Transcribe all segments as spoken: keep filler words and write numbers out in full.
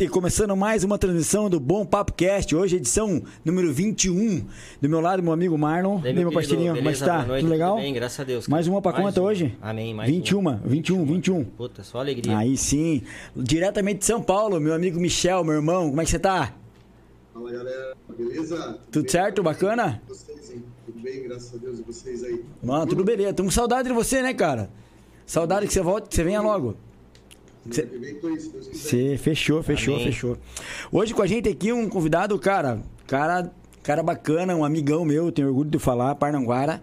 gente, começando mais uma transmissão do Bom Papo Cast. Hoje, edição número vinte e um. Do meu lado, meu amigo Marlon. Daí, meu, meu parceirinho, como é que tá? Noite, tudo legal? Tudo bem, graças a Deus. Cara. Mais uma pra mais conta uma. hoje? Amém, mais vinte e um, uma. vinte e um, vinte e um. Puta, só alegria. Aí sim. Diretamente de São Paulo, meu amigo Michel, meu irmão. Como é que você tá? Fala, galera. Beleza? Tudo, tudo bem? certo? Bacana? Vocês, hein? Tudo bem, graças a Deus. E vocês aí? Mano, tudo beleza. Tamo com saudade de você, né, cara? Saudade que você volte, que você venha logo. Você Cê... fechou, fechou, Amém. fechou. Hoje com a gente aqui um convidado, cara, cara, cara bacana, um amigão meu, tenho orgulho de falar, Paranaguara.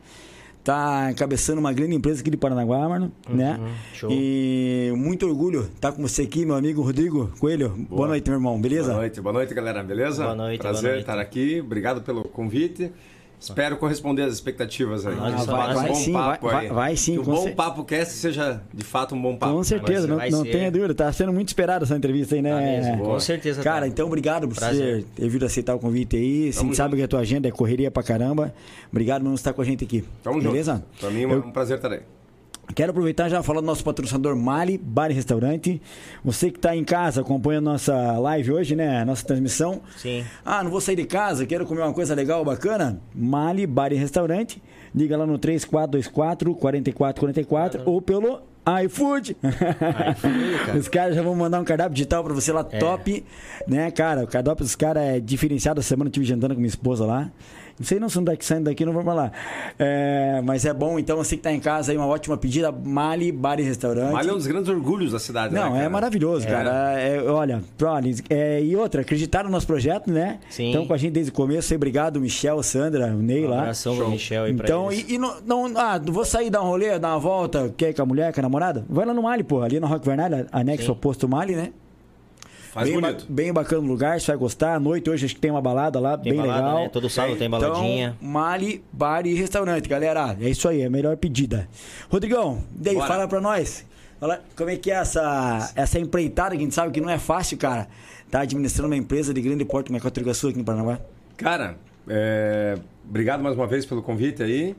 Tá encabeçando uma grande empresa aqui de Paranaguá, mano, uhum, né? Show. E muito orgulho estar com você aqui, meu amigo Rodrigo Coelho. Boa, boa noite, meu irmão, beleza? Boa noite, boa noite, galera, beleza? Boa noite, Prazer boa noite. estar aqui, obrigado pelo convite. Espero corresponder às expectativas aí. Ah, vai, vai, um bom sim, papo vai, aí. vai, vai sim, que um com bom cer... papo cast seja de fato um bom papo. Com certeza, não, não tenha dúvida. Tá sendo muito esperada essa entrevista aí, né? Ah, com certeza. Cara, tá. Então obrigado por você ter vindo aceitar o convite aí. A gente sabe que a tua agenda é correria pra caramba. Obrigado por estar com a gente aqui. Tamo Beleza? junto. Pra mim é um Eu... prazer estar aí. Quero aproveitar já falar do nosso patrocinador Mali Bar e Restaurante. Você que está em casa, acompanha a nossa live hoje, né? A nossa transmissão. Sim. Ah, não vou sair de casa, quero comer uma coisa legal, bacana? Mali Bar e Restaurante. Liga lá no três quatro dois quatro, quatro quatro quatro quatro ou pelo iFood. iFood, Os caras já vão mandar um cardápio digital pra você lá, é. top. Né, cara? O cardápio dos caras é diferenciado. Essa semana eu estive jantando com minha esposa lá. Não sei não se não daqui, saindo daqui, não vou falar. É, mas é bom, então você que tá em casa aí, uma ótima pedida, Mali Bar e Restaurante. Mali é um dos grandes orgulhos da cidade, Não, né, é maravilhoso, é. cara. É, olha, é, e outra, acreditaram no nosso projeto, né? Sim. Então com a gente desde o começo, obrigado, Michel, Sandra, o Ney lá. Um abração pro Michel aí pra Então, eles. e, e não, não, ah, vou sair, dar um rolê, dar uma volta, quer ir com a mulher, com a namorada? Vai lá no Mali, pô, ali na Roque Vernal, anexo ao posto Mali, né? Faz bem, bonito. Ba bem bacana o lugar, você vai gostar. À noite hoje acho que tem uma balada lá, tem bem balada, legal. Né? Todo sábado tem baladinha. Então, Mali, Bar e Restaurante, galera. É isso aí, é a melhor pedida. Rodrigão, daí, Bora. fala pra nós. Fala, como é que é essa, essa empreitada que a gente sabe que não é fácil, cara. Tá administrando uma empresa de grande porte como é a Quatro Iguaçu aqui no Paranaguá. Cara, é... obrigado mais uma vez pelo convite aí.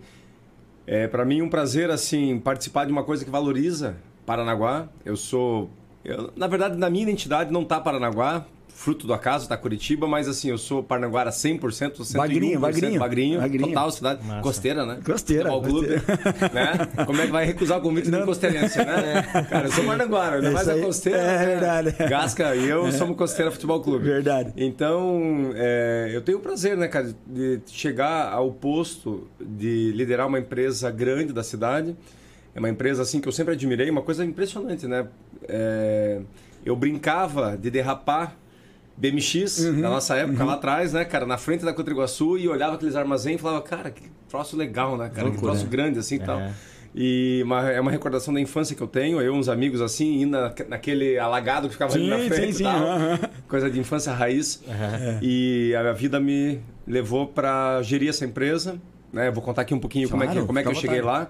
É para mim um prazer assim participar de uma coisa que valoriza Paranaguá. Eu sou Eu, na verdade, na minha identidade não tá Paranaguá, fruto do acaso, tá Curitiba, mas assim, eu sou Paranaguara cem por cento, cento e um por cento, bagrinho, bagrinho, bagrinho, total cidade, Massa. costeira, né? Costeira. Futebol clube, né? Como é que vai recusar o convite do costeirense, né? Cara, eu sou Paranaguara, ainda mais a costeira. É né? verdade. Gasca e eu é. somos Costeira Futebol Clube. Verdade. Então, é, eu tenho o prazer, né, cara, de chegar ao posto de liderar uma empresa grande da cidade. É uma empresa assim que eu sempre admirei, uma coisa impressionante, né? É, eu brincava de derrapar B M X uhum, na nossa época, uhum. lá atrás, né, cara, na frente da Quatro Iguaçu e olhava aqueles armazéns e falava, cara, que troço legal, né, cara, que troço grande assim e é. tal. E uma, é uma recordação da infância que eu tenho, eu e uns amigos assim, indo na, naquele alagado que ficava sim, ali na frente sim, e tal. Uhum. Coisa de infância raiz. Uhum. E a vida me levou para gerir essa empresa, né? Eu vou contar aqui um pouquinho claro, como é que, como é que eu cheguei lá.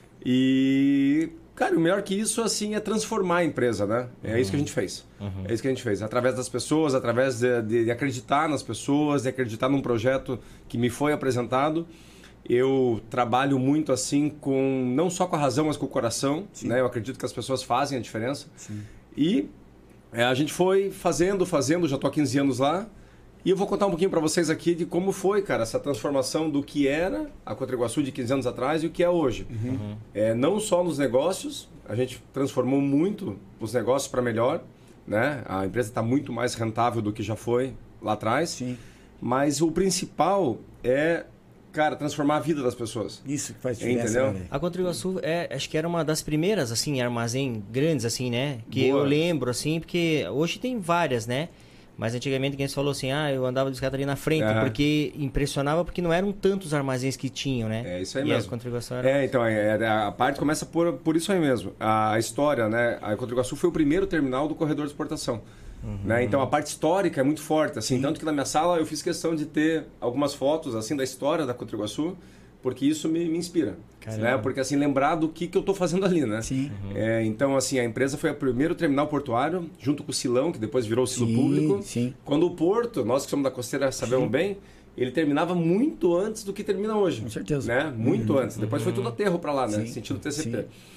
E, cara, o melhor que isso, assim, é transformar a empresa, né? É uhum. isso que a gente fez. Uhum. É isso que a gente fez. Através das pessoas, através de, de, de acreditar nas pessoas, de acreditar num projeto que me foi apresentado. Eu trabalho muito, assim, com não só com a razão, mas com o coração. Né? Eu acredito que as pessoas fazem a diferença. Sim. E é, a gente foi fazendo, fazendo, já estou há quinze anos lá. E eu vou contar um pouquinho para vocês aqui de como foi, cara, essa transformação do que era a Quatro Iguaçu de quinze anos atrás e o que é hoje. Uhum. É, não só nos negócios, a gente transformou muito os negócios para melhor, né? A empresa está muito mais rentável do que já foi lá atrás. Sim. Mas o principal é, cara, transformar a vida das pessoas. Isso que faz diferença. Entendeu? Né? A Quatro Iguaçu, é, acho que era uma das primeiras, assim, armazém grandes, assim, né? Que Boa. eu lembro, assim, porque hoje tem várias, né? Mas antigamente quem falou assim, ah, eu andava de escada ali na frente, uhum. porque impressionava porque não eram tantos armazéns que tinham, né? É isso aí e mesmo. a contribuição era... É, então, é, a parte começa por, por isso aí mesmo. A história, né? A Quatro Iguaçu foi o primeiro terminal do corredor de exportação. Uhum. Né? Então a parte histórica é muito forte, assim, tanto que na minha sala eu fiz questão de ter algumas fotos assim da história da Quatro Iguaçu, porque isso me, me inspira, né? Porque assim, lembrar do que, que eu estou fazendo ali, né? Sim. Uhum. É, então assim, a empresa foi o primeiro terminal portuário, junto com o Silão, que depois virou o Silo sim, Público. Sim. Quando o Porto, nós que somos da Costeira sabemos sim. bem, ele terminava muito antes do que termina hoje. Com certeza. Né? Muito uhum. antes. Depois uhum. foi tudo aterro para lá, né? Sim. Sentido T C P. Sim.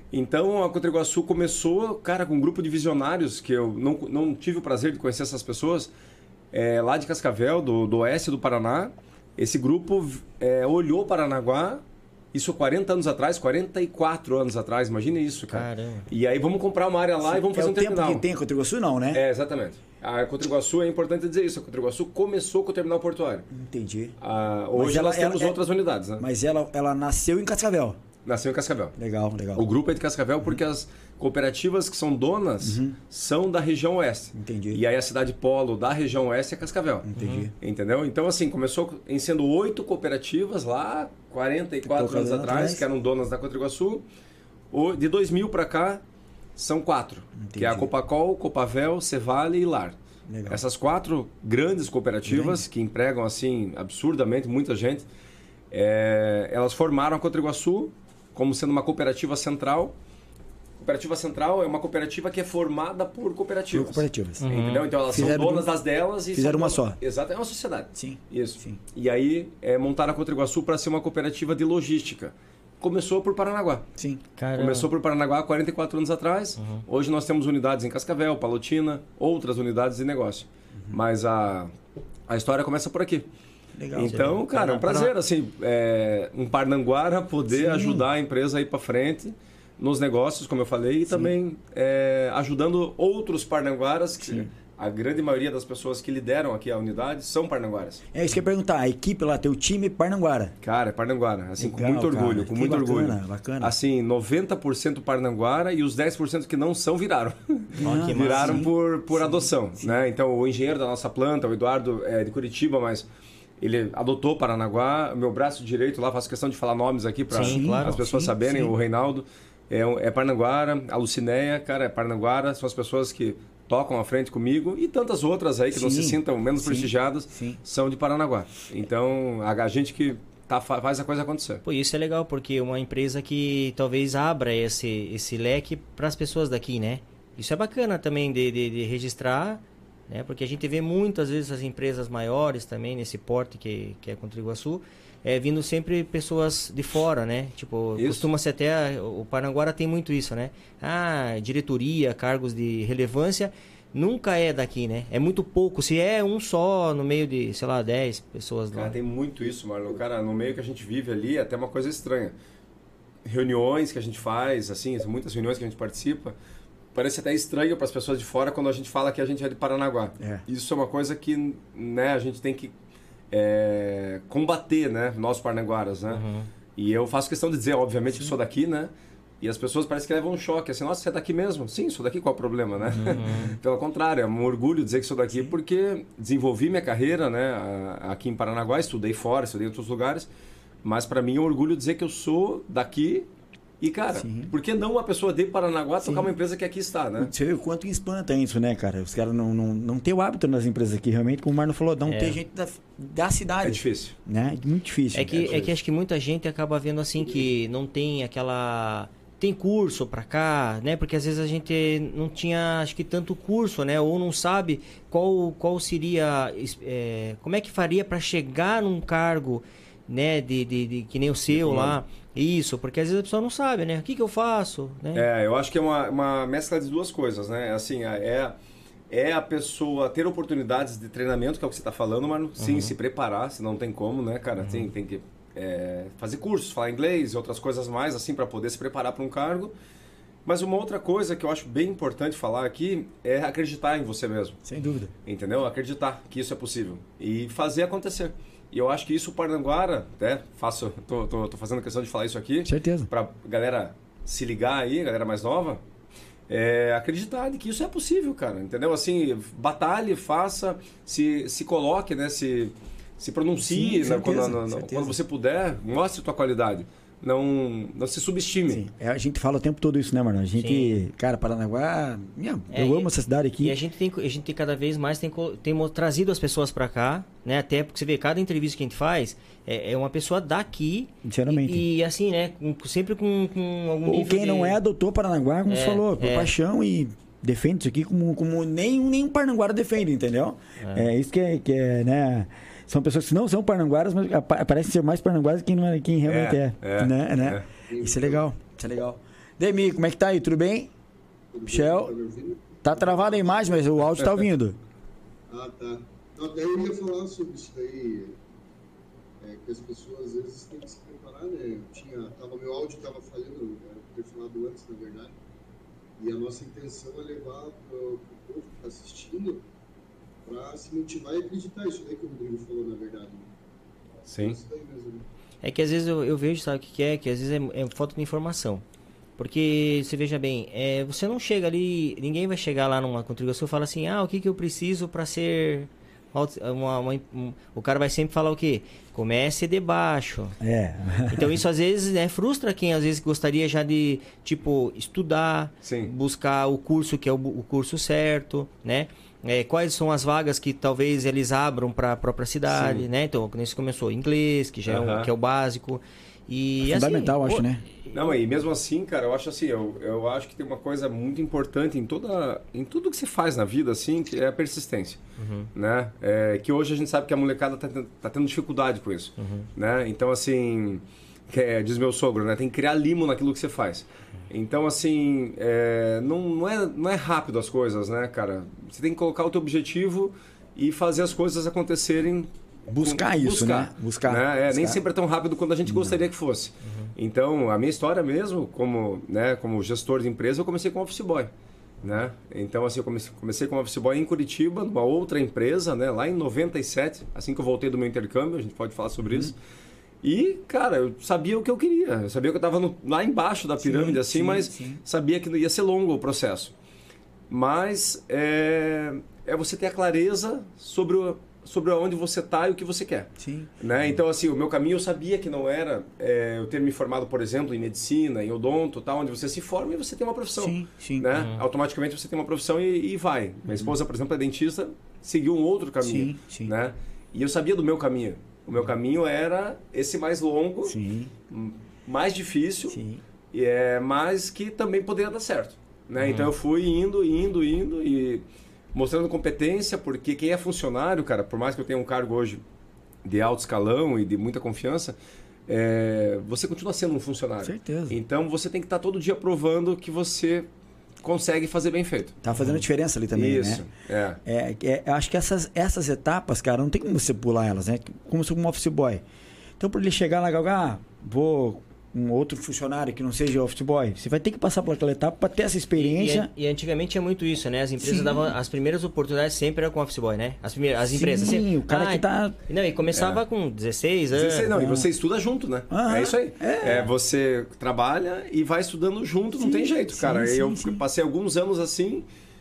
Então, a Cotriguaçu começou, cara, com um grupo de visionários, que eu não, não tive o prazer de conhecer essas pessoas, é, lá de Cascavel, do, do oeste do Paraná. Esse grupo é, olhou Paranaguá, isso quarenta anos atrás, quarenta e quatro anos atrás, imagina isso, cara. Caramba. E aí vamos comprar uma área lá Sim, e vamos fazer é um terminal. É o tempo que tem a Cotriguaçu, não, né? É, exatamente. A Cotriguaçu, é importante dizer isso, a Cotriguaçu começou com o terminal portuário. Entendi. Ah, hoje ela, nós temos ela, outras unidades, né? Mas ela, ela nasceu em Cascavel. Nasceu em Cascavel. Legal, legal. O grupo é de Cascavel porque as cooperativas que são donas uhum. são da região oeste. Entendi. E aí a cidade polo da região oeste é Cascavel. Entendi. Uhum. Entendeu? Então, assim, começou em sendo oito cooperativas lá, quarenta e quatro anos atrás, atrás, que eram donas da Cotriguaçu. De dois mil para cá, são quatro. Entendi. Que é a Copacol, Copavel, Cevale e Lar. Legal. Essas quatro grandes cooperativas Grande. que empregam, assim, absurdamente muita gente, é, elas formaram a Cotriguaçu como sendo uma cooperativa central. Cooperativa central é uma cooperativa que é formada por cooperativas. Por cooperativas. Uhum. Entendeu? Então elas fizeram são donas das delas e fizeram uma donas... só. Exato, é uma sociedade. Sim. Isso. Sim. E aí é, montaram a Cotriguaçu para ser uma cooperativa de logística. Começou por Paranaguá. Sim. Caramba. Começou por Paranaguá há quarenta e quatro anos atrás. Uhum. Hoje nós temos unidades em Cascavel, Palotina, outras unidades de negócio. Uhum. Mas a, a história começa por aqui. Legal. Então, cara, é um prazer, assim, é, um Parnanguara poder Sim. ajudar a empresa a ir para frente nos negócios, como eu falei, e Sim. também é, ajudando outros Parnanguaras, que Sim. a grande maioria das pessoas que lideram aqui a unidade são Parnanguaras. É isso que eu ia perguntar, a equipe lá, teu time Parnanguara. Cara, é Parnanguara, assim, Legal, com muito orgulho, cara. com Que muito bacana, orgulho. Bacana. Assim, noventa por cento Parnanguara e os dez por cento que não são viraram. Ah, viraram sim. por, por sim. adoção, sim. né? Então, o engenheiro da nossa planta, o Eduardo, é de Curitiba, mas ele adotou Paranaguá. Meu braço direito lá, faço questão de falar nomes aqui para claro. as pessoas sim, saberem, sim. o Reinaldo é, é Parnaguara, a Lucinéia, cara, é Parnaguara, são as pessoas que tocam à frente comigo e tantas outras aí que sim, não se sintam menos sim, prestigiadas sim. são de Paranaguá. Então, a, a gente que tá, faz a coisa acontecer. Pô, isso é legal, porque é uma empresa que talvez abra esse, esse leque para as pessoas daqui, né? Isso é bacana também de, de, de registrar, né? Porque a gente vê muitas vezes as empresas maiores também nesse porte que, que é Cotriguaçu, é, vindo sempre pessoas de fora, né? Tipo, costuma-se até... O Paranaguara tem muito isso, né? Ah, diretoria, cargos de relevância, nunca é daqui, né? É muito pouco. Se é um só no meio de, sei lá, dez pessoas lá. Cara, tem muito isso, Marlon. Cara, no meio que a gente vive ali é até uma coisa estranha. Reuniões que a gente faz, assim, muitas reuniões que a gente participa, parece até estranho para as pessoas de fora quando a gente fala que a gente é de Paranaguá. É. Isso é uma coisa que, né, a gente tem que é, combater, né, nós paranaguaras, né? Uhum. E eu faço questão de dizer, obviamente, Sim. que sou daqui, né? E as pessoas parecem que levam um choque, assim, nossa, você é daqui mesmo? Sim, sou daqui, qual é o problema, né? Uhum. Pelo contrário, é um orgulho dizer que sou daqui, Sim. porque desenvolvi minha carreira, né, aqui em Paranaguá, estudei fora, estudei em outros lugares, mas para mim é um orgulho dizer que eu sou daqui. E, cara, Sim. por que não uma pessoa de Paranaguá Sim. tocar uma empresa que aqui está, né? Você vê o quanto espanta isso, né, cara? Os caras não, não, não têm o hábito nas empresas aqui, realmente, como o Marlon falou, não é. tem gente da, da cidade. É difícil. Né? É muito difícil. É que, é, difícil. é que acho que muita gente acaba vendo assim que não tem aquela... Tem curso pra cá, né? Porque às vezes a gente não tinha, acho que, tanto curso, né? Ou não sabe qual, qual seria... É, como é que faria para chegar num cargo, né? De, de, de, que nem o seu lá... Isso, porque às vezes a pessoa não sabe, né? O que, que eu faço? Né? É, eu acho que é uma, uma mescla de duas coisas, né? Assim, é, é a pessoa ter oportunidades de treinamento, que é o que você está falando, mas sim, uhum. se preparar, se não tem como, né, cara? Uhum. Tem, tem que é, fazer cursos, falar inglês e outras coisas mais, assim, para poder se preparar para um cargo. Mas uma outra coisa que eu acho bem importante falar aqui é acreditar em você mesmo. Sem dúvida. Entendeu? Acreditar que isso é possível e fazer acontecer. E eu acho que isso o Paranaguara, né? Faço, tô, tô, tô fazendo questão de falar isso aqui. Certeza. Pra galera se ligar aí, galera mais nova, é, acreditar de que isso é possível, cara. Entendeu? Assim, batalhe, faça, se, se coloque, né? Se, se pronuncie, Sim, certeza, né? quando, no, no, quando você puder, mostre tua qualidade. Não, não se subestime. Sim. É, a gente fala o tempo todo isso, né, Marlon? A gente, Sim. cara, Paranaguá, minha, é, eu amo e, essa cidade aqui. E a gente tem, a gente tem cada vez mais tem, tem trazido as pessoas para cá, né? Até porque você vê, cada entrevista que a gente faz é, é uma pessoa daqui. Sinceramente. E, e assim, né? Com, sempre com, com algum Ou nível quem de... não é adotou Paranaguá, como é, você falou, por é. paixão e defende isso aqui como, como nenhum, nenhum Paranaguara defende, entendeu? É, é isso que é, que é, né... São pessoas que não são paranaguaras, mas parecem ser mais paranaguaras que quem realmente é. é, é, né? É. Né? Isso é legal, isso é legal. Demi, como é que tá aí? Tudo bem? Tudo Michel? bem? Tá travada a imagem, mas o áudio tá ouvindo. Ah, tá. Não, até eu ia falar sobre isso daí, é, que as pessoas às vezes têm que se preparar, né? Eu tinha, tava, meu áudio estava falhando, era pra ter falado antes, na verdade. E a nossa intenção é levar para o povo que está assistindo para se motivar e acreditar. Isso daí que o Rodrigo falou, na verdade. Né? Sim. Isso daí mesmo, né? É que às vezes eu, eu vejo, sabe o que, que é? Que às vezes é, é falta de informação. Porque, você veja bem, é, você não chega ali, ninguém vai chegar lá numa contribuição e fala assim, ah, o que, que eu preciso para ser... Uma, uma, um, o cara vai sempre falar o quê? Comece de baixo. É. Então isso às vezes né, frustra quem às vezes gostaria já de, tipo, estudar, Sim. buscar o curso que é o, o curso certo, né? É, quais são as vagas que talvez eles abram para a própria cidade, Sim. né? Então, quando isso começou, inglês, que já é, Uhum. um, que é o básico. E, É fundamental, assim, acho, né? Não, e mesmo assim, cara, eu acho assim, eu, eu acho que tem uma coisa muito importante em toda, em tudo que se faz na vida, assim, que é a persistência, Uhum. né? É, que hoje a gente sabe que a molecada tá, tá tendo dificuldade com isso, Uhum. né? Então, assim, que é, diz meu sogro, né? Tem que criar limo naquilo que você faz. Então, assim, é, não, não, é, não é rápido as coisas, né, cara? Você tem que colocar o teu objetivo e fazer as coisas acontecerem. Buscar com, isso, buscar, né? Buscar. Né? É, buscar. Nem sempre é tão rápido quanto a gente gostaria que fosse. Uhum. Então, a minha história mesmo, como, né, como gestor de empresa, eu comecei como office boy. Né? Então, assim, eu comecei, comecei como office boy em Curitiba, numa outra empresa, né, lá em noventa e sete, assim que eu voltei do meu intercâmbio, a gente pode falar sobre uhum. isso. E, cara, eu sabia o que eu queria. Eu sabia que eu estava lá embaixo da pirâmide, sim, assim, sim, mas sim. sabia que ia ser longo o processo. Mas é, é você ter a clareza sobre o, sobre onde você está e o que você quer. Sim. Né? Então, assim, o meu caminho eu sabia que não era é, eu ter me formado, por exemplo, em medicina, em odonto, tal, onde você se forma e você tem uma profissão. Sim, sim. Né? Uhum. Automaticamente você tem uma profissão e, e vai. Minha esposa, por exemplo, é dentista, seguiu um outro caminho. Sim, sim. Né? E eu sabia do meu caminho. O meu caminho era esse mais longo, sim. mais difícil, sim. E é, mas que também poderia dar certo. Né? Uhum. Então eu fui indo, indo, indo e mostrando competência, porque quem é funcionário, cara, por mais que eu tenha um cargo hoje de alto escalão e de muita confiança, é, você continua sendo um funcionário. Certeza. Então você tem que estar todo dia provando que você consegue fazer bem feito. Tá fazendo diferença ali também, Isso, né? é. É, é, eu acho que essas, essas etapas, cara, não tem como você pular elas, né? Como se um office boy. Então, por ele chegar lá e ah, vou um outro funcionário que não seja office boy, você vai ter que passar por aquela etapa para ter essa experiência. E, e, e antigamente é muito isso, né? As empresas Sim. davam as primeiras oportunidades sempre era com office boy, né? As primeiras, as Sim, empresas sempre. Sim, o cara ah, que tá. Não, e começava é. com dezesseis anos. dezesseis, não, ah. E você estuda junto, né? Ah, é isso aí. É. É, você trabalha e vai estudando junto, sim, não tem jeito, sim, cara. Sim, eu sim. passei alguns anos assim,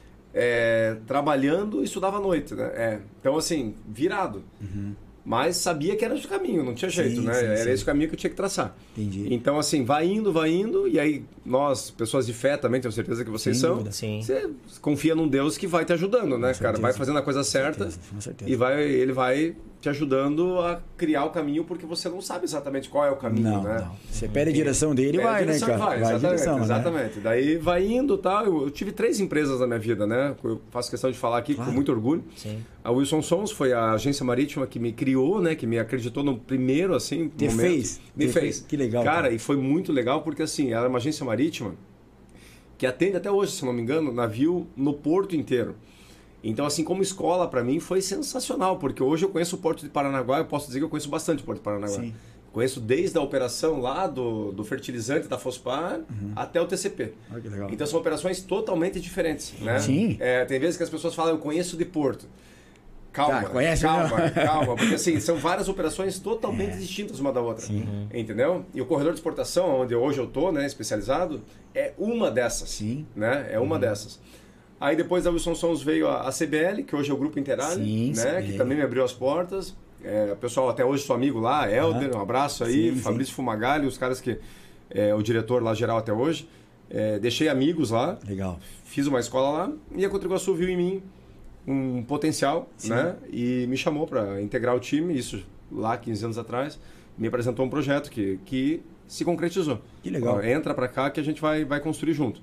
é, trabalhando e estudava à noite, né? É, então, assim, virado. Uhum. Mas sabia que era esse o caminho, não tinha jeito, sim, né? Sim, era sim. esse o caminho que eu tinha que traçar. Entendi. Então, assim, vai indo, vai indo, e aí nós, pessoas de fé também, tenho certeza que vocês Sem são. Dúvida. Sim. Você confia num Deus que vai te ajudando, né, com cara? certeza. Vai fazendo a coisa certa com certeza, com certeza. e vai, ele vai te ajudando a criar o caminho, porque você não sabe exatamente qual é o caminho, não, né? Não. Você pede a direção dele e vai, a direção né, cara? Vai, vai exatamente, direção, exatamente. Né? Daí vai indo e tal. Eu, eu tive três empresas na minha vida, né? Eu faço questão de falar aqui claro. Com muito orgulho. Sim. A Wilson Sons foi a agência marítima que me criou, né? Que me acreditou no primeiro, assim, Te momento. fez? Me Te fez. fez. Que legal. Cara, cara, e foi muito legal porque, assim, ela é uma agência marítima que atende até hoje, se não me engano, navio no porto inteiro. Então, assim, como escola, para mim, foi sensacional, porque hoje eu conheço o Porto de Paranaguá, eu posso dizer que eu conheço bastante o Porto de Paranaguá. Sim. Conheço desde a operação lá do, do fertilizante da Fospar uhum. até o T C P. Ah, que legal. Então, são operações totalmente diferentes, né? Sim. É, tem vezes que as pessoas falam, eu conheço de Porto. Calma, tá, conhece, calma, não? calma, porque assim, são várias operações totalmente é. distintas uma da outra, Sim. entendeu? E o corredor de exportação, onde hoje eu tô, né, especializado, é uma dessas, Sim. né? É uma uhum. dessas. Aí depois da Wilson Sons veio a C B L, que hoje é o Grupo Interalha, sim, né? Que também me abriu as portas. É, o pessoal até hoje sou amigo lá, Helder, ah. um abraço aí, sim, Fabrício sim. Fumagalli, os caras que é o diretor lá geral até hoje. É, deixei amigos lá. Legal. Fiz uma escola lá e a Contriguaçu viu em mim um potencial, sim. né? E me chamou para integrar o time, isso lá quinze anos atrás, me apresentou um projeto que, que se concretizou. Que legal. Ó, entra para cá que a gente vai, vai construir junto.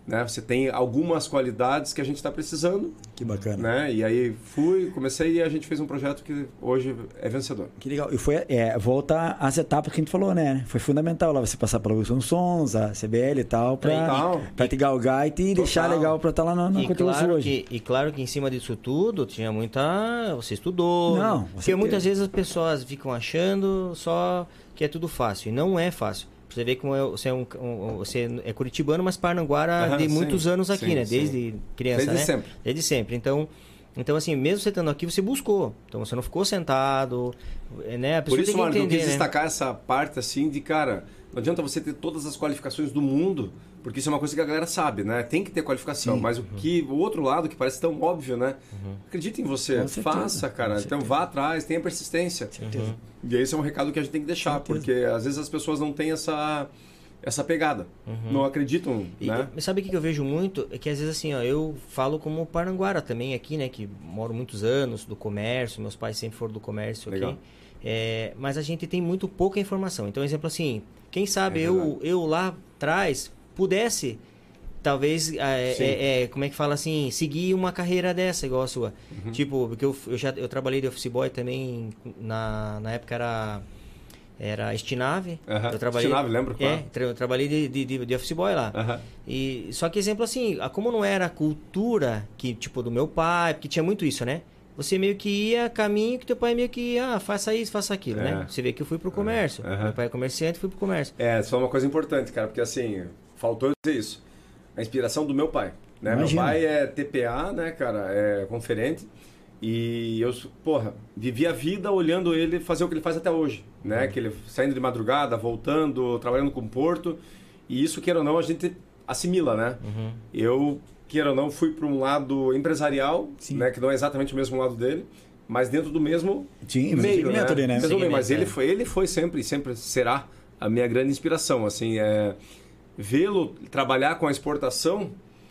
né? Você tem algumas qualidades que a gente está precisando. Que bacana. Né? E aí fui, comecei e a gente fez um projeto que hoje é vencedor. Que legal. E foi, é, volta às etapas que a gente falou, né? Foi fundamental lá você passar pela Wilson Sons, a C B L e tal, para te galgar e te total. Deixar legal para estar lá na, na categoria claro hoje. Que, e claro que em cima disso tudo tinha muita... Você estudou. Não, porque você muitas vezes as pessoas ficam achando só que é tudo fácil. E não é fácil. Você vê como é, você, é um, um, você é curitibano, mas Paranaguara uhum, de sim, muitos anos aqui, sim, né? Desde sim. criança, Desde né? sempre. Desde sempre. Então, então, assim, mesmo você estando aqui, você buscou. Então, você não ficou sentado, né? A pessoa Por isso, tem que Marco, entender, eu quis né? destacar essa parte, assim, de, cara, não adianta você ter todas as qualificações do mundo, porque isso é uma coisa que a galera sabe, né? Tem que ter qualificação, sim. Mas o, que, o outro lado, que parece tão óbvio, né? Uhum. Acredita em você, com faça, certeza, cara. Então, vá atrás, tenha persistência. Uhum. E esse é um recado que a gente tem que deixar, porque às vezes as pessoas não têm essa... essa pegada, uhum. não acreditam, e, né? Mas sabe o que eu vejo muito? É que às vezes assim, ó, eu falo como Paranaguara também aqui, né? Que moro muitos anos do comércio, meus pais sempre foram do comércio Legal. aqui. É, mas a gente tem muito pouca informação. Então, exemplo assim, quem sabe é eu, eu lá atrás pudesse, talvez, é, é, é, como é que fala assim, seguir uma carreira dessa, igual a sua. Uhum. Tipo, porque eu, eu já eu trabalhei de office boy também, na, na época era... Era Estinave. Uhum. Eu trabalhei, Estinave, lembro? Claro. É, eu trabalhei de, de, de office boy lá. Uhum. E, só que, exemplo assim, como não era a cultura que, tipo, do meu pai, porque tinha muito isso, né? Você meio que ia caminho que teu pai meio que, ah, faça isso, faça aquilo, é. né? Você vê que eu fui pro comércio. Uhum. Meu pai é comerciante, fui pro comércio. É, só uma coisa importante, cara, porque assim, faltou eu dizer isso. A inspiração do meu pai, né? Imagina. Meu pai é T P A, né, cara? É conferente. E eu, porra, vivi a vida olhando ele fazer o que ele faz até hoje, né? Uhum. Que ele saindo de madrugada, voltando, trabalhando com o porto. E isso, queira ou não, a gente assimila, né? Uhum. Eu, queira ou não, fui para um lado empresarial, Sim. né? Que não é exatamente o mesmo lado dele, mas dentro do mesmo Sim, meio, né? Dele, né? Mesmo meio, mas ele foi, ele foi sempre e sempre será a minha grande inspiração. Assim, é, vê-lo trabalhar com a exportação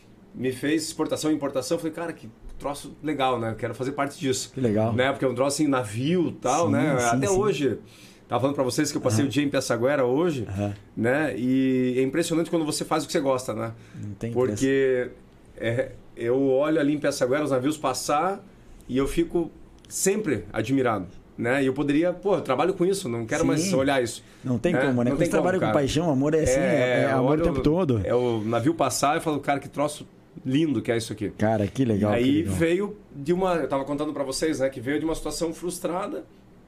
me fez exportação e importação. Eu falei, cara, que troço legal, né? Eu quero fazer parte disso. Que legal. Né? Porque é um troço em navio e tal, sim, né? Sim, Até sim. hoje, tava falando para vocês que eu passei uhum. o dia em Piaçaguera hoje, uhum. né? E é impressionante quando você faz o que você gosta, né? Não tem Porque é, eu olho ali em Piaçaguera os navios passar e eu fico sempre admirado. Né? E eu poderia, pô, eu trabalho com isso, não quero sim. mais olhar isso. Não tem né? como, né? Não Quando você trabalha com paixão, amor é assim, é, é amor o tempo todo. É o navio passar e eu falo, cara, que troço lindo que é isso aqui. Cara, que legal. E aí legal. veio de uma... Eu tava contando para vocês, né? Que veio de uma situação frustrada.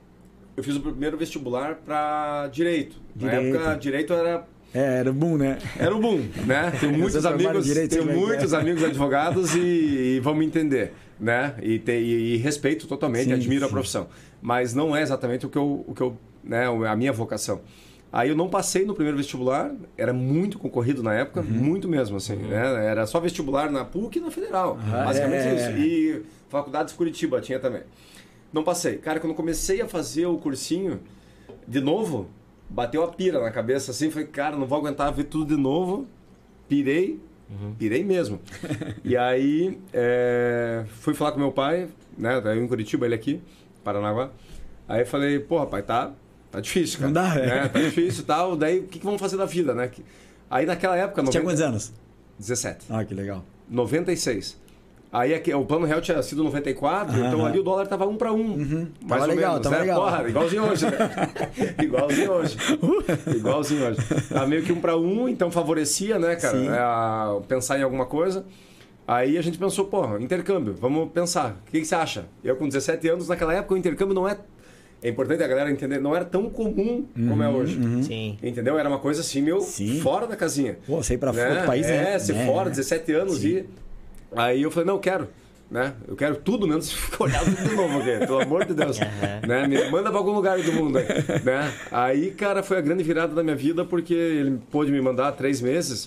Eu fiz o primeiro vestibular para Direito. direito. Na época, Direito era... É, era o boom, né? Era o boom, né? Tenho muitos amigos, direito, tenho muitos é. amigos advogados e, e vão me entender, né? E, te, e, e respeito totalmente, sim, admiro sim. a profissão. Mas não é exatamente o que eu... O que eu né? A minha vocação. Aí eu não passei no primeiro vestibular, era muito concorrido na época, uhum. muito mesmo, assim, uhum. né? Era só vestibular na P U C e na Federal, ah, basicamente é. isso. E faculdades de Curitiba tinha também. Não passei. Cara, quando comecei a fazer o cursinho, de novo, bateu a pira na cabeça, assim, falei, cara, não vou aguentar ver tudo de novo. Pirei, uhum. pirei mesmo. E aí, é, fui falar com meu pai, né? Eu em Curitiba, ele aqui, Paranaguá. Aí falei, pô, rapaz, tá... Tá difícil, cara. Não dá, né? É. Tá difícil e tal. Daí, o que, que vamos fazer da vida, né? Aí, naquela época... noventa... Tinha quantos anos? dezessete. Ah, que legal. noventa e seis. Aí, aqui, o plano real tinha sido noventa e quatro, uh-huh. então ali o dólar tava um para um. Uhum. Mais tava ou legal, menos, tava né? legal. Porra, igualzinho hoje, né? igualzinho hoje. igualzinho hoje. Tava meio que um para um, então favorecia, né, cara? É, a pensar em alguma coisa. Aí a gente pensou, porra, intercâmbio, vamos pensar. O que, que você acha? Eu com dezessete anos, naquela época o intercâmbio não é... É importante a galera entender, não era tão comum uhum, como é hoje. Uhum. Sim. Entendeu? Era uma coisa assim, meu, Sim. fora da casinha. Pô, você ir pra né? fora do país, né? É, ser é, fora, dezessete anos Sim. e... Aí eu falei, não, eu quero. Né? Eu quero tudo menos ficar olhando tudo de novo aqui, pelo amor de Deus. Uhum. Né? Me manda pra algum lugar do mundo aí. Né? Aí, cara, foi a grande virada da minha vida, porque ele pôde me mandar três meses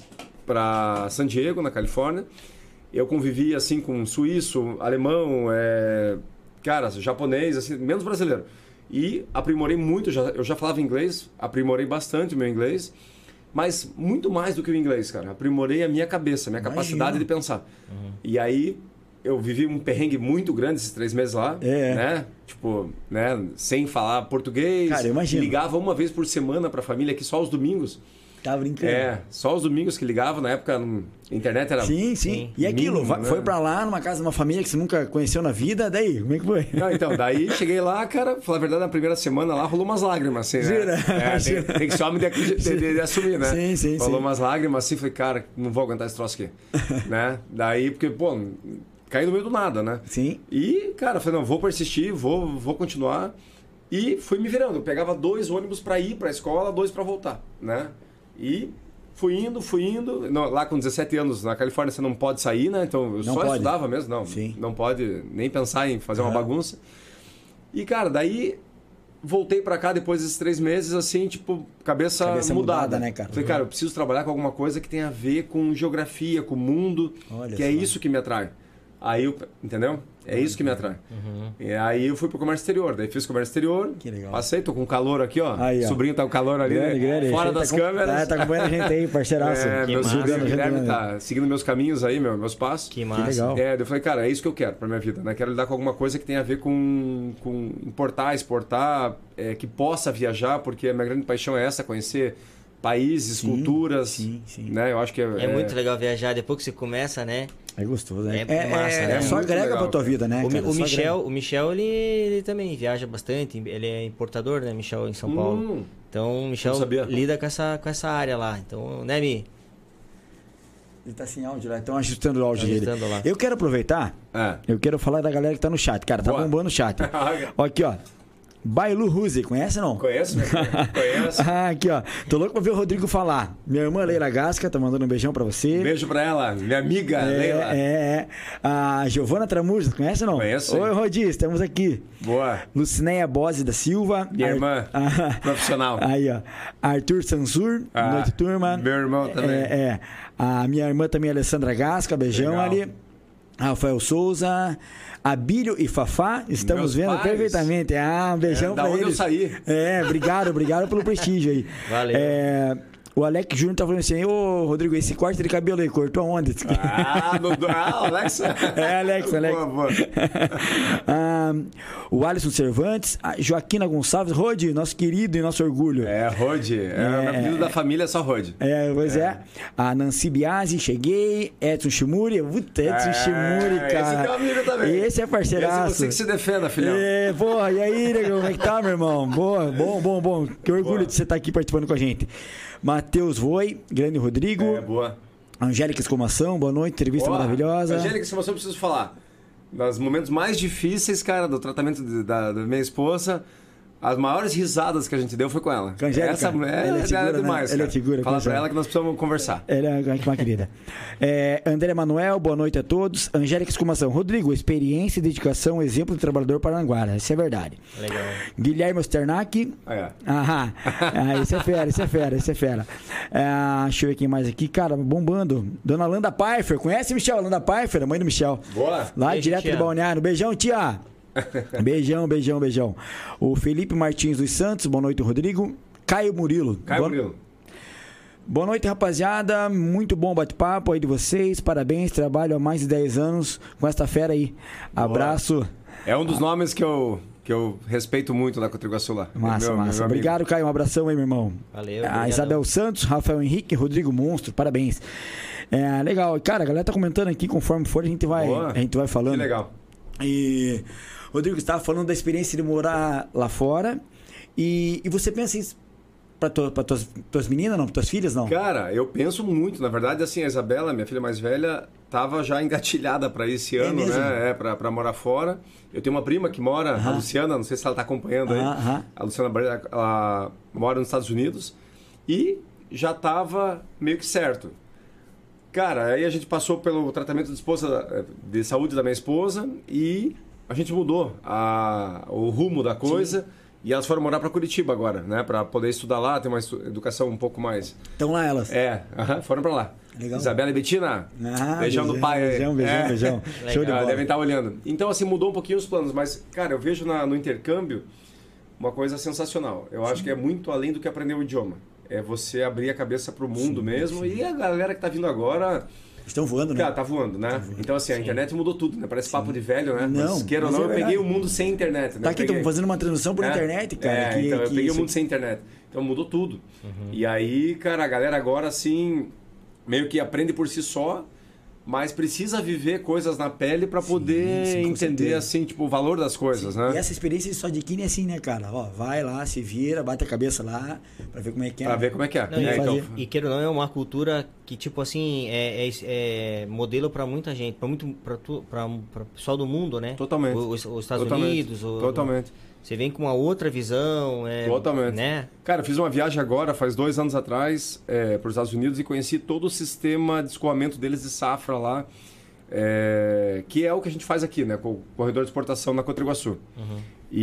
pra San Diego, na Califórnia. Eu convivi, assim, com suíço, alemão, é... cara, japonês, assim, menos brasileiro. E aprimorei muito, já, eu já falava inglês, aprimorei bastante o meu inglês, mas muito mais do que o inglês, cara. Aprimorei a minha cabeça, a minha Imagina. capacidade de pensar. Uhum. E aí eu vivi um perrengue muito grande esses três meses lá, é. né? Tipo, né? Sem falar português. Cara, imagina. Ligava uma vez por semana para a família aqui só aos domingos. Tá brincando. É, só os domingos que ligava, na época a internet era... Sim, sim. sim. E aquilo, mínimo, foi né? pra lá, numa casa de uma família que você nunca conheceu na vida, daí, como é que foi? Não, então, daí cheguei lá, cara, pra falar a verdade, na primeira semana lá rolou umas lágrimas, assim, né? É, tem, tem que ser homem de, de, de, de assumir, né? Sim, sim, rolou sim. umas lágrimas, assim, falei, cara, não vou aguentar esse troço aqui, né? Daí, porque, pô, caí no meio do nada, né? Sim. E, cara, falei, não, vou persistir, vou, vou continuar. E fui me virando, eu pegava dois ônibus pra ir pra escola, dois pra voltar, né? E... Fui indo, fui indo. Não, lá com dezessete anos, na Califórnia, você não pode sair, né? Então, eu não só pode. estudava mesmo. Não, Sim. não pode nem pensar em fazer uhum. uma bagunça. E, cara, daí voltei pra cá depois desses três meses, assim, tipo, cabeça, cabeça mudada. mudada, né, cara? Falei, uhum. cara, eu preciso trabalhar com alguma coisa que tenha a ver com geografia, com o mundo, Olha que só. é isso que me atrai. Aí, eu, entendeu? É isso que me atrai. Uhum. E aí eu fui pro comércio exterior. Daí fiz comércio exterior. Que legal. Passei, tô com calor aqui, ó. Aí, ó. Sobrinho tá com calor ali, grande, né? Grande. Fora das tá câmeras. Com, tá, tá acompanhando a gente aí, parceiraço. É, que meu massa. sobrinho Guilherme tá seguindo meus caminhos aí, meu, meus passos. Que massa. Que legal. É, eu falei, cara, é isso que eu quero pra minha vida, né? Quero lidar com alguma coisa que tenha a ver com, com importar, exportar, é, que possa viajar, porque a minha grande paixão é essa, conhecer países, sim, culturas, sim, sim. né? Eu acho que é, é, é muito legal viajar depois que você começa, né? É gostoso, né? É, é massa, é, né? É só agrega legal, pra tua cara. vida, né? O, cara, o Michel, o Michel ele, ele também viaja bastante. Ele é importador, né, Michel, em São Paulo. Hum, então, o Michel lida com essa, com essa área lá. Então, né, Mi? Ele tá sem áudio lá, estão ajustando o áudio tá ajustando dele. Lá. Eu quero aproveitar, é. eu quero falar da galera que tá no chat. Cara, tá Boa. bombando o chat. Ó, aqui, ó. Bailu Ruse, conhece não? Conheço, meu cara. Conheço. Ah, aqui, ó. Tô louco pra ver o Rodrigo falar. Minha irmã Leila Gasca tá mandando um beijão pra você. Um beijo pra ela, minha amiga é, Leila. É, é. A Giovana Tramujas, conhece não? Conheço. Oi, Rodi, estamos aqui. Boa. Lucinéia Bose da Silva. Minha Ar... irmã, ah, profissional. Aí, ó. Arthur Sansur, ah, noite turma. Meu irmão também. É, é. A minha irmã também, Alessandra Gasca, beijão Legal. ali. Rafael Souza, Abílio e Fafá, estamos Meus vendo pais. perfeitamente. Ah, um beijão é, pra eles. Da onde eu saí. É, obrigado, obrigado pelo prestígio aí. Valeu. É, o Alex Júnior tá falando assim, ô Rodrigo, esse corte de cabelo aí, cortou aonde? Ah, no, ah Alex. É, Alex, Alex. Boa, boa. ah, o Alisson Cervantes, a Joaquina Gonçalves, Rodi, nosso querido e nosso orgulho. É, Rodi. É, é o apelido da família, é só Rodi. É, pois é. é. A Nancy Biasi, cheguei. Edson Shimuri, puta, Edson é, Shimuri, cara. Esse é teu amigo também. Esse é parceiraço. Esse é você que se defenda, filhão. É, porra, e aí, negão, como é que tá, meu irmão? Boa, bom, bom, bom. Que orgulho boa. de você estar aqui participando com a gente. Matheus Voi, grande Rodrigo. É, boa. Angélica Escomação, boa noite, entrevista boa. maravilhosa. Angélica Escomação, eu preciso falar. Nos momentos mais difíceis, cara, do tratamento de, da, da minha esposa, as maiores risadas que a gente deu foi com ela. Com Angélica, Essa mulher ela é, figura, é demais, né? Ela é figura. Fala pra ela que nós precisamos conversar. Ela é uma querida. É, André Manuel, boa noite a todos. Angélica Escomação. Rodrigo, experiência e dedicação, exemplo de trabalhador paranguara. Isso é verdade. Legal. Guilherme Osternac. Ah, é. Aham. Ah, isso é fera, isso é fera, isso é fera. É, deixa eu ver quem mais aqui. Cara, bombando. Dona Landa Pfeiffer. Conhece Michel? Landa Pfeiffer, a mãe do Michel. Boa. Lá Beijo, direto tia. do Balneário. Beijão, tia. Beijão, beijão, beijão. O Felipe Martins dos Santos, boa noite, Rodrigo. Caio Murilo. Caio boa... Murilo. Boa noite, rapaziada. Muito bom bate-papo aí de vocês. Parabéns, trabalho há mais de dez anos com esta fera aí. Abraço. Boa. É um dos nomes que eu, que eu respeito muito lá com o Triguaçu lá. Massa, meu, massa. Meu obrigado, Caio. Um abração aí, meu irmão. Valeu. A obrigado. Isabel Santos, Rafael Henrique, Rodrigo Monstro. Parabéns. É, legal. Cara, a galera tá comentando aqui. Conforme for, a gente vai, a gente vai falando. Que legal. E... Rodrigo, você estava falando da experiência de morar lá fora e, e você pensa isso para tu, tuas, tuas meninas, não? Para tuas filhas, não? Cara, eu penso muito. Na verdade, assim, a Isabela, minha filha mais velha, estava já engatilhada para esse é ano, mesmo? né? É, para morar fora. Eu tenho uma prima que mora, uh-huh. a Luciana, não sei se ela está acompanhando aí. Uh-huh. A Luciana Barreira, ela mora nos Estados Unidos e já estava meio que certo. Cara, aí a gente passou pelo tratamento de, esposa, de saúde da minha esposa e... A gente mudou a, o rumo da coisa. Sim. E elas foram morar para Curitiba agora, né? Para poder estudar lá, ter uma educação um pouco mais... Estão lá elas? É, uh-huh, foram para lá. Legal. Isabela e Betina, ah, beijão, beijão do pai. Beijão, beijão, é. beijão. Show de bola. Devem estar olhando. Então, assim, mudou um pouquinho os planos. Mas, cara, eu vejo na, no intercâmbio uma coisa sensacional. Eu sim. acho que é muito além do que aprender o idioma. É você abrir a cabeça para o mundo sim, mesmo. Sim. E a galera que está vindo agora... Estão voando, né? Cara, tá voando, né? Voando. Então, assim, a Sim. internet mudou tudo, né? Parece Sim. papo de velho, né? Não, mas queira ou não, é eu peguei o mundo sem internet, né? Tá aqui, estamos fazendo uma transmissão por é, internet, cara. É, que, então, que eu peguei isso... o mundo sem internet. Então, mudou tudo. Uhum. E aí, cara, a galera agora, assim, meio que aprende por si só, mas precisa viver coisas na pele para poder sim, sim, entender, assim, tipo, o valor das coisas, sim. né? E essa experiência só adquire assim, né, cara? Ó, vai lá, se vira, bate a cabeça lá, para ver como é que é. Pra ver como é que é. Não, é e, então... e queira ou não, é uma cultura que, tipo assim, é, é, é modelo para muita gente, para muito para pessoal do mundo, né? Totalmente. Os, os Estados Totalmente. Unidos. O, Totalmente. Você vem com uma outra visão. É, Totalmente. Né? Cara, eu fiz uma viagem agora, faz dois anos atrás, é, para os Estados Unidos e conheci todo o sistema de escoamento deles de safra lá, é, que é o que a gente faz aqui, né? Com o corredor de exportação na Cotriguaçu. Uhum.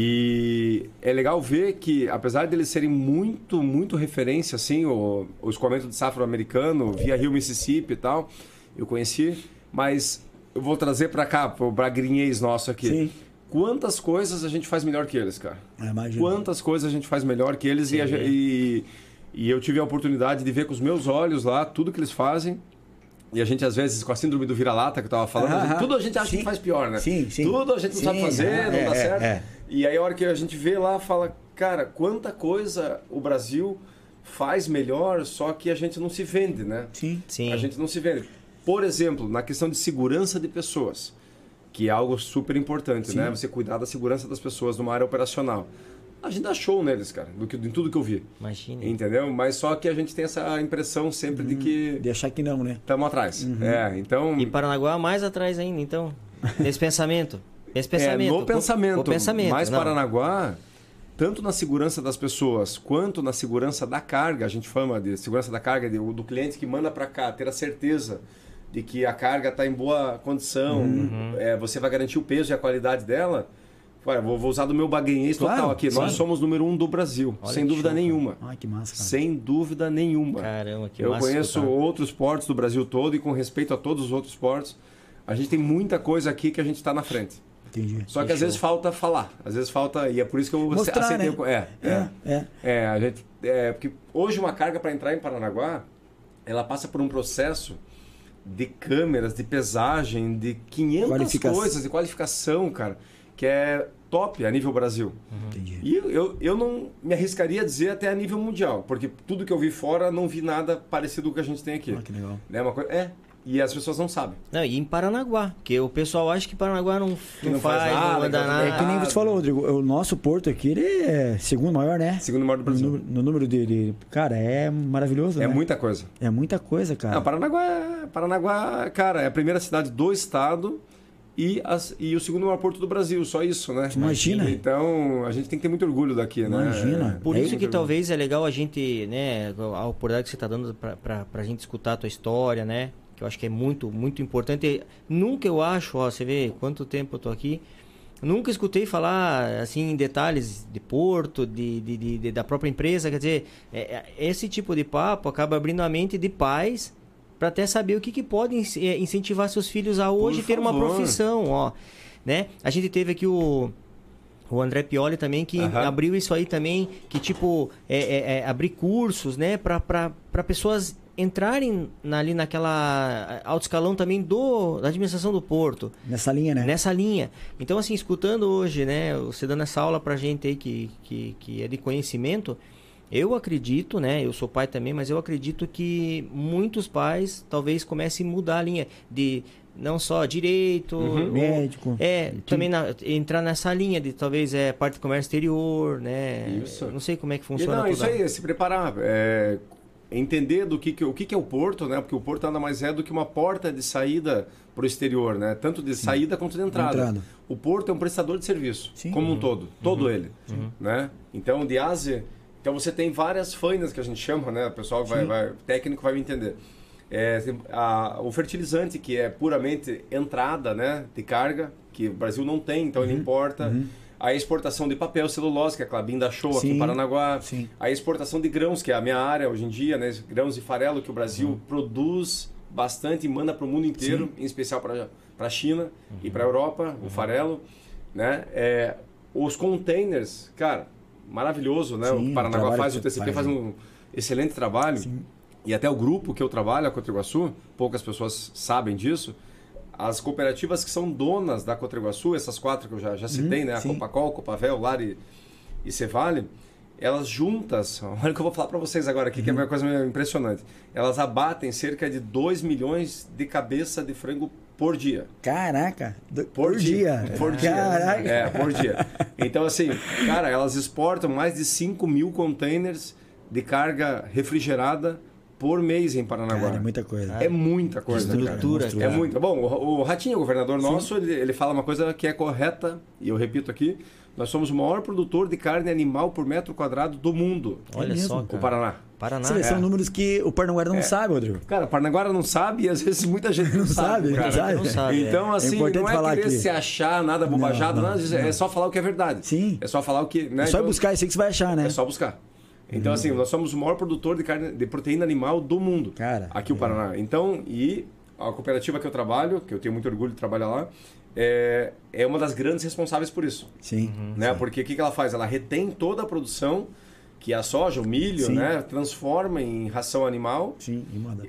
E é legal ver que, apesar deles serem muito, muito referência, assim, o, o escoamento de safra americano, via Rio Mississippi e tal, eu conheci, mas eu vou trazer para cá, para o bragrinhês nosso aqui. Sim. Quantas coisas a gente faz melhor que eles, cara? Imagina. Quantas coisas a gente faz melhor que eles e, a, e, e eu tive a oportunidade de ver com os meus olhos lá tudo que eles fazem. E a gente, às vezes, com a síndrome do vira-lata que eu tava falando, ah, a gente, tudo a gente acha sim. que faz pior, né? Sim, sim. Tudo a gente não sim, sabe fazer, ah, não é, dá certo. É, é. E aí a hora que a gente vê lá, fala, cara, quanta coisa o Brasil faz melhor, só que a gente não se vende, né? Sim, sim. A gente não se vende. Por exemplo, na questão de segurança de pessoas, que é algo super importante, sim. né? Você cuidar da segurança das pessoas numa área operacional. A gente dá show neles, cara, do que, em tudo que eu vi. Imagina. Entendeu? Mas só que a gente tem essa impressão sempre uhum. de que... De achar que não, né? Estamos atrás. Uhum. É, então... E Paranaguá mais atrás ainda, então. Nesse pensamento. Nesse pensamento. É, no pensamento. O, o pensamento. Mas não. Paranaguá, tanto na segurança das pessoas, quanto na segurança da carga, a gente fala de segurança da carga, de, do cliente que manda para cá, ter a certeza de que a carga está em boa condição, uhum. é, você vai garantir o peso e a qualidade dela. Ué, vou, vou usar do meu baguenês total claro, aqui. Sim. Nós somos número um do Brasil, Olha sem dúvida show, nenhuma. Ai, que massa, cara. Sem dúvida nenhuma. Caramba, que Eu massa. Eu conheço escutar. outros portos do Brasil todo e com respeito a todos os outros portos, a gente tem muita coisa aqui que a gente está na frente. Entendi. Só que, que às show. vezes falta falar, às vezes falta, e é por isso que eu Mostrar, aceitei. Né? É, é, é, é. a gente, é, porque hoje uma carga para entrar em Paranaguá, ela passa por um processo de câmeras, de pesagem, de quinhentas coisas, de qualificação, cara, que é top a nível Brasil. Uhum. Entendi. E eu, eu não me arriscaria a dizer até a nível mundial, porque tudo que eu vi fora, não vi nada parecido com o que a gente tem aqui. Ah, que legal. Né? Uma coisa, é, e as pessoas não sabem. Não, e em Paranaguá, porque o pessoal acha que Paranaguá não, não, não faz, faz nada, não anda nada. É que nem você falou, Rodrigo, o nosso porto aqui, ele é segundo maior, né? Segundo maior do Brasil. No, no número de, de... Cara, é maravilhoso, É né? muita coisa. É muita coisa, cara. Não, Paranaguá, Paranaguá, cara, é a primeira cidade do estado e, as, e o segundo maior porto do Brasil, só isso, né? Imagina. Então, a gente tem que ter muito orgulho daqui, Imagina. né? Imagina. Por é isso que orgulho. talvez é legal a gente, né, a oportunidade que você está dando pra, pra, pra gente escutar a tua história, né? Que eu acho que é muito, muito importante. Nunca eu acho, ó, você vê quanto tempo eu tô aqui, nunca escutei falar, assim, em detalhes de porto, de, de, de, de da própria empresa. Quer dizer, é, esse tipo de papo acaba abrindo a mente de pais para até saber o que, que pode incentivar seus filhos a hoje ter uma profissão, ó. Né? A gente teve aqui o... O André Pioli também, que uhum. abriu isso aí também, que tipo, é, é, é, abrir cursos, né, para pessoas entrarem na, ali naquela alto escalão também do, da administração do porto. Nessa linha, né? Nessa linha. Então, assim, escutando hoje, né, você dando essa aula pra gente aí que, que, que é de conhecimento, eu acredito, né, eu sou pai também, mas eu acredito que muitos pais talvez comecem a mudar a linha de... Não só direito, uhum. ou, médico. É, que... também na, entrar nessa linha de talvez é parte de comércio exterior, né? Isso. Não sei como é que funciona. Não, isso aí, se preparar. É, entender do que, que, o que, que é o porto, né? Porque o porto nada mais é do que uma porta de saída para o exterior, né? Tanto de Sim. saída quanto de entrada. entrada. O porto é um prestador de serviço, Sim. como uhum. um todo. Todo uhum. ele. Uhum. Né? Então, de Ásia... Então, você tem várias fainas que a gente chama, né? O pessoal vai, vai, o técnico vai me entender. É, a, o fertilizante, que é puramente entrada, né, de carga, que o Brasil não tem, então uhum, ele importa. Uhum. A exportação de papel, celulose, que é a Klabin da Show aqui em Paranaguá. Sim. A exportação de grãos, que é a minha área hoje em dia, né, grãos e farelo, que o Brasil uhum. produz bastante e manda para o mundo inteiro, Sim. em especial para a China uhum. e para a Europa, uhum. o farelo. Né? É, os containers, cara, maravilhoso, né? Sim, o Paranaguá faz, o T C P faz um excelente trabalho. Sim. e até o grupo que eu trabalho, a Cotriguaçu, poucas pessoas sabem disso, as cooperativas que são donas da Cotriguaçu, essas quatro que eu já, já citei, hum, né? A Copacol, Copavel, Lari e Cevale, elas juntas, olha o que eu vou falar para vocês agora aqui, uhum. que é uma coisa meio impressionante, elas abatem cerca de dois milhões de cabeça de frango por dia. Caraca! Por, por dia. dia. Por dia. Caraca! É, por dia. Então, assim, cara, elas exportam mais de cinco mil containers de carga refrigerada por mês em Paranaguá. Cara, é muita coisa. É muita coisa. Estrutura. Cara. É muita. Bom, o, o Ratinho, o governador nosso, ele, ele fala uma coisa que é correta, e eu repito aqui, nós somos o maior produtor de carne animal por metro quadrado do mundo. Olha é só, cara. O Paraná. Paraná. Você vê, são é. números que o Paranaguara não é. sabe, Rodrigo. Cara, o Paranaguara não sabe e às vezes muita gente não, não sabe. Não sabe, não sabe. Então, assim, é não é falar querer aqui. se achar nada bobajado, não, não, não, é não. só falar o que é verdade. Sim. É só falar o que... Né? É só então, buscar isso aí que você vai achar, né? É só buscar. Então, uhum. assim, nós somos o maior produtor de carne de proteína animal do mundo. Cara. Aqui o Paraná. Então, e a cooperativa que eu trabalho, que eu tenho muito orgulho de trabalhar lá, é, é uma das grandes responsáveis por isso. Sim. Uhum, né? Sim. Porque o que, que ela faz? Ela retém toda a produção, que é a soja, o milho, né? Transforma em ração animal. Sim, e manda.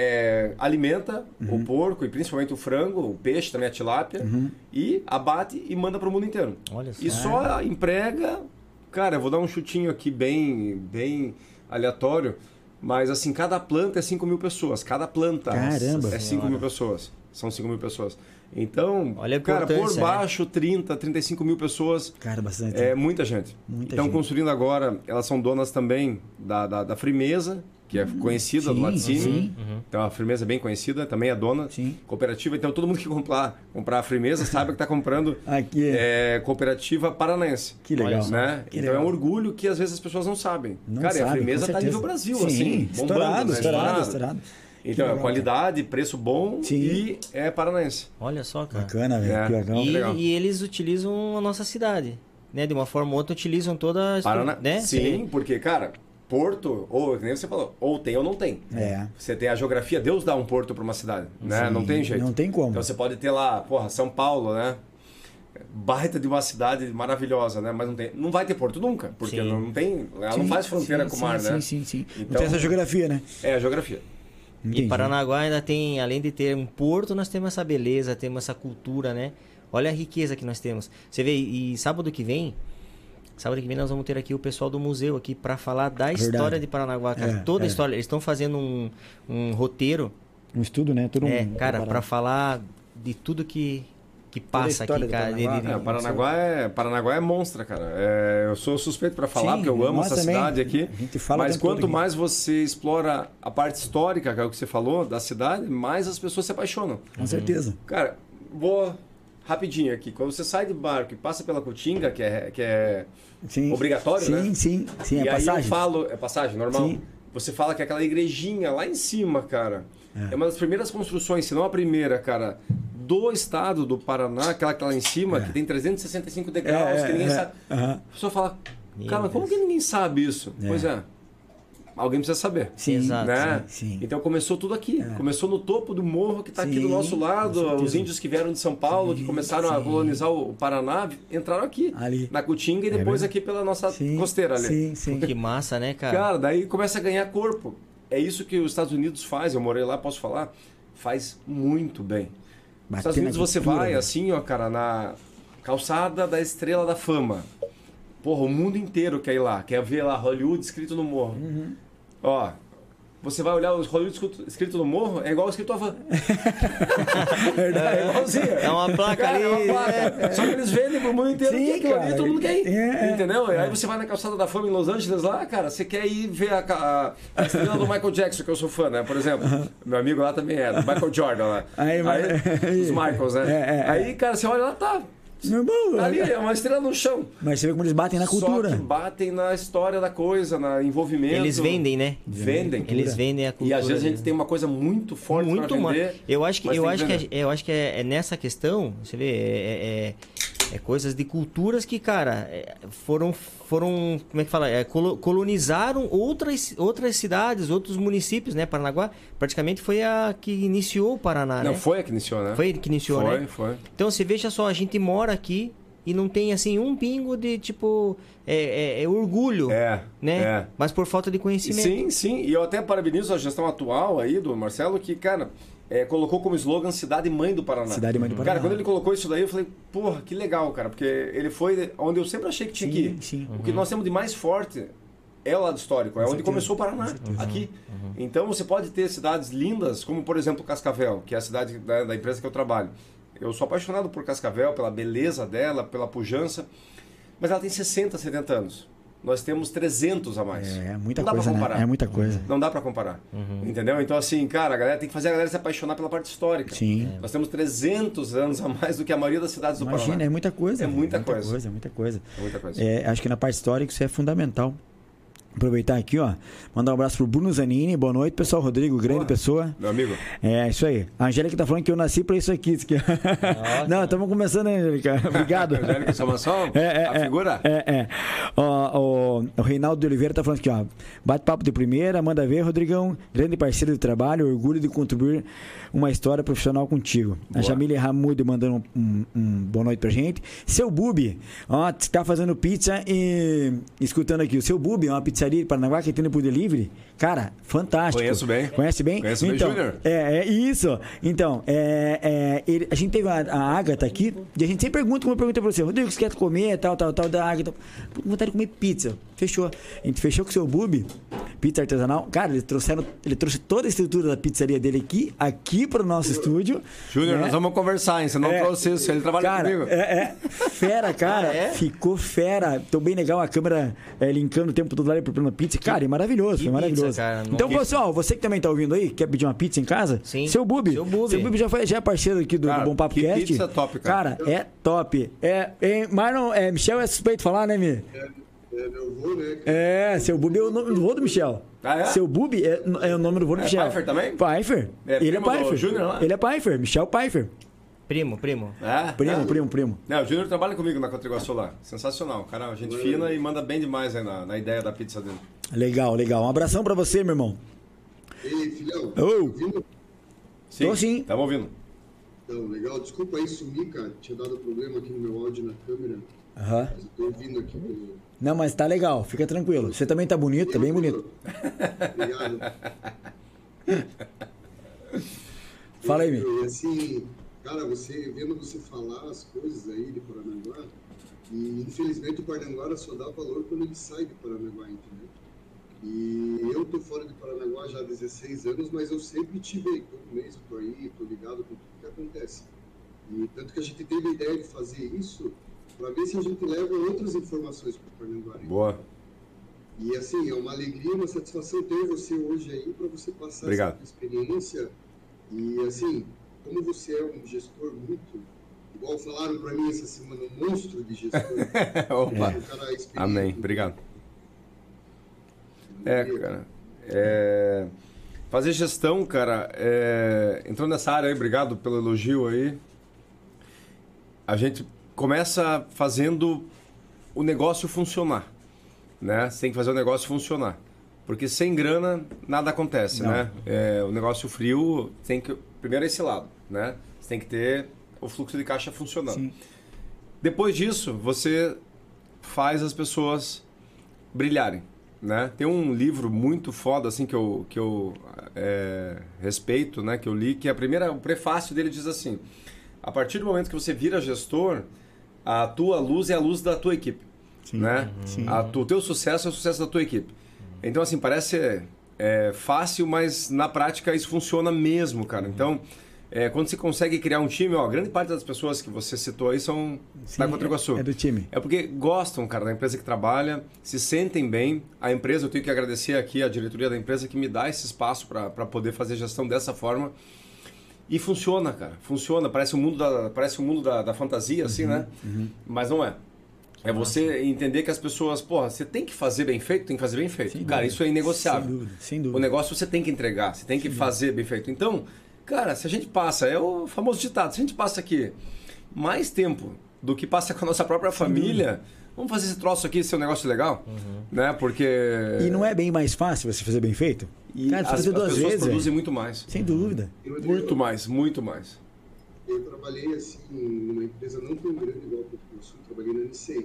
É, alimenta uhum. o porco e principalmente o frango, o peixe, também a tilápia, uhum. e abate e manda para o mundo inteiro. Olha só. E só emprega... Cara, eu vou dar um chutinho aqui bem, bem aleatório, mas assim, cada planta é cinco mil pessoas. Cada planta Caramba, é cinco mil pessoas. São cinco mil pessoas. Então, olha, cara, por baixo, né? trinta, trinta e cinco mil pessoas. Cara, bastante. É muita gente. Muita Estão gente. construindo agora, elas são donas também da, da, da Frimeza, que é conhecida sim, do laticínio. Sim. Uhum. Então a Frimeza é bem conhecida, também é dona. Sim. Cooperativa, então todo mundo que comprar, comprar a Frimeza sabe que está comprando Aqui. É, cooperativa paranaense. Que legal. Né? Que então legal. é um orgulho que às vezes as pessoas não sabem. Não Cara, sabe, e a Frimeza está a nível Brasil, sim, assim, bombando, estourado, né? estourado, estourado. Então legal, é qualidade, cara. Preço bom sim. e é paranaense. Olha só, cara. Bacana, velho. É. Que legal. E, legal. e eles utilizam a nossa cidade, né? De uma forma ou outra utilizam toda a... Paraná... né? Sim, porque, cara... Porto, ou nem você falou, ou tem ou não tem. É. Você tem a geografia, Deus dá um porto para uma cidade, né? Sim, não tem jeito. Não tem como. Então você pode ter lá, porra, São Paulo, né? Baita de uma cidade maravilhosa, né? Mas não tem, não vai ter porto nunca, porque não, não tem, ela sim, não faz fronteira sim, com o mar, sim, né? Sim, sim, sim. Então, não tem essa geografia, né? É a geografia. Entendi. E Paranaguá ainda tem, além de ter um porto, nós temos essa beleza, temos essa cultura, né? Olha a riqueza que nós temos. Você vê, e sábado que vem, sábado que vem nós vamos ter aqui o pessoal do museu aqui para falar da Verdade. história de Paranaguá, cara. É, Toda é. a história. Eles estão fazendo um, um roteiro. Um estudo, né? Todo é, um, cara, para falar de tudo que, que passa aqui, cara. De, de, de... É, o Paranaguá é, Paranaguá é monstra, cara. É, eu sou suspeito para falar, Sim, porque eu amo essa também. cidade aqui. A gente fala mas quanto aqui. mais você explora a parte histórica, que é o que você falou, da cidade, mais as pessoas se apaixonam. Com certeza. Cara, vou rapidinho aqui. Quando você sai de barco e passa pela Caatinga, que é, que é sim. obrigatório, sim, né? Sim, sim, sim. E É aí passagem. eu falo... É passagem, normal? Sim. Você fala que aquela igrejinha lá em cima, cara, é, é uma das primeiras construções, se não a primeira, cara, do estado do Paraná, aquela que lá em cima, é. que tem trezentos e sessenta e cinco degraus, é, que ninguém é, sabe. é. Uhum. A pessoa fala, cara, Meu como Deus. que ninguém sabe isso? É. Pois é. Alguém precisa saber. Sim, Exato. Né? sim, sim. Então começou tudo aqui. É. Começou no topo do morro que está aqui Sim, do nosso lado. com Os certeza. índios que vieram de São Paulo, Sim, que começaram sim. a colonizar o Paraná, entraram aqui. Ali. Na Caatinga e depois mesmo? aqui pela nossa Sim, costeira ali. Sim, sim. Que massa, né, cara? Cara, daí começa a ganhar corpo. É isso que os Estados Unidos faz. Eu morei lá, posso falar. Faz muito bem. Nos Estados Unidos você cultura, vai né? assim, ó, cara, na calçada da Estrela da Fama. Porra, o mundo inteiro quer ir lá. Quer ver lá Hollywood escrito no morro. Uhum. Ó, você vai olhar os Hollywood escrito, escrito no morro, é igual escrito a van. É igualzinho. É uma placa Cara, ali. é uma placa. É. Só que eles vendem pro mundo inteiro. Sim, que aquilo ali cara. todo mundo quer ir. É, Entendeu? é. Aí você vai na calçada da Fama em Los Angeles lá, cara, você quer ir ver a, a, a estrela do Michael Jackson, que eu sou fã, né? Por exemplo, meu amigo lá também é, do Michael Jordan lá. Aí, Aí, os Michaels, né? É, é, é. Aí, cara, você olha lá, tá. Meu irmão, Ali é uma estrela no chão. mas você vê como eles batem na cultura. Só que batem na história da coisa, no envolvimento. Eles vendem, né? Vendem. Eles vendem a cultura. E às vezes a gente deles. tem uma coisa muito forte Muito, pra mano. vender. Eu acho que, mas eu tem acho que, vender. é, eu acho que é, é nessa questão, você vê, é, é, é coisas de culturas que, cara, é, foram, foram, como é que fala? É, colo- colonizaram outras, outras cidades, outros municípios, né? Paranaguá, praticamente foi a que iniciou o Paraná, Não, né? foi a que iniciou, né? Foi que iniciou, foi, né? Foi, Então, você veja só, a gente mora aqui e não tem, assim, um pingo de, tipo, é, é, é orgulho, é, né? É. Mas por falta de conhecimento. Sim, sim. E eu até parabenizo a gestão atual aí do Marcelo, que, cara, é, colocou como slogan Cidade Mãe do Paraná. Cidade Mãe do Paraná. Cara, quando ele colocou isso daí, eu falei, porra, que legal, cara, porque ele foi onde eu sempre achei que tinha Sim, que ir. sim. O que nós temos de mais forte é o lado histórico, é onde começou o Paraná, aqui. Uhum. Então você pode ter cidades lindas, como por exemplo Cascavel, que é a cidade da, da empresa que eu trabalho. Eu sou apaixonado por Cascavel, pela beleza dela, pela pujança, mas ela tem sessenta, setenta anos. Nós temos trezentos a mais. É, muita Não dá coisa, pra comparar. né? É muita coisa. Não dá pra comparar. Uhum. Entendeu? Então, assim, cara, a galera tem que fazer a galera se apaixonar pela parte histórica. Sim. Nós temos trezentos anos a mais do que a maioria das cidades do Imagina, Paraná. é muita coisa. É muita muita coisa. coisa. É muita coisa. É muita coisa. É, acho que na parte histórica isso é fundamental. Aproveitar aqui, ó. Mandar um abraço pro Bruno Zanini. Boa noite, pessoal. Rodrigo, grande Boa. pessoa. Meu amigo. É, isso aí. A Angélica tá falando que eu nasci pra isso aqui. Isso aqui. Não, estamos começando, Angélica. Obrigado. Angélica Salvação, É, é, a é, figura. É, é. Ó, ó, o Reinaldo de Oliveira tá falando aqui, ó. Bate-papo de primeira, manda ver, Rodrigão. Grande parceiro de trabalho, orgulho de contribuir uma história profissional contigo. Boa. A Jamile Ramude mandando um, um, um boa noite pra gente. Seu Bubi, ó, tá fazendo pizza e escutando aqui. O Seu Bubi é uma pizzaria de Paranaguá que tem por delivery. Cara, fantástico. Conheço bem. Conhece bem? Conheço bem, então, Júnior. É, é isso. Então, é, é, ele, a gente teve a, a Agatha aqui e a gente sempre pergunta, como eu perguntei pra você, Rodrigo, você quer comer, tal, tal, tal, da Agatha. Tô com vontade de comer pizza. Fechou. A gente fechou com o Seu Bubi, pizza artesanal. Cara, eles trouxeram, ele trouxe toda a estrutura da pizzaria dele aqui, aqui pro nosso estúdio. Júnior, né? nós vamos conversar, hein? Você não É. trouxe isso, ele trabalha Cara, comigo. é, é fera, cara. Ah, é? Ficou fera. Tô bem legal, a câmera é, linkando o tempo todo lá e preparando pizza. Cara, é maravilhoso, que foi maravilhoso. pizza, cara, então, nossa. pessoal, você que também tá ouvindo aí, quer pedir uma pizza em casa? Sim. Seu Bubi. Seu Bubi. Seu Bubi já, foi, já é parceiro aqui do, Cara, do Bom Papo que Cast. pizza top, cara. Cara, é top. É, é, Marlon, é, Michel é suspeito de falar, né, Mi? É, é meu avô, né? É, seu Bubi é o nome do vô do Michel. Ah, é? Seu Bubi é, é o nome do vô do É Michel. Pfeiffer também? Pfeiffer. É Ele é primo do Pfeiffer. Júnior lá? Ele é Pfeiffer, Michel Pfeiffer. Primo, primo. É? Primo, é. primo, primo. Não, o Júnior trabalha comigo na Contriguaçu lá. Sensacional. Cara, gente fina e manda bem demais aí na, na ideia da pizza dele. Legal, legal. Um abração pra você, meu irmão. Ei, filhão, Ô. ouvindo? Sim, Tô sim. Tamo ouvindo. Então, legal. Desculpa aí sumir, cara. Tinha dado problema aqui no meu áudio na câmera. Aham. Mas eu tô ouvindo aqui pelo... Não, mas tá legal, fica tranquilo. Você também tá bonito, tá bem bonito. Obrigado. Fala aí, Mi. E assim, cara, você vendo você falar as coisas aí de Paranaguá, e infelizmente o Paranaguá só dá valor quando ele sai de Paranaguá, entendeu? E eu tô fora de Paranaguá já há dezesseis anos, mas eu sempre tive aí, todo mês eu tô aí, tô ligado com tudo que acontece. E tanto que a gente teve a ideia de fazer isso para ver se a gente leva outras informações para o Paranaguá. Boa. E assim, é uma alegria, uma satisfação ter você hoje aí para você passar Obrigado. essa experiência. E assim, como você é um gestor muito, igual falaram para mim essa semana, um monstro de gestor. Opa. um cara experiente. Amém. Obrigado. É, cara. É... Fazer gestão, cara, é... entrando nessa área aí, obrigado pelo elogio aí. A gente começa fazendo o negócio funcionar, né? Você tem que fazer o negócio funcionar. Porque sem grana, nada acontece, Não. né? É, o negócio frio tem que... Primeiro é esse lado, né? Você tem que ter o fluxo de caixa funcionando. Sim. Depois disso, você faz as pessoas brilharem, né? Tem um livro muito foda, assim, que eu, que eu é, respeito, né? Que eu li, que a primeira, o prefácio dele diz assim: a partir do momento que você vira gestor, a tua luz é a luz da tua equipe, Sim. né? Sim. A, o teu sucesso é o sucesso da tua equipe. Então, assim, parece é, fácil, mas na prática isso funciona mesmo, cara. Então, é, quando você consegue criar um time, ó, grande parte das pessoas que você citou aí são Sim, da Contriguaçu. é, é do time. É porque gostam, cara, da empresa que trabalha, se sentem bem. A empresa, eu tenho que agradecer aqui a diretoria da empresa que me dá esse espaço para poder fazer gestão dessa forma. E funciona, cara. Funciona. Parece o mundo da, parece o mundo da, da fantasia, assim, Uhum, né? uhum. Mas não é. É você entender que as pessoas, porra, você tem que fazer bem feito, tem que fazer bem feito. Sem Cara, dúvida. isso é inegociável. Sem dúvida, sem dúvida. O negócio você tem que entregar, você tem que fazer bem feito. Então, cara, se a gente passa, é o famoso ditado, se a gente passa aqui mais tempo do que passa com a nossa própria família, vamos fazer esse troço aqui, ser um negócio legal, Uhum. né? Porque... E não é bem mais fácil você fazer bem feito? E Cara, as, fazer as duas pessoas vezes, produzem é. muito mais. Sem dúvida. Muito mais, muito mais. eu trabalhei assim numa empresa não tão grande igual a Porto Grosso, trabalhei na N C.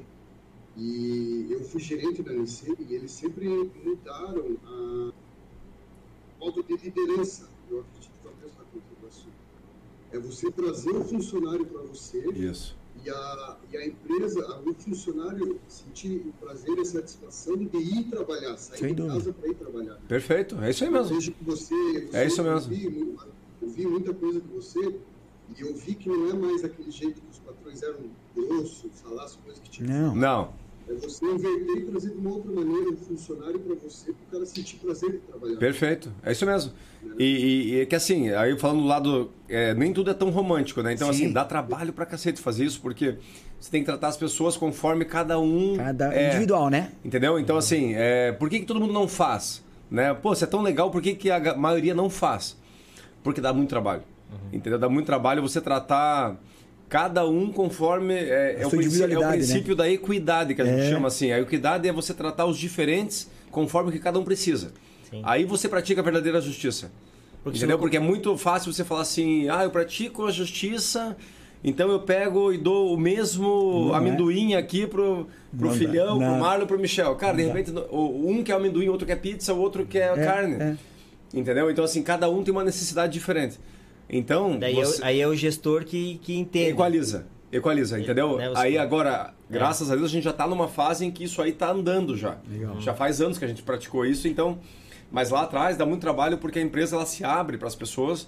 E eu fui gerente da N C e eles sempre mudaram a modo de liderança. Eu acredito que talvez na Porto Grosso é você trazer o funcionário para você. Isso. E a, e a empresa, o funcionário sentir o prazer e a satisfação de ir trabalhar, sair Sem de dúvida. casa para ir trabalhar. Perfeito, é isso aí mesmo. Eu vejo que você, você é isso mesmo. Eu vi, eu vi muita coisa de você e eu vi que não é mais aquele jeito que os patrões eram grossos, falassem coisas que tinham. Não. Não. É você inverter e trazer de uma outra maneira o funcionário para você, para o cara sentir prazer de trabalhar. Perfeito, é isso mesmo. É. E, e, e que assim, aí falando do lado, é, nem tudo é tão romântico, né? Então Sim. assim, dá trabalho pra cacete fazer isso, porque você tem que tratar as pessoas conforme cada um... Cada é, individual, né? Entendeu? Então assim, é, por que, que todo mundo não faz? Né? Pô, se é tão legal, por que, que a maioria não faz? Porque dá muito trabalho. Uhum. Entendeu? Dá muito trabalho você tratar... Cada um conforme... É, é, o, princípio, é o princípio né? da equidade que a gente é. chama assim. A equidade é você tratar os diferentes conforme o que cada um precisa. Sim. Aí você pratica a verdadeira justiça. Porque entendeu? Não... Porque é muito fácil você falar assim, ah, eu pratico a justiça, então eu pego e dou o mesmo não amendoim é. aqui pro, pro não filhão, dá. pro Marlon, pro Michel. Cara, não de repente, dá. um quer amendoim, outro quer pizza, o outro quer é, carne. É. Entendeu? Então assim, cada um tem uma necessidade diferente. Então, Daí você... eu, aí é o gestor que, que entende. Equaliza, equaliza, entendeu? Né, aí agora, graças é. a Deus, a gente já está numa fase em que isso aí está andando já. Legal. Já faz anos que a gente praticou isso, então... Mas lá atrás dá muito trabalho porque a empresa ela se abre para as pessoas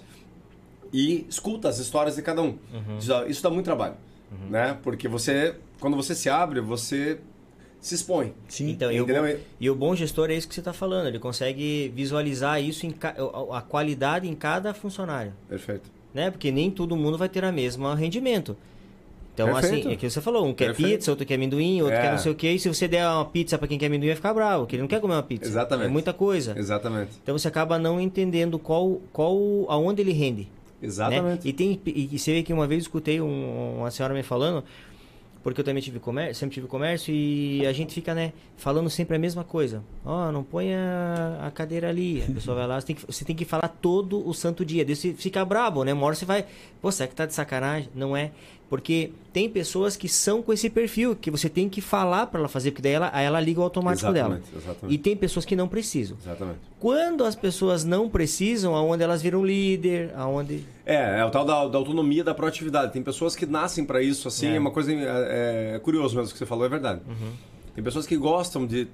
e escuta as histórias de cada um. Uhum. Isso dá muito trabalho, uhum. né? Porque você, quando você se abre, você... se expõe. Sim. Então, e, o bom, e o bom gestor é isso que você está falando. Ele consegue visualizar isso, em ca, a qualidade em cada funcionário. Perfeito. Né? Porque nem todo mundo vai ter o mesmo rendimento. Então, Perfeito. assim, é que você falou, um quer Perfeito. pizza, outro quer amendoim, outro é. quer não sei o quê. E se você der uma pizza para quem quer amendoim, vai ficar bravo, porque ele não quer comer uma pizza. Exatamente. É muita coisa. Exatamente. Então, você acaba não entendendo qual, qual, aonde ele rende. Exatamente. Né? E, tem, e você vê que uma vez eu escutei um, uma senhora me falando... Porque eu também tive comércio, sempre tive comércio e a gente fica, né, falando sempre a mesma coisa. Ó, oh, não põe a, a cadeira ali. A pessoa vai lá, você tem, que, você tem que falar todo o santo dia. Daí você fica brabo, né? Uma hora você vai, pô, será que tá de sacanagem? Não é. Porque tem pessoas que são com esse perfil, que você tem que falar para ela fazer, porque daí ela, aí ela liga o automático exatamente, dela. Exatamente. E tem pessoas que não precisam. Exatamente. Quando as pessoas não precisam, aonde elas viram líder, aonde... É, é o tal da, da autonomia, da proatividade. Tem pessoas que nascem para isso, assim, é, é uma coisa é, é curioso mesmo que você falou, é verdade. Uhum. Tem pessoas que gostam de,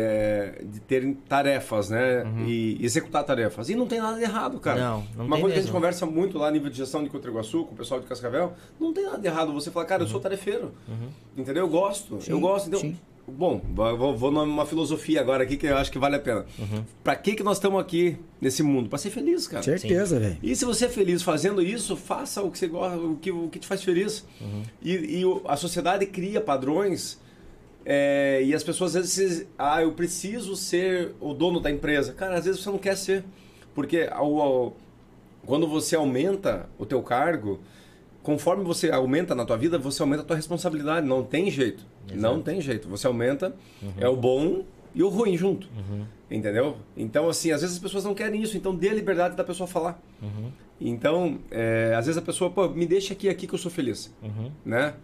é, de terem tarefas, né? Uhum. E executar tarefas. E não tem nada de errado, cara. Não, não Uma tem coisa mesmo. que a gente conversa muito lá a nível de gestão de Cotriguaçu, com o pessoal de Cascavel, não tem nada de errado você falar, cara, eu sou tarefeiro. Uhum. Entendeu? Eu gosto. Sim, eu gosto. Então, sim. Bom, vou, vou numa filosofia agora aqui que eu acho que vale a pena. Uhum. Pra que, que nós estamos aqui nesse mundo? Pra ser feliz, cara. Certeza, velho. E se você é feliz fazendo isso, faça o que você gosta, o que, o que te faz feliz. Uhum. E, e a sociedade cria padrões... É, e as pessoas às vezes ah, eu preciso ser o dono da empresa. Cara, às vezes você não quer ser. Porque ao, ao, quando você aumenta o teu cargo, conforme você aumenta na tua vida, você aumenta a tua responsabilidade. Não tem jeito. Exato. Não tem jeito. Você aumenta, uhum. é o bom e o ruim junto. Uhum. Entendeu? Então, assim, às vezes as pessoas não querem isso. Então, dê a liberdade da pessoa falar. Uhum. Então, é, às vezes a pessoa, pô, me deixa aqui, aqui que eu sou feliz. Uhum. Né?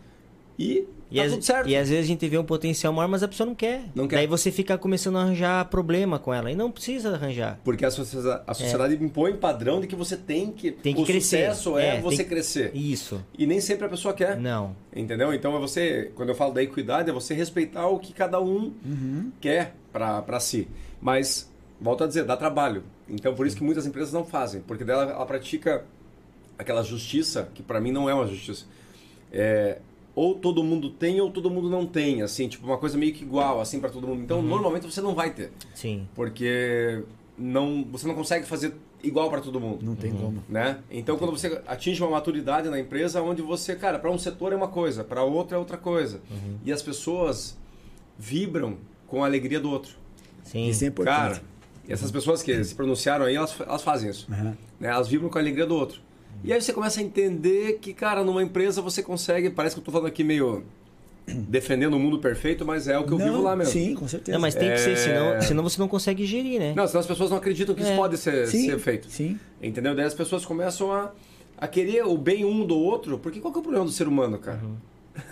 E e, tá as, tudo certo. E às vezes a gente vê um potencial maior, mas a pessoa não quer. Não quer. Daí você fica começando a arranjar problema com ela. E não precisa arranjar. Porque a sociedade, a sociedade é. impõe padrão de que você tem que... Tem que o crescer. sucesso é, é você tem... crescer. Isso. E nem sempre a pessoa quer. Não. Entendeu? Então, é você... Quando eu falo da equidade, é você respeitar o que cada um uhum. quer pra, pra si. Mas, volto a dizer, dá trabalho. Então, por isso que muitas empresas não fazem. Porque dela ela pratica aquela justiça, que pra mim não é uma justiça. É... Ou todo mundo tem ou todo mundo não tem, assim, tipo uma coisa meio que igual, assim, para todo mundo. Então, uhum. normalmente você não vai ter. Sim. Porque não, você não consegue fazer igual para todo mundo. Não tem uhum. como. Né? Então, quando você atinge uma maturidade na empresa, onde você, cara, para um setor é uma coisa, para outro é outra coisa. Uhum. E as pessoas vibram com a alegria do outro. Sim. Isso é importante. Cara, essas pessoas que se pronunciaram aí, elas, elas fazem isso. Uhum. Né? Elas vibram com a alegria do outro. E aí você começa a entender que, cara, numa empresa você consegue... Parece que eu tô falando aqui meio defendendo o mundo perfeito, mas é o que eu não, vivo lá mesmo. Sim, com certeza. Não, mas tem é... que ser, senão, senão você não consegue gerir, né? Não, senão as pessoas não acreditam que é. isso pode ser, sim, ser feito. Sim. Entendeu? Daí as pessoas começam a, a querer o bem um do outro, porque qual que é o problema do ser humano, cara? Uhum.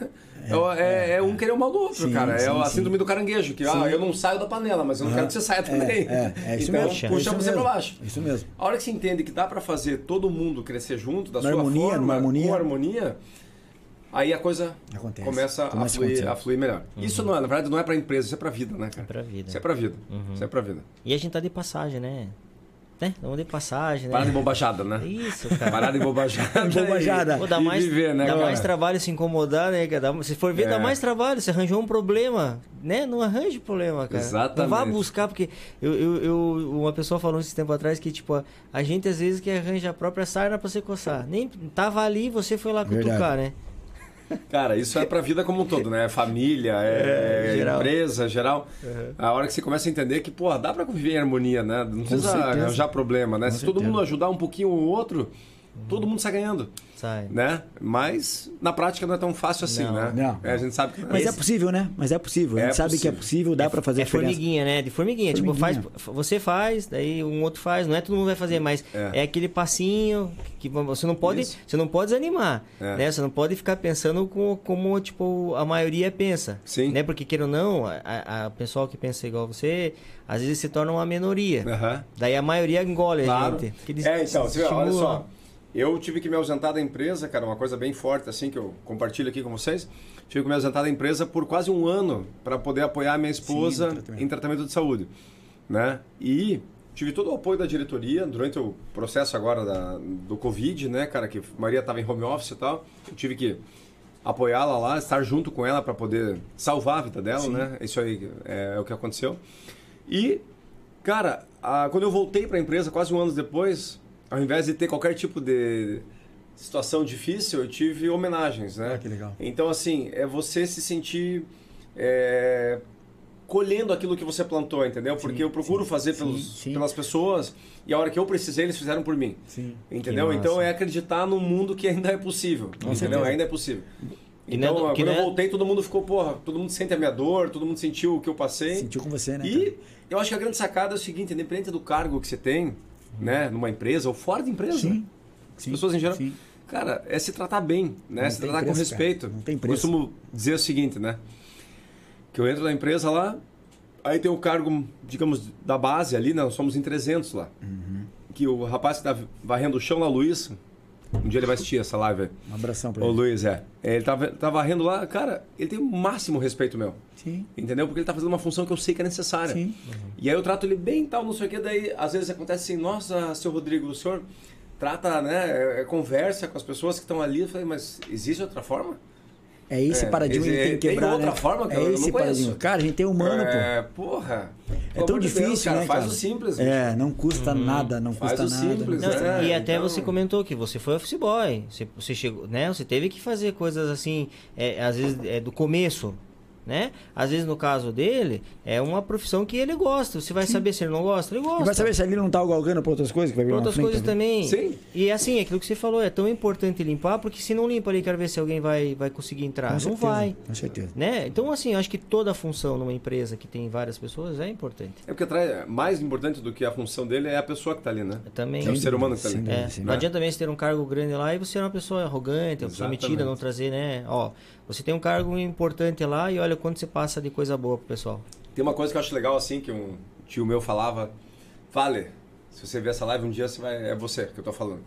É, é, é um querer o mal do outro, sim, cara. Sim, é a síndrome sim. do caranguejo, que ah, eu não saio da panela, mas eu não uhum. quero que você saia também. É, é, é isso então, mesmo. puxa você pra baixo. Isso mesmo. A hora que você entende que dá pra fazer todo mundo crescer junto, da na sua harmonia, forma, harmonia. com harmonia, aí a coisa Acontece. começa, a fluir, a fluir melhor. Uhum. Isso, não é, na verdade, não é pra empresa, isso é pra vida, né, cara? É pra vida. Isso é pra vida. Uhum. Isso é pra vida. E a gente tá de passagem, né? Né? Vamos de passagem, né? Parada de bobajada, né? Isso, cara. Parada de bobajada. bobajada. E, Pô, dá mais, viver, né, dá cara? mais trabalho se incomodar, né? Dá, se for ver, é. dá mais trabalho. Você arranjou um problema, né? Não arranje problema, cara. Exatamente. Não vá buscar, porque eu, eu, eu, uma pessoa falou esse tempo atrás que, tipo, a, a gente às vezes que arranja a própria sarna pra você coçar. Nem tava ali, você foi lá cutucar, Verdade. né? Cara, isso é pra vida como um todo, né? Família, é, é geral. empresa, geral. Uhum. A hora que você começa a entender que, pô, dá pra conviver em harmonia, né? Não precisa arranjar problema, né? Com Se certeza. todo mundo ajudar um pouquinho o outro, uhum. todo mundo sai ganhando. Sai. Né? Mas na prática não é tão fácil assim, não. né? Não. É, a gente sabe que não Mas é é possível, né? Mas é possível. A gente é sabe possível. que é possível, dá é, pra fazer é formiguinha, né? De formiguinha. formiguinha. Tipo, faz, você faz, daí um outro faz. Não é todo mundo vai fazer, mas é, é aquele passinho que você não pode, você não pode desanimar, é. né? Você não pode ficar pensando como, como tipo a maioria pensa, Sim. né? Porque queira ou não, a, a pessoal que pensa igual você, às vezes se torna uma minoria. Uhum. Daí a maioria engole claro. a gente. Eles é, então, você, olha só. Eu tive que me ausentar da empresa, cara, uma coisa bem forte assim que eu compartilho aqui com vocês. Tive que me ausentar da empresa por quase um ano para poder apoiar a minha esposa Sim, tratamento. em tratamento de saúde, né? E tive todo o apoio da diretoria durante o processo agora da, do Covid, né, cara, que a Maria estava em home office e tal. Eu tive que apoiá-la lá, estar junto com ela para poder salvar a vida dela, Sim. né? Isso aí é, é o que aconteceu. E, cara, a, quando eu voltei para a empresa, quase um ano depois, ao invés de ter qualquer tipo de situação difícil, eu tive homenagens, né? Ah, que legal. Então, assim, é você se sentir é, colhendo aquilo que você plantou, entendeu? Porque sim, eu procuro sim, fazer pelos, sim, sim. pelas pessoas e a hora que eu precisei, eles fizeram por mim. Sim. Entendeu? Então, é acreditar num mundo que ainda é possível, Com entendeu? Certeza. Ainda é possível. Então, é, quando é... eu voltei, todo mundo ficou, porra, todo mundo sente a minha dor, todo mundo sentiu o que eu passei. Sentiu com você, né? E cara? eu acho que a grande sacada é o seguinte, independente do cargo que você tem, né, numa empresa ou fora de empresa. Sim. As sim, pessoas em geral. Sim. Cara, é se tratar bem, né? Não se tratar preço, com respeito. Cara. Não tem preço. Eu costumo dizer o seguinte, né? Que eu entro na empresa lá, aí tem o cargo, digamos, da base ali, né? Nós somos em trezentos lá. Uhum. Que o rapaz que tá varrendo o chão lá, Luiz, um dia ele vai assistir essa live. Um abração pra ele. O ele. Luiz, é. Ele tá, tá varrendo lá, cara, ele tem o máximo respeito meu. Sim. Entendeu? Porque ele tá fazendo uma função que eu sei que é necessária. Sim. Uhum. E aí eu trato ele bem e tal, não sei o que, daí às vezes acontece assim, nossa, seu Rodrigo, o senhor trata, né, é, conversa com as pessoas que estão ali, eu falei, mas existe outra forma? É esse é, paradigma que tem que quebrar, tem outra né? forma que é eu esse não paradigma. Cara, a gente tem humano, é, pô. Porra. É tão difícil, Deus, cara, né, faz cara? o simples. É, não custa uhum. nada, não faz custa o nada. Simples, não, né? E até então... você comentou que você foi office boy, você, você chegou, né? Você teve que fazer coisas assim, é, às vezes é, do começo. Né? Às vezes, no caso dele, é uma profissão que ele gosta. Você vai Sim. saber se ele não gosta? Ele gosta. E vai saber se ele não tá galgando para outras coisas? Que vai vir pra outras frente, coisas tá também. Sim. E assim, aquilo que você falou, é tão importante limpar, porque se não limpa ali, quero ver se alguém vai, vai conseguir entrar. Com não certeza, vai. Com certeza. Né? Então, assim, eu acho que toda função numa empresa que tem várias pessoas é importante. É porque atrai, mais importante do que a função dele é a pessoa que está ali, né? Eu também. É o ser humano que está ali. É. Sim, não adianta também você ter um cargo grande lá e você é uma pessoa arrogante, uma pessoa metida, não trazer, né? Ó, você tem um cargo importante lá e olha quanto você passa de coisa boa pro pessoal. Tem uma coisa que eu acho legal, assim, que um tio meu falava, Vale, se você ver essa live um dia, você vai, é você que eu tô falando.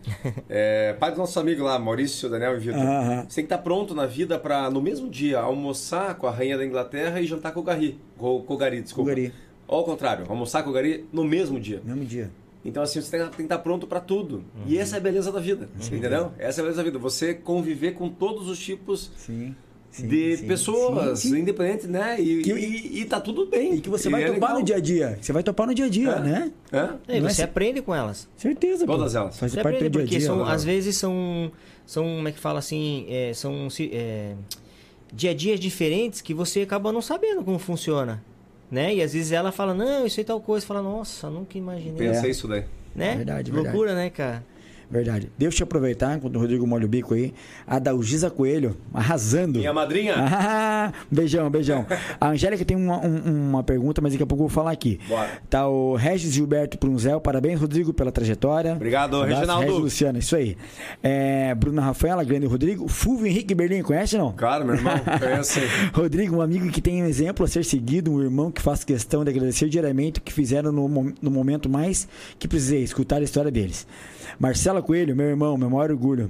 É, pai dos nossos amigos lá, Maurício, Daniel e Vitor. Uh-huh. Você tem que estar pronto na vida para, no mesmo dia, almoçar com a rainha da Inglaterra e jantar com o Gari. Com, com o Gari, desculpa. O Gari. Ou ao contrário, almoçar com o Gari no mesmo dia. No mesmo dia. Então, assim, você tem que estar pronto para tudo. Uhum. E essa é a beleza da vida, uhum. entendeu? Essa é a beleza da vida. Você conviver com todos os tipos... Sim. Sim, de sim, pessoas sim, sim. independentes, né? E, que, e, e tá tudo bem. E que você vai é topar legal. no dia a dia. Você vai topar no dia a dia, é. né? É. E você é... aprende com elas. Certeza. Todas pô. elas. Faz você parte aprende do dia a dia. Porque são, né? às vezes são, são, como é que fala assim, é, são é, dia a dias diferentes que você acaba não sabendo como funciona. Né? E às vezes ela fala, não, isso aí tal coisa. Você fala, nossa, nunca imaginei. Pensei é. isso daí. Né? Verdade, Loucura, verdade. né, cara? verdade. Deixa eu aproveitar, enquanto o Rodrigo molha o bico aí, a Dalgisa Coelho, arrasando. Minha madrinha? Ah, beijão, beijão. A Angélica tem uma, um, uma pergunta, mas daqui a pouco eu vou falar aqui. Bora. Tá o Regis Gilberto Prunzel, parabéns, Rodrigo, pela trajetória. Obrigado, Abraço, Reginaldo. Regis Luciana, isso aí. É, Bruna Rafaela, grande Rodrigo. Fulvio Henrique Berlim, conhece não? Claro, meu irmão, conhece. Rodrigo, um amigo que tem um exemplo a ser seguido, um irmão que faz questão de agradecer diariamente o que fizeram no, no momento mais que precisei, escutar a história deles. Marcela Coelho, meu irmão, meu maior orgulho.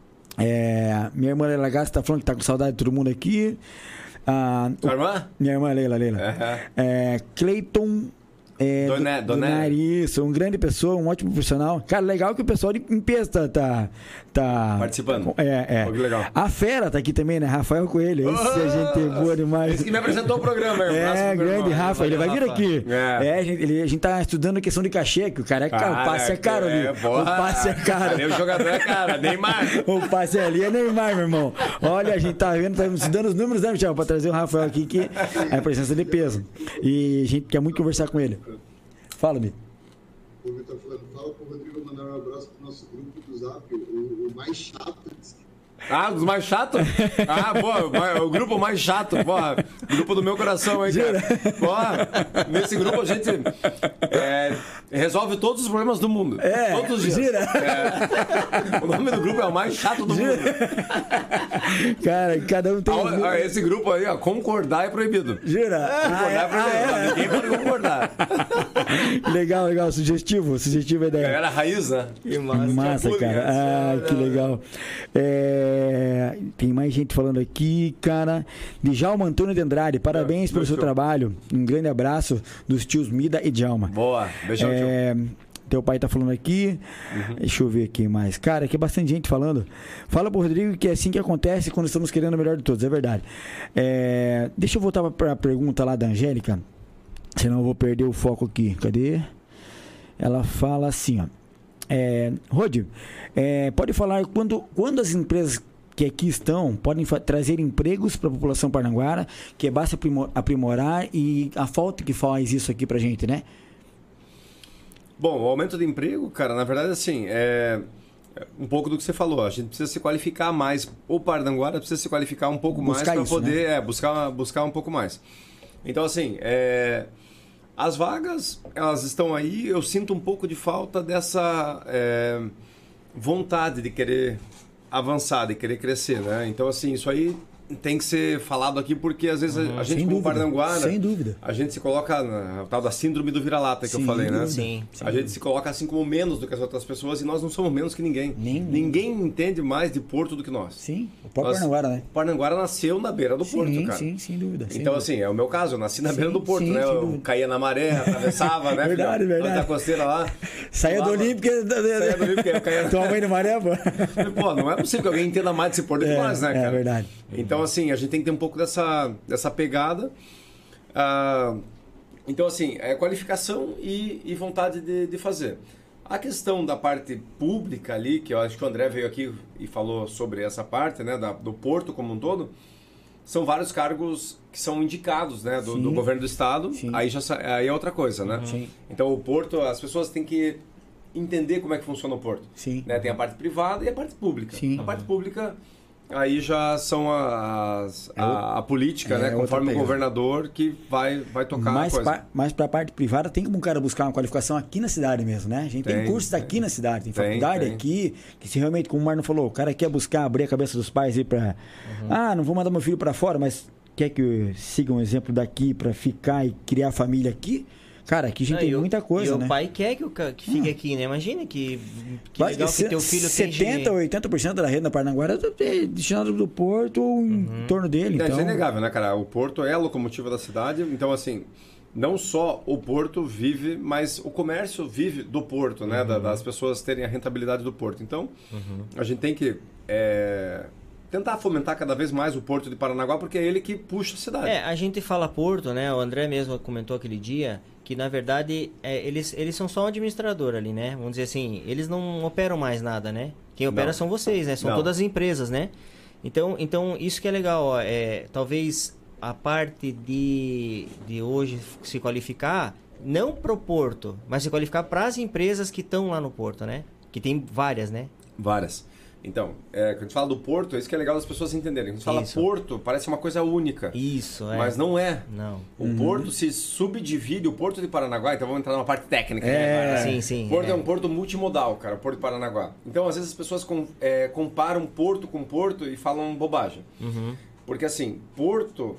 É, minha irmã Leila Gasta tá falando que tá com saudade de todo mundo aqui. Ah, Tua irmã? Minha irmã Leila, Leila. Uhum. É, Cleiton... É, Doné, do, Doné. do isso, um grande pessoa, um ótimo profissional. Cara, legal que o pessoal de limpeza tá, tá, tá participando. É, é. Pô, que legal. A Fera tá aqui também, né? Rafael Coelho. Esse oh, a gente é boa demais. Esse que me apresentou o programa, irmão. É, grande Rafa, ele vai vir Rafa. aqui. É. É, a, gente, ele, a gente tá estudando questão de cachê, que o cara é caro, Cara, o passe é caro ali. É, o passe é caro. Ali o jogador é caro, Neymar. O passe ali é Neymar, meu irmão. Olha, a gente tá vendo, tá estudando os números, né, Michel? Pra trazer o Rafael aqui, que é a presença de peso. E a gente quer muito conversar com ele. Fala-me. O Vitor falando, fala pro Rodrigo mandar um abraço pro nosso grupo do Zap, o, o mais chato. Ah, dos mais chatos? Ah, boa, o grupo mais chato, porra. Grupo do meu coração, hein, cara. Porra, nesse grupo a gente é, resolve todos os problemas do mundo. É, todos os dias. Gira. É, o nome do grupo é o mais chato do gira. mundo. Cara, cada um tem... Ah, um... Esse grupo aí, ó, concordar é proibido. Jura? Concordar ah, é, é proibido. Ah, é. Ninguém pode concordar. Legal, legal. Sugestivo, sugestivo a ideia. Galera raiz, né? Que massa, massa cara. Ah, que legal. É... Tem mais gente falando aqui, cara. Djalma Antônio de Andrade, parabéns é, pelo seu show. trabalho. Um grande abraço dos tios Mida e Djalma. Boa, beijão, é, tio. Teu pai tá falando aqui. Uhum. Deixa eu ver aqui mais. Cara, aqui é bastante gente falando. Fala pro Rodrigo que é assim que acontece quando estamos querendo o melhor de todos, é verdade. É, deixa eu voltar para a pergunta lá da Angélica, senão eu vou perder o foco aqui. Cadê? Ela fala assim, ó. É, Rod, é, pode falar quando, quando as empresas que aqui estão podem trazer empregos para a população parnanguara, que basta aprimorar, e a falta que faz isso aqui pra gente, né? Bom, o aumento de emprego, cara, na verdade, assim, é um pouco do que você falou. A gente precisa se qualificar mais. O Parnanguara precisa se qualificar um pouco buscar mais para poder né? é, buscar, buscar um pouco mais. Então, assim, é... as vagas, elas estão aí. Eu sinto um pouco de falta dessa é, vontade de querer avançar, de querer crescer, né? Então, assim, isso aí tem que ser falado aqui, porque às vezes uhum, a gente, como Parnanguara, sem dúvida, a gente se coloca na tal da síndrome do vira-lata que sim, eu falei, né? Sim, a gente se coloca assim como menos do que as outras pessoas, e nós não somos menos que ninguém. Nem, ninguém entende mais de Porto do que nós. Sim, o próprio Parnanguara, né? O Parnanguara nasceu na beira do sim, Porto, cara. Sim, sem dúvida. Sem então, dúvida. assim, é o meu caso. Eu nasci na sim, beira do Porto, sim, né? Eu caía na maré, atravessava, né? Verdade, filho? verdade. Da costeira lá. Saía do Olímpico. Saía do Olímpico, eu caía na... Tua mãe no maré, pô. Pô, não é possível que alguém entenda mais desse Porto do que nós, né, cara? É verdade. Então, assim, a gente tem que ter um pouco dessa, dessa pegada. Ah, então, assim, é qualificação e, e vontade de, de fazer. A questão da parte pública ali, que eu acho que o André veio aqui e falou sobre essa parte, né, da, do Porto como um todo, são vários cargos que são indicados, né, do, do governo do estado. Sim. Aí já aí é outra coisa, né? Sim. Então, o Porto, as pessoas têm que entender como é que funciona o Porto. Sim. Né? Tem a parte privada e a parte pública. Sim. A parte pública... Aí já são as, é a, a política, é né? Conforme o governador que vai, vai tocar mais a coisa. Pa, mais para a parte privada, tem como um cara buscar uma qualificação aqui na cidade mesmo, né? A gente tem, tem cursos tem. aqui na cidade, tem, tem faculdade tem. aqui, que se realmente, como o Marno falou, o cara quer buscar abrir a cabeça dos pais aí para... Uhum. Ah, não vou mandar meu filho para fora, mas quer que siga um exemplo daqui para ficar e criar família aqui... Cara, aqui a gente não, tem muita coisa, e né? E o pai quer que, o, que fique hum. aqui, né? Imagina que, que legal que teu filho tem... setenta, oitenta por cento da rede da Parnanguara é destinado do Porto ou em uhum. torno dele. É, então... isso é inegável, né, cara? O Porto é a locomotiva da cidade. Então, assim, não só o Porto vive, mas o comércio vive do Porto, né? Uhum. Da, das pessoas terem a rentabilidade do Porto. Então, uhum. a gente tem que... É... tentar fomentar cada vez mais o Porto de Paranaguá, porque é ele que puxa a cidade. É, a gente fala Porto, né? O André mesmo comentou aquele dia que, na verdade, é, eles, eles são só um administrador ali, né? Vamos dizer assim, eles não operam mais nada, né? Quem opera não. são vocês, né? São não. todas as empresas, né? Então, então isso que é legal, ó, é, talvez a parte de, de hoje se qualificar, não pro Porto, mas se qualificar para as empresas que estão lá no Porto, né? Que tem várias, né? Várias. Então, é, quando a gente fala do porto, é isso que é legal das pessoas entenderem. Quando a gente fala isso. porto, parece uma coisa única. Isso, é. Mas não é. Não. O uhum. porto se subdivide, o Porto de Paranaguá, então vamos entrar numa parte técnica. É, né? sim, sim. O porto é. é um porto multimodal, cara, o Porto de Paranaguá. Então, às vezes as pessoas com, é, comparam porto com porto e falam bobagem. Uhum. Porque assim, porto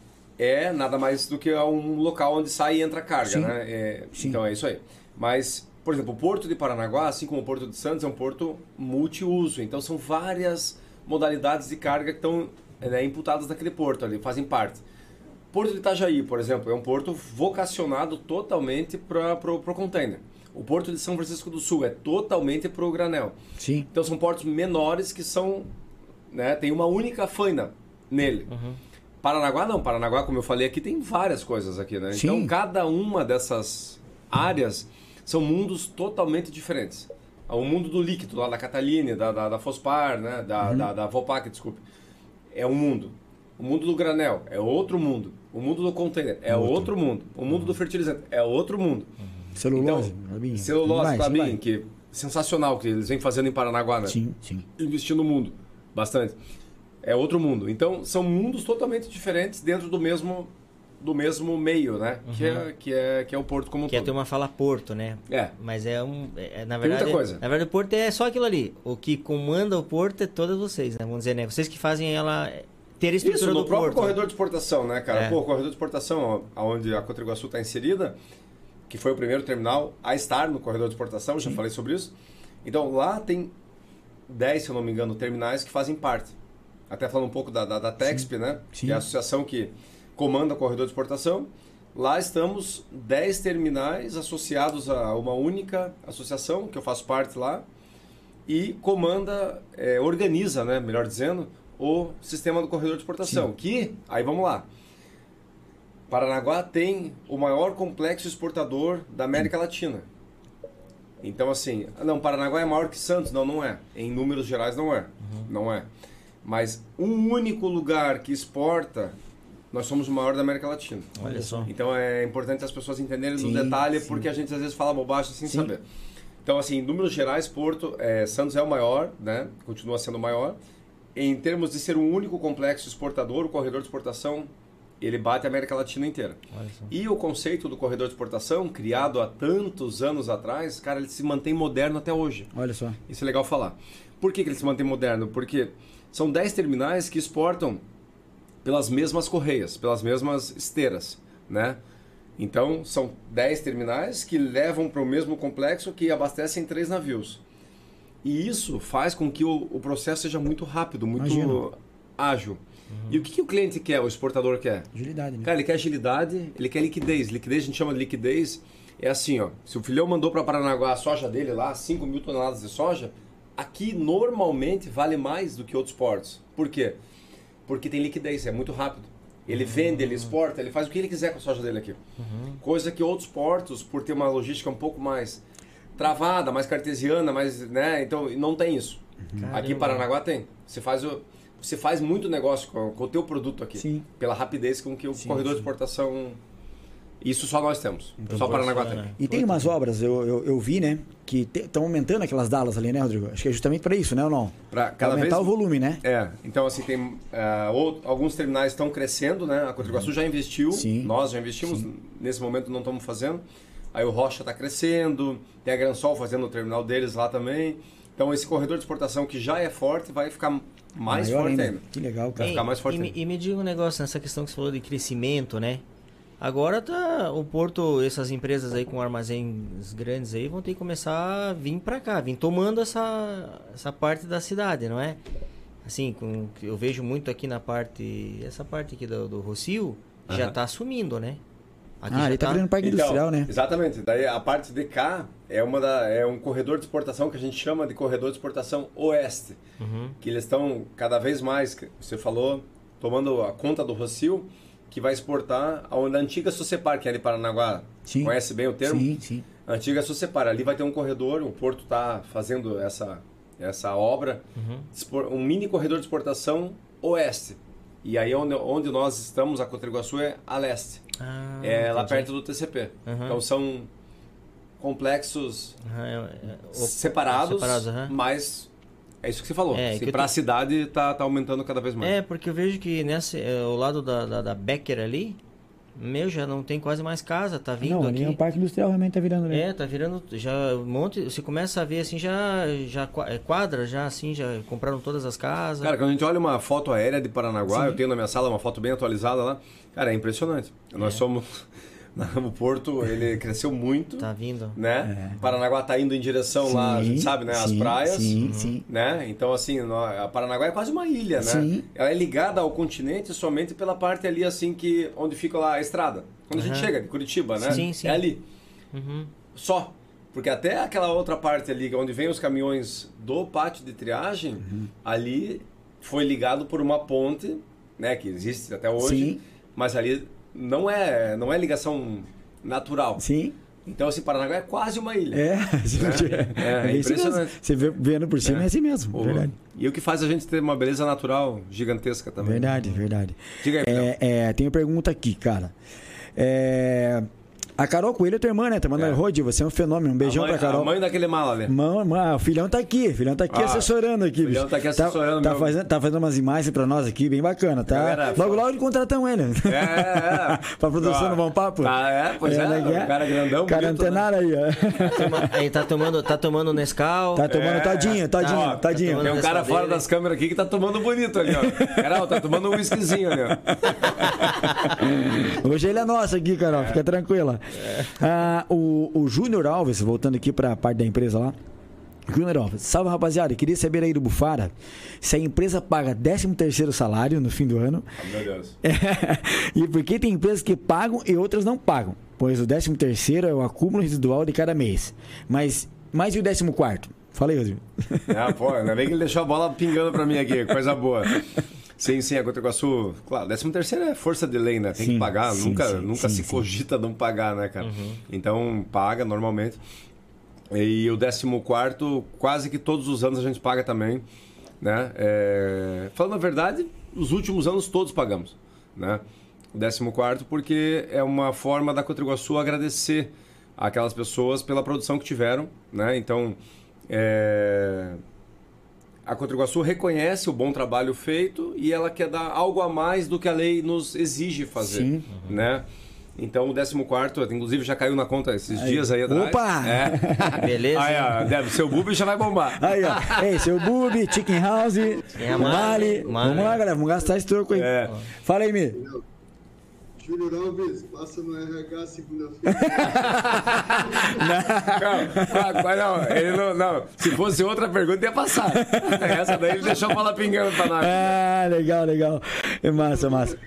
é nada mais do que um local onde sai e entra carga, sim. né? É, sim. Então é isso aí. Mas... Por exemplo, o Porto de Paranaguá, assim como o Porto de Santos, é um porto multiuso. Então, são várias modalidades de carga que estão né, imputadas naquele porto ali, fazem parte. Porto de Itajaí, por exemplo, é um porto vocacionado totalmente para o container. O Porto de São Francisco do Sul é totalmente para o granel. Sim. Então, são portos menores que são... Né, tem uma única faina nele. Uhum. Paranaguá não. Paranaguá, como eu falei aqui, tem várias coisas aqui. Né? Sim. Então, cada uma dessas áreas... São mundos totalmente diferentes. O mundo do líquido, lá da Cataline, da, da, da Fospar, né? da, uhum. da, da Vopak, desculpe, é um mundo. O mundo do granel é outro mundo. O mundo do container é outro, outro mundo. O mundo uhum. do fertilizante é outro mundo. Uhum. Celulose, então, celulose, Clabin, que sensacional que eles vêm fazendo em Paranaguá, né? Sim, sim. Investindo no mundo, bastante. É outro mundo. Então, são mundos totalmente diferentes dentro do mesmo... do mesmo meio, né? Uhum. Que, é, que, é, que é o porto como um todo. Que é a turma fala porto, né? É. Mas é um... É, na Tem verdade, muita coisa. Na verdade, o porto é só aquilo ali. O que comanda o porto é todos vocês, né? Vamos dizer, né? Vocês que fazem ela ter a estrutura Isso, no do próprio porto. corredor de exportação, né, cara? É. Pô, o corredor de exportação, onde a Cotriguaçu está inserida, que foi o primeiro terminal a estar no corredor de exportação, já falei sobre isso. Então, lá tem dez, se eu não me engano, terminais que fazem parte. Até falando um pouco da, da, da Texp, Sim. né? Sim. Que é a associação que comanda o corredor de exportação. Lá estamos dez terminais associados a uma única associação, que eu faço parte lá, e comanda, é, organiza, né, melhor dizendo, o sistema do corredor de exportação. Sim. Que, aí vamos lá, Paranaguá tem o maior complexo exportador da América Latina. Então, assim, não, Paranaguá é maior que Santos. Não, não é. Em números gerais, não é. Uhum. Não é. Mas um único lugar que exporta... Nós somos o maior da América Latina. Olha só. Então é importante as pessoas entenderem sim, no detalhe, sim. porque a gente às vezes fala bobagem sem sim. saber. Então, assim, em números gerais, Porto, é, Santos é o maior, né? Continua sendo o maior. Em termos de ser um único complexo exportador, o corredor de exportação, ele bate a América Latina inteira. Olha só. E o conceito do corredor de exportação, criado há tantos anos atrás, cara, ele se mantém moderno até hoje. Olha só. Isso é legal falar. Por que, que ele se mantém moderno? Porque são dez terminais que exportam pelas mesmas correias, pelas mesmas esteiras, né? Então, são dez terminais que levam para o mesmo complexo que abastecem três navios. E isso faz com que o, o processo seja muito rápido, muito Imagina. ágil. Uhum. E o que, que o cliente quer, o exportador quer? Agilidade, né? Cara, ele quer agilidade, ele quer liquidez. Liquidez, a gente chama de liquidez, é assim, ó. Se o filhão mandou para Paranaguá a soja dele lá, cinco mil toneladas de soja, aqui normalmente vale mais do que outros portos. Por quê? Porque tem liquidez, é muito rápido. Ele uhum. vende, ele exporta, ele faz o que ele quiser com a soja dele aqui. Uhum. Coisa que outros portos, por ter uma logística um pouco mais travada, mais cartesiana, mais, né? Então não tem isso. Uhum. Aqui em Paranaguá tem. Você faz, o, você faz muito negócio com, com o teu produto aqui. Sim. Pela rapidez com que o sim, corredor sim. de exportação... Isso só nós temos. Então, só Paranaguá tem. Né? E tem umas obras, eu, eu, eu vi, né? Que estão aumentando aquelas Dallas ali, né, Rodrigo? Acho que é justamente para isso, né, ou não? Para cada aumentar vez... o volume, né? É. Então, assim, tem uh, ou, alguns terminais estão crescendo, né? A Cotriguaçu uhum. já investiu, Sim. nós já investimos, Sim. nesse momento não estamos fazendo. Aí o Rocha está crescendo, tem a Gransol fazendo o terminal deles lá também. Então, esse corredor de exportação que já é forte vai ficar mais Maior forte ainda. ainda. Que legal, cara. Vai ficar mais forte e, ainda. E me diga um negócio, nessa questão que você falou de crescimento, né? Agora tá o Porto, essas empresas aí com armazéns grandes aí vão ter que começar a vir para cá, vir tomando essa, essa parte da cidade, não é? Assim, com, eu vejo muito aqui na parte, essa parte aqui do, do Rocio, uhum. já tá assumindo, né? Aqui ah, ele tá criando parque então, industrial, né? Exatamente. Daí a parte de cá é, uma da, é um corredor de exportação que a gente chama de corredor de exportação oeste. Uhum. Que eles estão cada vez mais, você falou, tomando a conta do Rocio, que vai exportar aonde a antiga Socipar, que é ali em Paranaguá, sim. conhece bem o termo? Sim, sim. A antiga Socipar, ali vai ter um corredor, o Porto está fazendo essa, essa obra, uhum. um mini corredor de exportação oeste. E aí onde, onde nós estamos, a Cotriguaçu, é a leste. Ah, é lá entendi. perto do T C P. Uhum. Então são complexos uhum, é, é, separados, separados uhum. mas é isso que você falou. É, para a cidade está tá aumentando cada vez mais. É, porque eu vejo que nesse, é, ao lado da, da, da Becker ali, meu, já não tem quase mais casa, tá vindo não, aqui. Não, o Parque Industrial realmente tá virando, né? É, tá virando, já um monte, você começa a ver assim, já, já quadra, já assim, já compraram todas as casas. Cara, quando a gente olha uma foto aérea de Paranaguá, Sim. eu tenho na minha sala uma foto bem atualizada lá, cara, é impressionante. É. Nós somos... O Porto, ele cresceu muito. Tá vindo. Né? É. Paranaguá tá indo em direção sim, lá, a gente sabe, né? Sim, as praias. Sim, sim. Né? Então, assim, a Paranaguá é quase uma ilha, né? Sim. Ela é ligada ao continente somente pela parte ali, assim, que, onde fica lá a estrada. Quando uhum. a gente chega de Curitiba, né? Sim, sim. É ali. Uhum. Só. Porque até aquela outra parte ali, onde vem os caminhões do pátio de triagem, uhum. ali foi ligado por uma ponte, né? Que existe até hoje. Sim. Mas ali... Não é, não é ligação natural. Sim. Então, assim, Paranaguá é quase uma ilha. É, né? é, é impressionante. Você vê, vendo por cima é, é assim mesmo, o, verdade. E o que faz a gente ter uma beleza natural gigantesca também. Verdade, verdade. Diga aí, é, é, tem uma pergunta aqui, cara. É... A Carol Coelho é tua irmã, né? Tá mandando é. Rodi, você é um fenômeno. Um beijão a mãe, pra Carol. A mãe daquele mala ali. Mãe, mãe, o filhão tá aqui. O filhão tá aqui ah, assessorando aqui, bicho. O filhão tá aqui assessorando. Tá, meu... tá, fazendo, tá fazendo umas imagens pra nós aqui, bem bacana, tá? Galera, logo, logo de contratão ele. É, é, é. Pra produção do Bom Papo. Tá, é, pois é. é, é. O cara grandão, cara bonito, antenário né? aí, ó. Ele tá tomando, tá tomando Nescau. Tá tomando é. todinho, todinho, tá, todinho. Tá Tem um cara fora dele. Das câmeras aqui que tá tomando bonito ali, ó. Carol, tá tomando um whiskyzinho ali, ó. Hoje ele é nosso aqui, Carol, é. Fica tranquila. É. Ah, o, o Júnior Alves, voltando aqui para a parte da empresa lá. Júnior Alves, salve rapaziada, queria saber aí do Bufara se a empresa paga décimo terceiro salário no fim do ano. Oh, meu Deus. É, e por que tem empresas que pagam e outras não pagam? Pois o décimo terceiro é o acúmulo residual de cada mês. Mas, mas e o décimo quarto? Fala aí, Rodrigo. Ah, pô, ainda bem que ele deixou a bola pingando para mim aqui, coisa boa. Sim, sim, a Cotriguaçu, claro, décimo terceiro é força de lei, né? Tem sim, que pagar, sim, nunca, sim, nunca sim, se sim. cogita não pagar, né, cara? Uhum. Então, paga normalmente. E o décimo quarto, quase que todos os anos a gente paga também, né? É... Falando a verdade, os últimos anos todos pagamos, né? O décimo quarto porque é uma forma da Cotriguaçu agradecer aquelas pessoas pela produção que tiveram, né? Então, é... a Cotriguaçu reconhece o bom trabalho feito e ela quer dar algo a mais do que a lei nos exige fazer. Sim. Né? Então o décimo quarto, inclusive já caiu na conta esses aí. dias aí atrás. Opa! É. Beleza. Aí, ó, deve, seu Bubi já vai bombar. Aí, ó. Ei, seu Bubi, Chicken House, é, Mali. Vamos lá, galera. Vamos gastar esse troco aí. É. Fala aí, Mi. Júnior Alves, passa no R H segunda-feira. não, não, ele não, não. Se fosse outra pergunta, ia passar. Essa daí ele deixou a bola pingando pra nós. Ah, legal, legal. É massa, massa.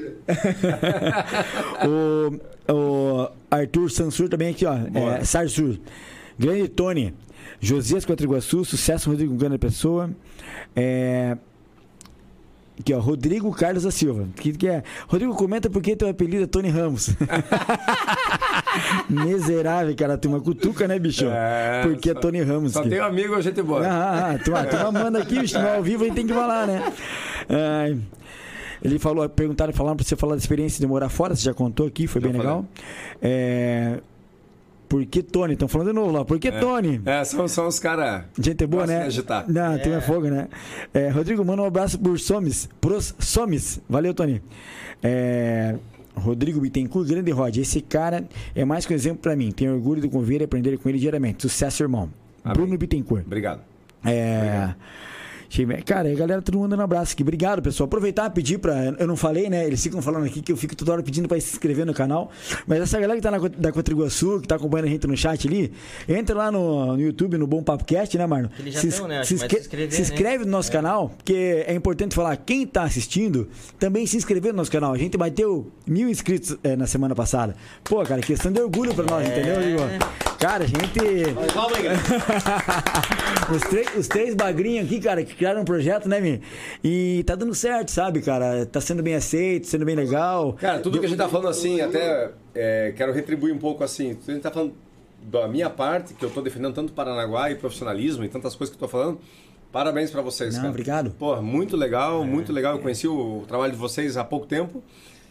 o, o Arthur Sansur também aqui, ó. É, Sarsur. Grande Tony. Josias Cotriguaçu, sucesso, Rodrigo Gana Pessoa. É... Aqui, ó, Rodrigo Carlos da Silva. Que, que é? Rodrigo, comenta por que teu apelido é Tony Ramos. Miserável, cara. Tem uma cutuca, né, bicho? É, porque só, é Tony Ramos. Só que... tem um amigo, a gente bora. Ah, ah, tu, ah, tu manda aqui, bicho, no ao vivo a gente tem que falar, né? Ah, ele falou, perguntaram, falaram pra você falar da experiência de morar fora, você já contou aqui, foi já bem falei. legal. É... Por que Tony? Estão falando de novo lá. Por que é, Tony? É, são, são os caras. Gente boa, né? Agitar. Não, é. tem fogo, né? É, Rodrigo, manda um abraço por Somes. Pros Somes. Valeu, Tony. É, Rodrigo Bittencourt, grande Rod. Esse cara é mais que um exemplo pra mim. Tenho orgulho de conviver e aprender com ele diariamente. Sucesso, irmão. Amém. Bruno Bittencourt. Obrigado. É. Obrigado. Cara, a galera todo mundo dando um abraço aqui. Obrigado, pessoal. Aproveitar e pedir pra... Eu não falei, né? Eles ficam falando aqui que eu fico toda hora pedindo pra se inscrever no canal. Mas essa galera que tá na, da Cotriguaçu, que tá acompanhando a gente no chat ali, entra lá no, no YouTube, no Bom Papo Cast, né, Marlon? Eles já se, estão, né? Se, se, inscrever, se inscreve né? no nosso é. canal, porque é importante falar, quem tá assistindo, também se inscrever no nosso canal. A gente bateu mil inscritos é, na semana passada. Pô, cara, questão de orgulho pra nós, é. entendeu, Igor? Cara, a gente... Calma aí, os, três, os três bagrinhos aqui, cara, que criaram um projeto, né, Mi? E tá dando certo, sabe, cara? Tá sendo bem aceito, sendo bem legal. Cara, tudo Deu... que a gente tá falando assim, até é, quero retribuir um pouco assim. A gente tá falando da minha parte, que eu tô defendendo tanto Paranaguá e profissionalismo e tantas coisas que eu tô falando. Parabéns pra vocês, Não, cara. Obrigado. Pô, muito legal, é, muito legal. Eu conheci o trabalho de vocês há pouco tempo. E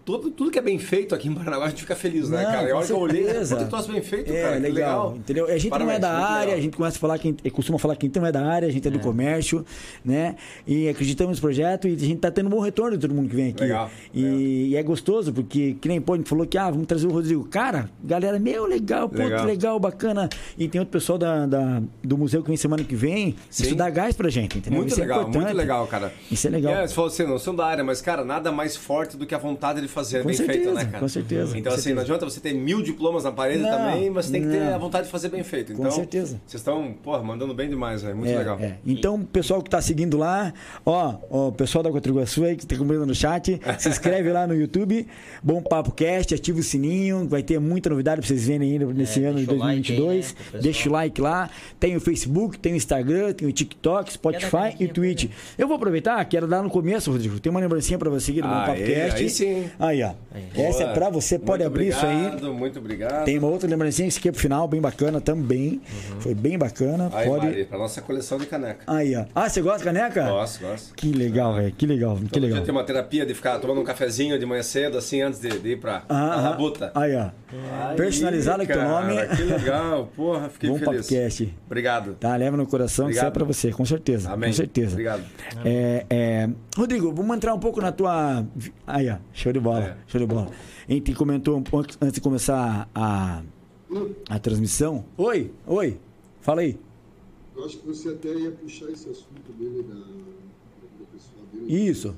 tudo, tudo que é bem feito aqui em Paranaguá, a gente fica feliz, né, não, cara? E a hora que eu olhei, certeza. puta, troço bem feito, é, cara, que legal, legal. Entendeu? A gente Parabéns, não é da muito área, legal. a gente começa a falar quem costuma falar que não é da área, a gente é do É. comércio, né? E acreditamos no projeto e a gente tá tendo um bom retorno de todo mundo que vem aqui. Legal, E, legal. e é gostoso, porque, que nem pô, a gente falou que, ah, vamos trazer o Rodrigo. Cara, galera, meu, legal, pô, Legal. que legal, bacana. E tem outro pessoal da, da- do museu que vem semana que vem. Sim. Isso dá gás pra gente, entendeu? Muito Isso é legal, importante. muito legal, cara. Isso é legal. É, você falou assim, não são da área, mas, cara, nada mais forte do que a vontade de fazer Com bem certeza, feito, né, cara? com certeza, Então, com assim, certeza. não adianta você ter mil diplomas na parede Não, também, mas você tem que ter não. a vontade de fazer bem feito. Com Então, certeza. vocês estão, porra, mandando bem demais, é muito É, legal. é. Então, o pessoal que tá seguindo lá, ó, ó, o pessoal da Quatriguaçu aí que tá comentando no chat, se inscreve lá no YouTube, Bom Papo Cast, ativa o sininho, vai ter muita novidade pra vocês verem ainda nesse É, ano de deixa o dois mil e vinte e dois. like aí, né, pro pessoal. Deixa o like lá, tem o Facebook, tem o Instagram, tem o TikTok, Quer Spotify dar e canequinha o Twitch. Eu vou aproveitar, quero dar no começo, Rodrigo, tem uma lembrancinha pra você aqui do Bom Ah, Papo é, Cast. aí sim. Aí, ó. Aí. Essa é Boa. pra você, pode Muito abrir isso aí. obrigado, Muito obrigado. Tem uma outra lembrancinha, esse aqui é pro final, bem bacana também. Foi bem bacana. Aí, pode. Mari, pra nossa coleção de caneca. Aí, ó. Ah, você gosta de caneca? Gosto, gosto. Que legal, velho. Que legal, que Todo legal. dia tem uma terapia de ficar tomando um cafezinho de manhã cedo, assim, antes de, de ir pra Ah, a ah, labuta. Aí, ó. Aí, Personalizado com o teu nome. cara, Que legal, porra, fiquei Bom feliz. podcast. Obrigado. Tá, leva no coração que isso é Obrigado. pra você, com certeza. Amém. Com certeza. Obrigado. É, é... Rodrigo, vamos entrar um pouco na tua. Aí, ó. Show de bola. É. Show de bola. A gente comentou um pouco antes de começar a, a transmissão. Oi, oi. Fala aí. Eu acho que você até ia puxar esse assunto dele, da, do pessoal dele. Isso.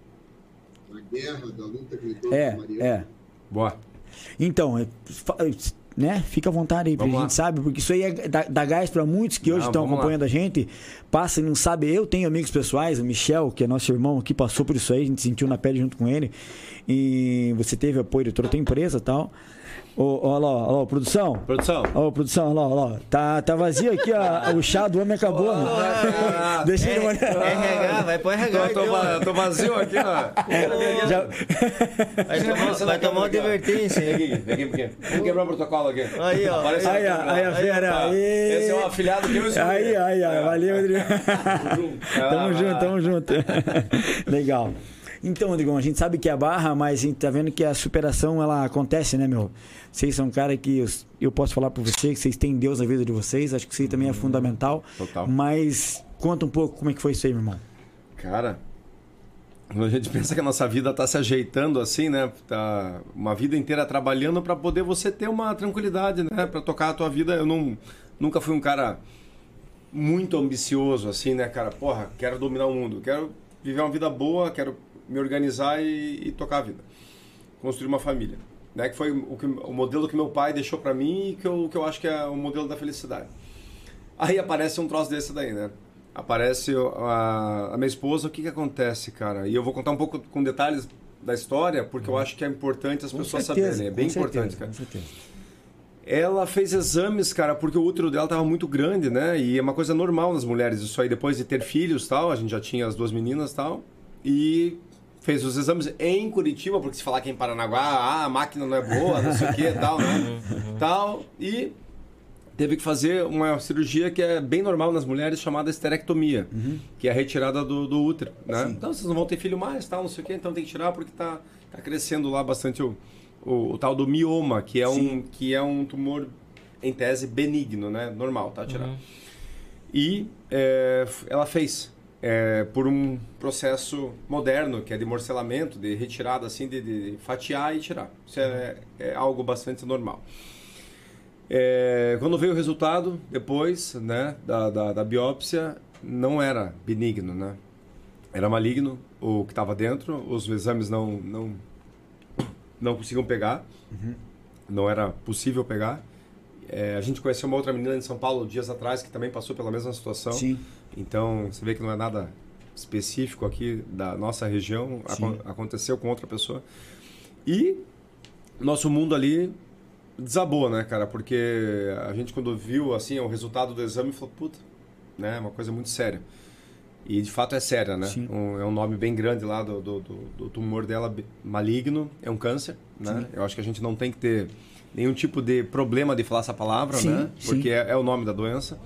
Da guerra, da luta que ele teve É, com a Mariana. é. Boa. Então, é, fa- né? Fica à vontade aí, porque Vamos a lá. gente sabe, porque isso aí é, dá, dá gás para muitos que hoje Não, estão vamos acompanhando a gente, passa e não sabe. Eu tenho amigos pessoais, o Michel, que é nosso irmão aqui, passou por isso aí, a gente sentiu na pele junto com ele. E você teve apoio de toda a tua empresa e tal. Ô, ó, lá, ó, ó, produção. Produção. Ó, produção, ó, lá, ó, lá. Tá, tá vazio aqui, ó, o chá do homem acabou, mano. Ah, Deixa ele É, olhar. R H, vai pro R H. tô, tô, va- tô vazio aqui, ó. Já- Vai tomar, vai tomar uma advertência. Vem aqui, vem aqui, vem aqui. Vamos quebrar o protocolo aqui. Aí, ó. Aparece Aí, na ó, câmera. aí, a fera. Tá. Aí. Esse é um afilhado que eu sou. Aí, aí, aí, valeu, Rodrigo. Ah, Tamo vai junto, lá. tamo junto. Legal. Então, Rodrigão, a gente sabe que é a barra, mas a gente tá vendo que a superação, ela acontece, né, meu? Vocês são um cara que eu, eu posso falar por você, que vocês têm Deus na vida de vocês, acho que isso aí também é fundamental. Total. Mas conta um pouco como é que foi isso aí, meu irmão. Cara, quando a gente pensa que a nossa vida tá se ajeitando assim, né? Tá uma vida inteira trabalhando para poder você ter uma tranquilidade, né? Para tocar a tua vida. Eu não, nunca fui um cara muito ambicioso assim, né, cara? Porra, quero dominar o mundo, quero viver uma vida boa, quero me organizar e, e tocar a vida. Construir uma família, né? Que foi o, que, o modelo que meu pai deixou para mim e que eu, que eu acho que é o modelo da felicidade. Aí aparece um troço desse daí, né? Aparece a, a minha esposa, o que que acontece, cara? E eu vou contar um pouco com detalhes da história, porque eu acho que é importante as Com pessoas certeza, saberem. É bem com certeza, importante, cara. Com certeza. Ela fez exames, cara, porque o útero dela estava muito grande, né? E é uma coisa normal nas mulheres, isso aí depois de ter filhos, tal, a gente já tinha as duas meninas, tal, e fez os exames em Curitiba, porque se falar que é em Paranaguá, ah, a máquina não é boa, não sei o que, tal, né? Tal, e teve que fazer uma cirurgia que é bem normal nas mulheres, chamada esterectomia, Uhum. que é a retirada do, do útero, né? Sim. Então vocês não vão ter filho mais, tal, não sei o que, então tem que tirar porque tá, tá crescendo lá bastante o, o, o tal do mioma, que é, um, que é um tumor, em tese, benigno, né? Normal, tá? Tirar. Uhum. E é, ela fez é, por um processo moderno, que é de morcelamento, de retirada, assim, de, de fatiar e tirar. Isso é, é algo bastante normal. É, quando veio o resultado, depois, né, da, da, da biópsia, não era benigno, né? Era maligno o que estava dentro, os exames não, não, não conseguiam pegar, Uhum. não era possível pegar. É, a gente conheceu uma outra menina em São Paulo dias atrás que também passou pela mesma situação. Sim. Então, você vê que não é nada específico aqui da nossa região, Sim. Aco- aconteceu com outra pessoa. E nosso mundo ali desabou, né, cara? Porque a gente, quando viu assim o resultado do exame, falou, puta, né? Uma coisa muito séria. E de fato é séria, né? Sim. Um, é um nome bem grande lá do, do, do, do tumor dela, be- maligno, é um câncer, né? Sim. Eu acho que a gente não tem que ter nenhum tipo de problema de falar essa palavra, Sim, né? sim. Porque é, é o nome da doença.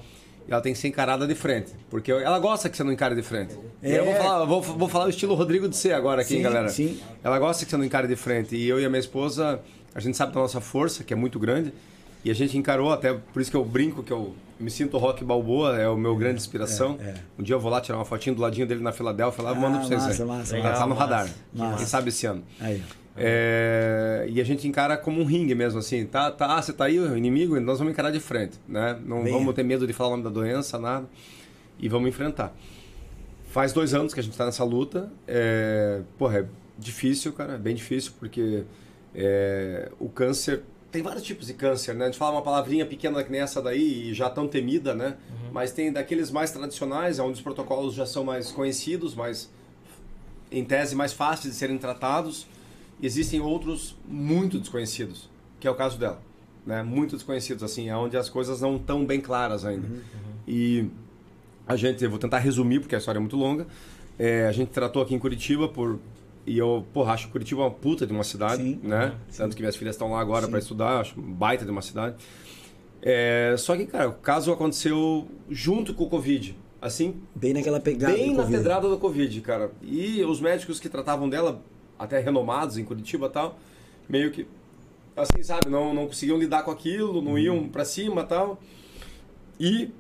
E ela tem que ser encarada de frente. Porque ela gosta que você não encare de frente. É. E eu vou falar, vou, vou falar o estilo Rodrigo de ser agora aqui, sim, galera. Sim. Ela gosta que você não encare de frente. E eu e a minha esposa, a gente sabe da nossa força, que é muito grande. E a gente encarou, até por isso que eu brinco, que eu me sinto Rock Balboa, é o meu grande inspiração. É, é. Um dia eu vou lá tirar uma fotinho do ladinho dele na Filadélfia, lá, ah, mando pra vocês. Massa, massa, Legal, tá no massa, radar. Massa. Quem sabe esse ano. Aí. É, e a gente encara como um ringue mesmo, assim, tá, tá, ah, você tá aí, o inimigo, nós vamos encarar de frente, né? Não Venha. Vamos ter medo de falar o nome da doença, nada, e vamos enfrentar. Faz dois anos que a gente tá nessa luta, é, porra, é difícil, cara, é bem difícil, porque é, o câncer, tem vários tipos de câncer, né? A gente fala uma palavrinha pequena que nem essa daí, e já tão temida, né? Uhum. Mas tem daqueles mais tradicionais, onde os protocolos já são mais conhecidos, mais, em tese, mais fáceis de serem tratados. Existem outros muito desconhecidos, que é o caso dela, né? Muito desconhecidos, assim, onde as coisas não estão bem claras ainda. Uhum, uhum. E a gente, eu vou tentar resumir, porque a história é muito longa, é, a gente tratou aqui em Curitiba por... E eu, porra, acho Curitiba uma puta de uma cidade, sim, né? Sim. Tanto que minhas filhas estão lá agora para estudar, acho baita de uma cidade. É, só que, cara, o caso aconteceu junto com o Covid, assim... Bem naquela pegada Bem na pedrada do Covid, cara. E os médicos que tratavam dela... até renomados em Curitiba e tal, meio que, assim, sabe, não, não conseguiam lidar com aquilo, não iam pra cima e tal. E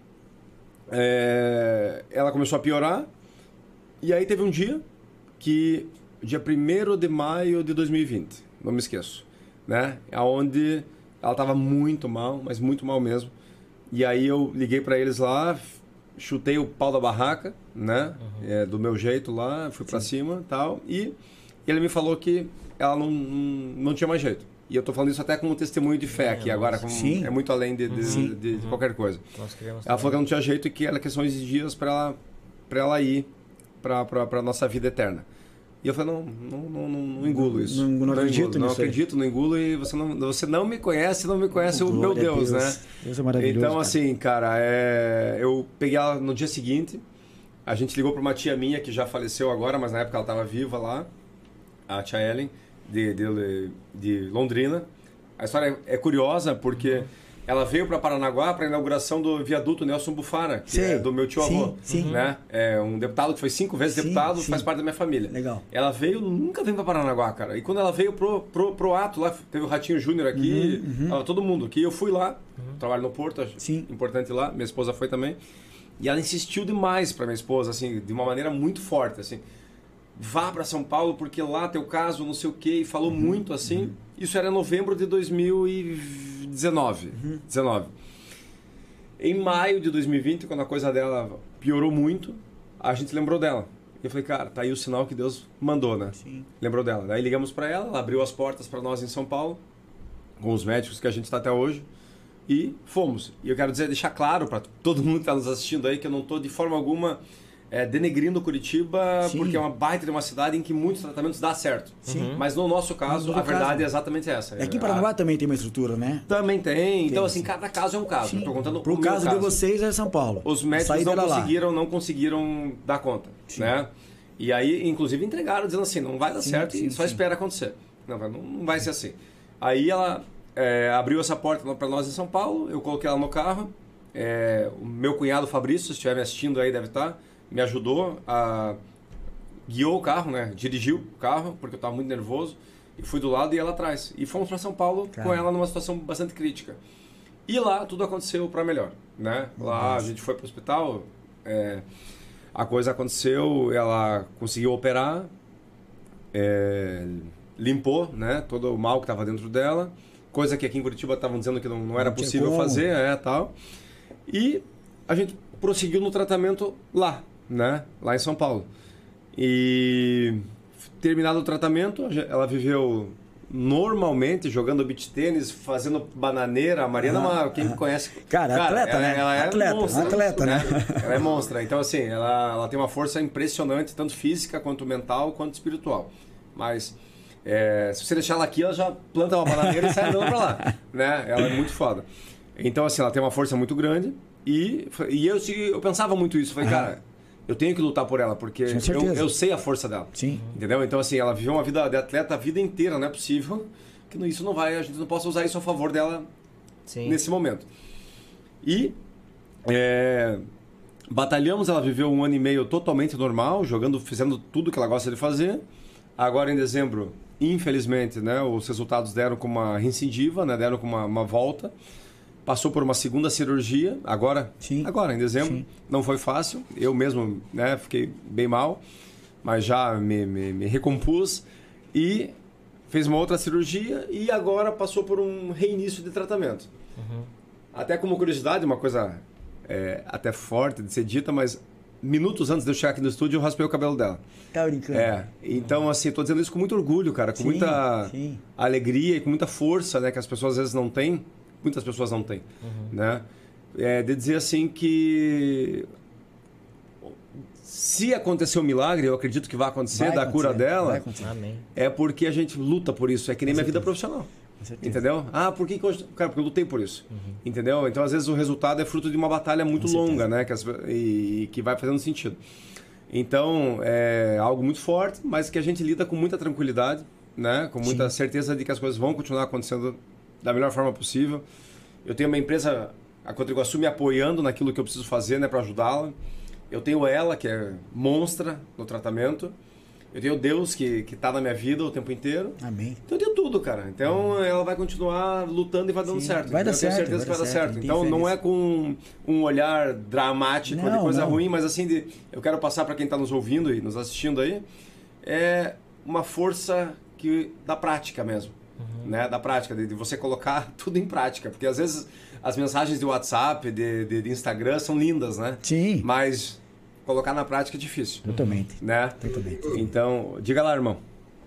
é, ela começou a piorar, e aí teve um dia que, dia primeiro de maio de dois mil e vinte, não me esqueço, né, onde ela tava muito mal, mas muito mal mesmo. E aí eu liguei pra eles lá, chutei o pau da barraca, né, uhum. é, do meu jeito lá, fui pra Sim. cima e tal, e... E ele me falou que ela não, não tinha mais jeito. E eu tô falando isso até como testemunho de fé aqui, agora como é muito além de, de, de, de, de qualquer coisa. Ela falou que não tinha jeito e que era questões de dias para ela, pra ela ir para a nossa vida eterna. E eu falei, não, não, não, não engulo isso. Não, não, não acredito engulo, nisso. Não acredito, não engulo e você não, você não me conhece, não me conhece o meu Deus, Deus, né? Deus é maravilhoso, então, cara. assim, cara, é... eu peguei ela no dia seguinte, a gente ligou para uma tia minha que já faleceu agora, mas na época ela estava viva lá, a tia Ellen, de, de, de Londrina. A história é curiosa porque uhum. ela veio para Paranaguá para a inauguração do viaduto Nelson Bufara, que sim, é do meu tio sim, avô. Sim. Né? É um deputado que foi cinco vezes sim, deputado, sim. faz parte da minha família. Legal. Ela veio, nunca veio para Paranaguá, cara. E quando ela veio pro, pro, pro ato, lá teve o Ratinho Júnior aqui, uhum, uhum. Tava todo mundo aqui. Eu fui lá, uhum. trabalho no Porto, sim. importante ir lá, minha esposa foi também. E ela insistiu demais para minha esposa, assim, de uma maneira muito forte, assim. Vá para São Paulo porque lá tem o caso, não sei o quê, e falou uhum, muito assim. Uhum. Isso era em novembro de dois mil e dezenove. Uhum. dezenove. Em maio de dois mil e vinte, quando a coisa dela piorou muito, a gente lembrou dela. E eu falei, cara, tá aí o sinal que Deus mandou, né? Sim. Lembrou dela. Daí ligamos para ela, ela abriu as portas para nós em São Paulo, com os médicos que a gente está até hoje, e fomos. E eu quero dizer, deixar claro para todo mundo que está nos assistindo aí, que eu não estou de forma alguma... É, denegrindo Curitiba, sim. porque é uma baita de uma cidade em que muitos tratamentos dá certo. Sim. Mas no nosso caso, no a verdade caso. é exatamente essa. Aqui em Paranaguá a... também tem uma estrutura, né? Também tem. tem então, assim, sim. cada caso é um caso. Estou contando Pro o caso, caso de vocês é São Paulo. Os médicos não conseguiram, não conseguiram dar conta. Né? E aí, inclusive, entregaram dizendo assim, não vai dar sim, certo sim, e só sim. espera acontecer. Não, não vai ser assim. Aí ela é, abriu essa porta para nós em São Paulo, eu coloquei ela no carro. É, o meu cunhado Fabrício, se estiver me assistindo aí, deve estar... me ajudou, a... guiou o carro, né? Dirigiu o carro, porque eu estava muito nervoso, e fui do lado e ela atrás. E fomos para São Paulo Caramba. com ela numa situação bastante crítica. E lá tudo aconteceu para melhor, né? Lá a gente foi para o hospital, é... a coisa aconteceu, ela conseguiu operar, é... limpou, né? Todo o mal que estava dentro dela, coisa que aqui em Curitiba estavam dizendo que não, não era não possível como. fazer, é, tal. E a gente prosseguiu no tratamento lá, né? Lá em São Paulo. E terminado o tratamento, ela viveu normalmente jogando beach tênis, fazendo bananeira. A Mariana, ah, uma, quem ah. me conhece... Cara, cara atleta, ela, né? Ela é atleta, monstra, atleta, né? né? Ela é monstra. Então, assim, ela, ela tem uma força impressionante, tanto física, quanto mental, quanto espiritual. Mas, é, se você deixar ela aqui, ela já planta uma bananeira e sai andando pra lá, né? Ela é muito foda. Então, assim, ela tem uma força muito grande. E, e eu, eu pensava muito isso. Falei, ah. cara, eu tenho que lutar por ela, porque eu, eu sei a força dela. Sim. Entendeu? Então, assim, ela viveu uma vida de atleta a vida inteira. Não é possível que isso não vai... A gente não possa usar isso a favor dela Sim. nesse momento. E É, batalhamos, ela viveu um ano e meio totalmente normal, jogando, fazendo tudo que ela gosta de fazer. Agora, em dezembro, infelizmente, né, os resultados deram com uma recidiva, né, deram com uma, uma volta. Passou por uma segunda cirurgia, agora, Sim. agora em dezembro. Sim. Não foi fácil, eu mesmo, né, fiquei bem mal, mas já me, me, me recompus. E fez uma outra cirurgia e agora passou por um reinício de tratamento. Uhum. Até como curiosidade, uma coisa é, até forte de ser dita, mas minutos antes de eu chegar aqui no estúdio, eu raspei o cabelo dela. Tá brincando? É, então assim, tô dizendo isso com muito orgulho, cara, com sim, muita sim. alegria e com muita força, né, que as pessoas às vezes não têm, muitas pessoas não têm, uhum. né? É, de dizer assim que se acontecer um milagre, eu acredito que vai acontecer vai da acontecer, cura dela, vai acontecer. É porque a gente luta por isso, é que nem minha vida profissional. Entendeu? Ah, por que... Cara, porque eu lutei por isso. Uhum. Entendeu? Então, às vezes, o resultado é fruto de uma batalha muito Com longa, certeza. né? Que as... e... e que vai fazendo sentido. Então, é algo muito forte, mas que a gente lida com muita tranquilidade, né? Com muita Sim. certeza de que as coisas vão continuar acontecendo da melhor forma possível. Eu tenho uma empresa, a Contriguaçu, me apoiando naquilo que eu preciso fazer, né? Para ajudá-la. Eu tenho ela, que é monstra no tratamento. Eu tenho Deus que que está na minha vida o tempo inteiro. Amém. Então eu tenho tudo, cara. Então Amém. ela vai continuar lutando e vai dando Sim, certo. Vai dar eu certo. tenho certeza vai que vai dar certo. certo. Então feliz. não é com um olhar dramático não, de coisa não. ruim, mas assim, de, eu quero passar para quem está nos ouvindo e nos assistindo aí, é uma força que da prática mesmo. Uhum. Né? Da prática, de, de você colocar tudo em prática. Porque às vezes as mensagens de WhatsApp, de, de, de Instagram são lindas, né? Sim. Mas colocar na prática é difícil. Totalmente. Né? Totalmente. Então, diga lá, irmão.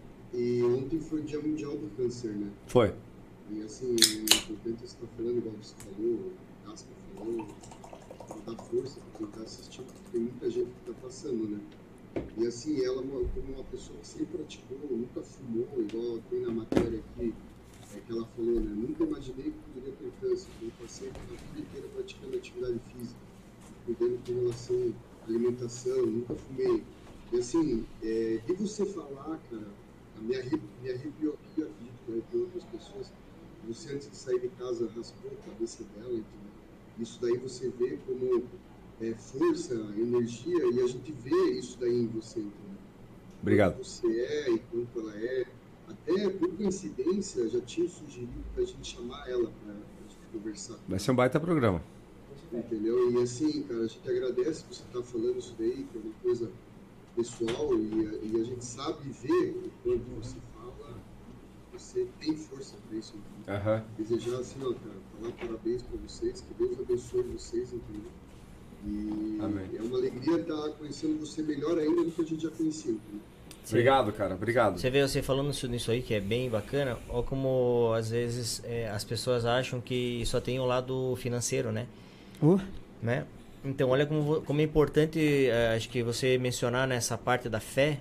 E ontem foi o Dia Mundial do Câncer, né? Foi. E assim, é importante você estar falando, igual você falou, o Gaspa falou, dar força para quem está assistindo, porque tem muita gente que está passando, né? E assim, ela, como uma pessoa que sempre praticou, nunca fumou, igual tem na matéria aqui, é que ela falou, né? Nunca imaginei que poderia ter câncer, eu passei a vida inteira praticando atividade física, cuidando com relação alimentação, nunca fumei. E assim, é, de você falar, cara, me arrepiou aqui, acredito que arrepiou outras pessoas, você antes de sair de casa raspou a cabeça dela, entendeu? Isso daí você vê como é, força, energia, e a gente vê isso daí em você, entendeu? Obrigado. Quanto você é e quanto ela é. Até por coincidência, já tinha sugerido pra gente chamar ela pra, pra gente conversar. Vai ser um baita programa. Entendeu? E assim, cara, a gente agradece você estar falando isso daí, que é uma coisa pessoal, e, e a gente sabe ver o quanto você fala, você tem força para isso. Uhum. Desejar assim, ó, cara, falar parabéns para vocês, que Deus abençoe vocês, entendeu? E Amém. É uma alegria estar conhecendo você melhor ainda do que a gente já conhecia, entendeu? Obrigado, cara, obrigado. Você vê você falando isso, nisso aí, que é bem bacana, ou como às vezes é, as pessoas acham que só tem o lado financeiro, né? Uh. Né? Então, olha como, como é importante, acho que você mencionar nessa parte da fé,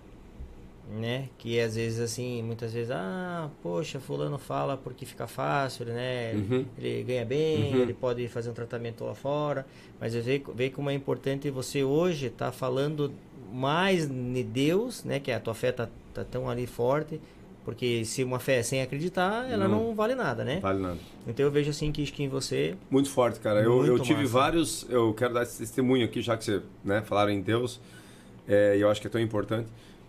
né? Que às vezes, assim, muitas vezes, ah, poxa, fulano fala porque fica fácil, né? Uhum. Ele ganha bem, uhum. ele pode fazer um tratamento lá fora, mas vê, vê como é importante você hoje estar tá falando mais de Deus, né? Que a tua fé tá, tá tão ali forte, porque se uma fé é sem acreditar, ela não, não vale nada, né? Vale nada. Então eu vejo assim que, que em você... Muito forte, cara. Eu, eu tive massa. vários... Eu quero dar esse testemunho aqui, já que você né, falaram em Deus. É, e eu acho que é tão importante.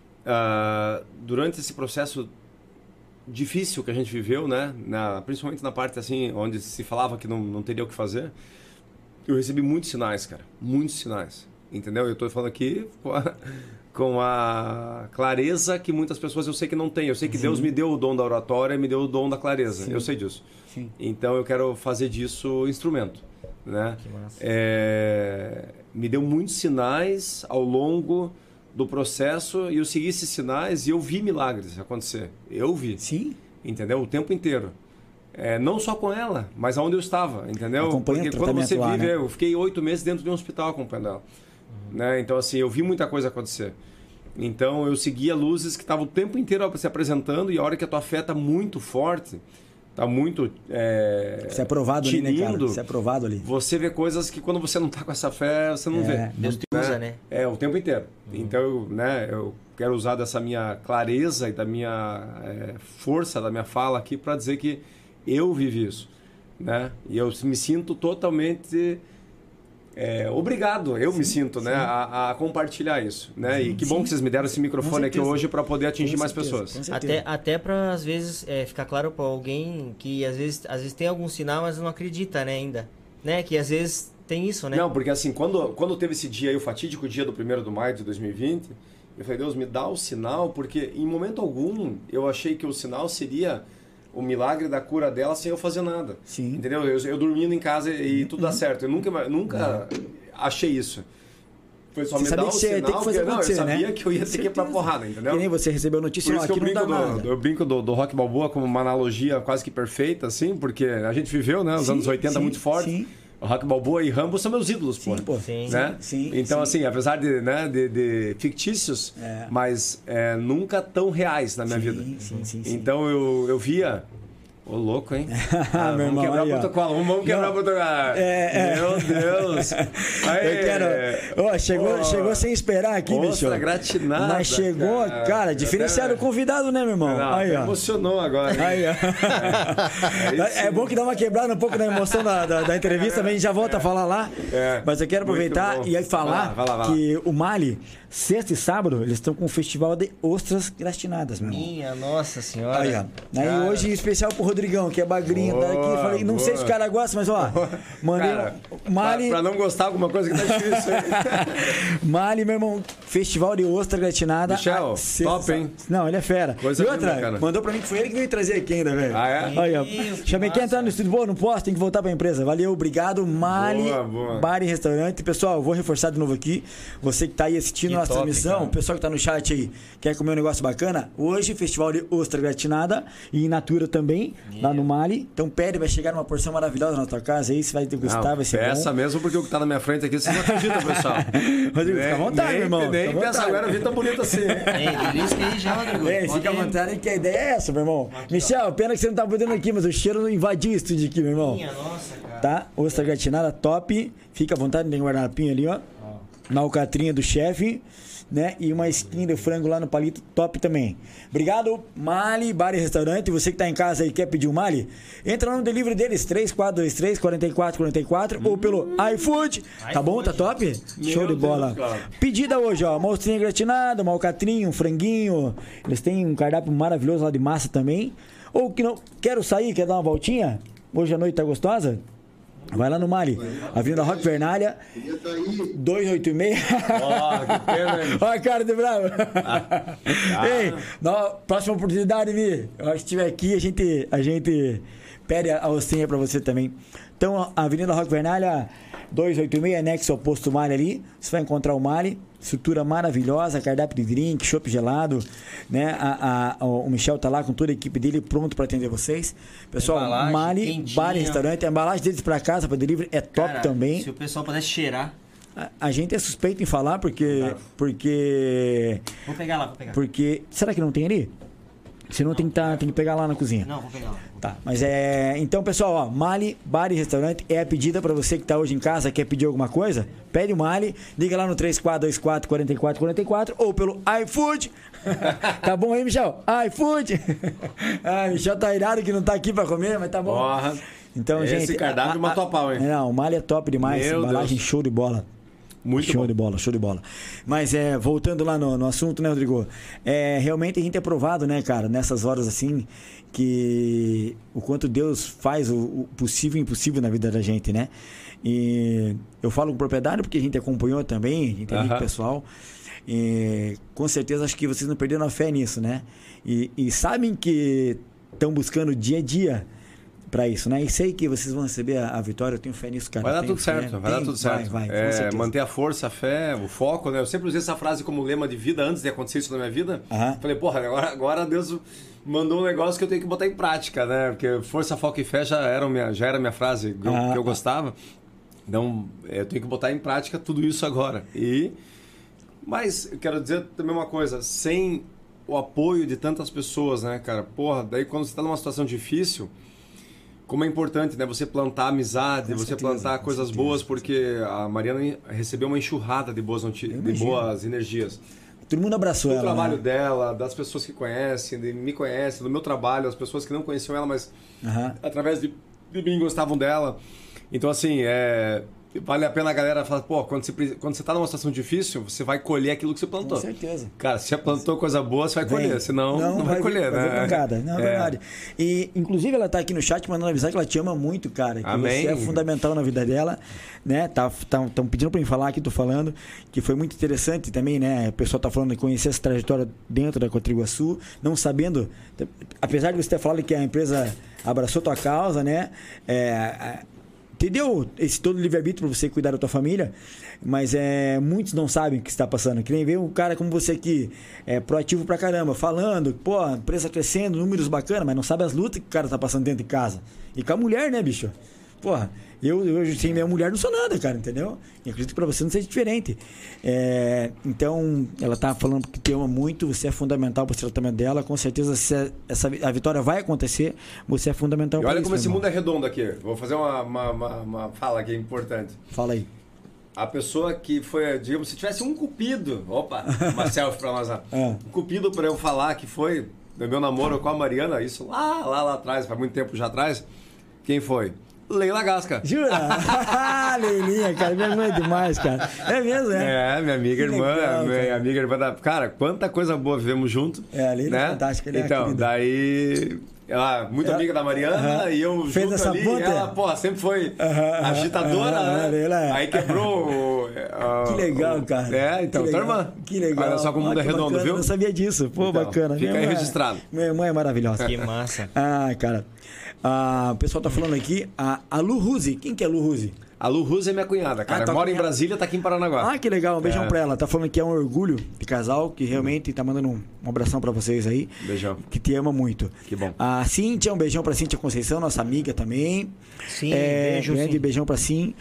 Uh, durante esse processo difícil que a gente viveu, né? Na, principalmente na parte assim, onde se falava que não, não teria o que fazer, eu recebi muitos sinais, cara. Muitos sinais. Entendeu? Eu estou falando aqui... com a clareza que muitas pessoas eu sei que não têm. Eu sei que Sim. Deus me deu o dom da oratória e me deu o dom da clareza. Sim. Eu sei disso. Sim. Então eu quero fazer disso instrumento. Né? Que massa. É... Me deu muitos sinais ao longo do processo e eu segui esses sinais e eu vi milagres acontecer. Eu vi. Sim. Entendeu? O tempo inteiro. É, não só com ela, mas aonde eu estava. Entendeu? Acompanha Porque quando você lá, vive... né? Eu fiquei oito meses dentro de um hospital acompanhando ela. Né? Então, assim, eu vi muita coisa acontecer. Então, eu seguia luzes que estavam o tempo inteiro se apresentando e a hora que a tua fé está muito forte, está muito é, Você é aprovado tinindo, ali, né, cara? Você é aprovado ali. Você vê coisas que quando você não está com essa fé, você não é, vê. Deus te usa, né? É, o tempo inteiro. Uhum. Então, eu, né, eu quero usar dessa minha clareza e da minha é, força, da minha fala aqui para dizer que eu vivi isso. Né? E eu me sinto totalmente... É, obrigado, eu sim, me sinto, sim. né, a, a compartilhar isso, né? Sim, e que bom sim. que vocês me deram esse microfone aqui hoje para poder atingir mais pessoas. Até, até para às vezes é, ficar claro para alguém que às vezes, às vezes tem algum sinal, mas não acredita, né, ainda, né? Que às vezes tem isso, né? Não, porque assim, quando, quando teve esse dia aí, o fatídico dia do primeiro de maio de dois mil e vinte, eu falei, Deus, me dá o sinal, porque em momento algum eu achei que o sinal seria o milagre da cura dela sem eu fazer nada. Sim. Entendeu? Eu, eu dormindo em casa e tudo dá certo. Eu nunca, nunca achei isso. Foi só você me dar o sinal, tem que fazer porque, não, eu sabia né? que eu ia ter que ir pra porrada, entendeu? Que nem você recebeu notícia, Por isso que eu aqui brinco, não dá do, nada. eu brinco do, do Rock Balboa como uma analogia quase que perfeita, assim, porque a gente viveu, né, os sim, anos oitenta sim, muito forte. Sim. O Rock Balboa e Rambo são meus ídolos, sim, pô. Sim, né? sim, então, sim. assim, apesar de, né, de, de fictícios, é. mas é, nunca tão reais na minha sim, vida. Sim, sim, sim. Então, eu, eu via... Ô, louco, hein? Ah, vamos irmão, quebrar aí, o protocolo, vamos, vamos quebrar o protocolo. É, Meu Deus! Aí, eu quero... oh, chegou, oh, chegou sem esperar aqui, bicho. Ostra gratinada. Mas chegou, cara, cara diferenciado o convidado, né, meu irmão? Não, aí, ó. Emocionou agora. Aí, ó. É, é bom que dá uma quebrada um pouco da emoção da, da, da entrevista, mas a gente já volta é. a falar lá. É. Mas eu quero aproveitar e aí falar vai lá, vai lá, vai lá. que o Mali, sexta e sábado, eles estão com um festival de ostras gratinadas, meu irmão. Minha nossa senhora. Aí, ó. Aí hoje, em especial pro Rodrigão, que é bagrinho. Boa, daqui, falei, não boa. sei se o cara gosta, mas ó, mandei cara, Mali... pra, pra não gostar alguma coisa que tá difícil, hein? Mali, meu irmão, festival de ostra gratinada. Michel, sexta... top, hein? Não, ele é fera. Coisa e outra, linda, mandou pra mim que foi ele que veio trazer aqui ainda, velho. Ah, é? Aí, ó. Chamei quem entrar no estúdio, boa, não posso, tem que voltar pra empresa. Valeu, obrigado, Mali, boa, boa. Bar e Restaurante. Pessoal, vou reforçar de novo aqui, você que tá aí assistindo que nossa top, transmissão, cara. O pessoal que tá no chat aí, quer comer um negócio bacana? Hoje, festival de ostra gratinada e in natura também, yeah. lá no Mali. Então pede, vai chegar uma porção maravilhosa na tua casa aí, você vai degustar, não, vai ser peça bom. mesmo, porque o que tá na minha frente aqui, vocês não acreditam, pessoal. Rodrigo, fica à vontade, nem, meu irmão. Nem pensa agora, vi tão bonito assim. É, delícia aí já, Rodrigo. É, fica à vontade, que a ideia é essa, meu irmão. Aqui, Michel, ó. Pena que você não tá podendo aqui, mas o cheiro não invadiu o estúdio aqui, meu irmão. Minha nossa, cara. Tá? Ostra gratinada, top. Fica à vontade, tem guardanapinho ali, ó. ó. Na alcatrinha do chefe. Né? E uma skin de frango lá no palito, top também. Obrigado, Mali, Bar e Restaurante. Você que tá em casa e quer pedir um Mali, entra no delivery deles, três quatro dois três, quatro quatro quatro quatro, hum. ou pelo iFood. Tá bom? Tá top? Meu Show de bola. Deus, pedida hoje, ó, uma ostrinha gratinada, uma alcatrinha, um franguinho. Eles têm um cardápio maravilhoso lá de massa também. Ou que não quero sair, quer dar uma voltinha? Hoje a noite tá gostosa? Vai lá no Mali, Avenida Roque Vernalha, dois oito seis. Ó, que pena, hein? Olha a cara de bravo. Ah. Ei, na próxima oportunidade, Mi, eu acho que estiver aqui, a gente, a gente pede a ostrinha pra você também. Então, Avenida Roque Vernalha, dois oito seis, anexo ao posto Mali ali. Você vai encontrar o Mali, estrutura maravilhosa, cardápio de drink, chopp gelado, né? A, a, o Michel tá lá com toda a equipe dele pronto para atender vocês. Pessoal, embalagem, Mali, quentinha. Bar e Restaurante, a embalagem deles para casa, para delivery é top. Cara, também. Se o pessoal pudesse cheirar. A, a gente é suspeito em falar porque claro. porque Vou pegar lá, vou pegar. Porque será que não tem ali? Se não, não tem, que tá, tem que pegar lá na cozinha. Não, vou pegar lá. Tá, mas é... Então, pessoal, ó, Mali, Bar e Restaurante é a pedida para você que tá hoje em casa, quer pedir alguma coisa, pede o Mali, liga lá no três quatro dois quatro, quatro quatro quatro quatro ou pelo iFood. Tá bom aí, Michel? iFood. Ah, Michel tá irado que não tá aqui para comer, mas tá bom. Porra. Então, esse gente... Esse cardápio matou a pau, hein? Não, o Mali é top demais, Meu embalagem Deus. Show de bola. Muito show bom. de bola, show de bola. Mas é, voltando lá no, no assunto, né, Rodrigo? É, realmente a gente é provado, né, cara, nessas horas assim, que o quanto Deus faz o, o possível e impossível na vida da gente, né? E eu falo com propriedade porque a gente acompanhou também, a gente é amigo pessoal. E com certeza acho que vocês não perderam a fé nisso, né? E, e sabem que estão buscando dia a dia para isso, né? E sei que vocês vão receber a, a vitória, eu tenho fé nisso, cara. Vai dar tudo fé, certo, vai tem, dar tudo certo. Vai, vai, é, manter a força, a fé, o foco, né? Eu sempre usei essa frase como lema de vida antes de acontecer isso na minha vida. Uhum. Falei, porra, agora, agora Deus mandou um negócio que eu tenho que botar em prática, né? Porque força, foco e fé já era minha, já era minha frase que eu, uhum. que eu gostava. Então, eu tenho que botar em prática tudo isso agora. E... Mas, eu quero dizer também uma coisa, sem o apoio de tantas pessoas, né, cara? Porra, daí quando você tá numa situação difícil... Como é importante, né? Você plantar amizade, com você certeza, plantar coisas certeza, boas, porque a Mariana recebeu uma enchurrada de boas, noti- de boas energias. Todo mundo abraçou do ela. Do trabalho né? dela, das pessoas que conhecem, de, me conhecem, do meu trabalho, as pessoas que não conheciam ela, mas uhum. através de, de mim gostavam dela. Então, assim, é, vale a pena a galera falar, pô, quando você, quando você tá numa situação difícil, você vai colher aquilo que você plantou. Com certeza. Cara, se você plantou coisa boa, você vai Vem. colher, senão não, não vai, vai colher, vai né? Pancada. Não, é verdade. E, inclusive, ela tá aqui no chat mandando avisar que ela te ama muito, cara. Que Amém. Você é fundamental na vida dela, né? Tá, tá, tão pedindo pra mim falar aqui, tô falando, que foi muito interessante também, né? O pessoal tá falando de conhecer essa trajetória dentro da Cotriguaçu, não sabendo, apesar de você ter falado que a empresa abraçou tua causa, né? É, te deu esse todo livre-arbítrio para você cuidar da tua família, mas é, muitos não sabem o que está passando. Que nem ver um cara como você aqui, é proativo pra caramba, falando, pô, a empresa crescendo, números bacanas, mas não sabe as lutas que o cara tá passando dentro de casa. E com a mulher, né, bicho? Porra, eu, eu sem minha mulher não sou nada, cara, entendeu? E acredito que pra você não seja diferente. É, então, ela tá falando que te ama muito, você é fundamental pro tratamento dela, com certeza se essa, a vitória vai acontecer, você é fundamental para isso. E olha como esse irmão. mundo é redondo aqui. Vou fazer uma, uma, uma, uma fala aqui importante. Fala aí. A pessoa que foi, digamos, se tivesse um cupido, opa, uma selfie pra nós lá, é. um cupido pra eu falar que foi do meu namoro com a Mariana, isso lá, lá, lá atrás, faz muito tempo já atrás, quem foi? Leila Gasca. Jura? Leilinha, cara, minha irmã é demais, cara. É mesmo, é? É, minha amiga que irmã, legal, minha cara. amiga irmã da... Cara, quanta coisa boa vivemos junto. É, a Leila né? é fantástica, ele é Então, querida. daí... Ela, muito Ela, amiga da Mariana, uh-huh. e eu Fez junto essa ali, ponte? e ela, porra, sempre foi uh-huh, agitadora, uh-huh, né? Ela é. Aí quebrou o, uh, Que legal, o, cara. É, então, tua irmã. Que legal. Olha só como o mundo é redondo, bacana. viu? Eu não sabia disso. Pô, então, bacana. Fica minha aí irmã, registrado. Minha irmã é maravilhosa. Que massa. Ah, cara. Ah, o pessoal tá falando aqui, a, a Lu Ruzi. Quem que é a Lu Ruzi? A Lu Ruz é minha cunhada, cara. Ah, tá mora em cunhada. Brasília, tá aqui em Paranaguá. Ah, que legal. Um beijão É. pra ela. Tá falando que é um orgulho de casal, que realmente tá mandando um, um abração pra vocês aí. Beijão. Que te ama muito. Que bom. A Cíntia, um beijão pra Cíntia Conceição, nossa amiga também. Sim, é, beijo, grande sim. beijão pra Sim.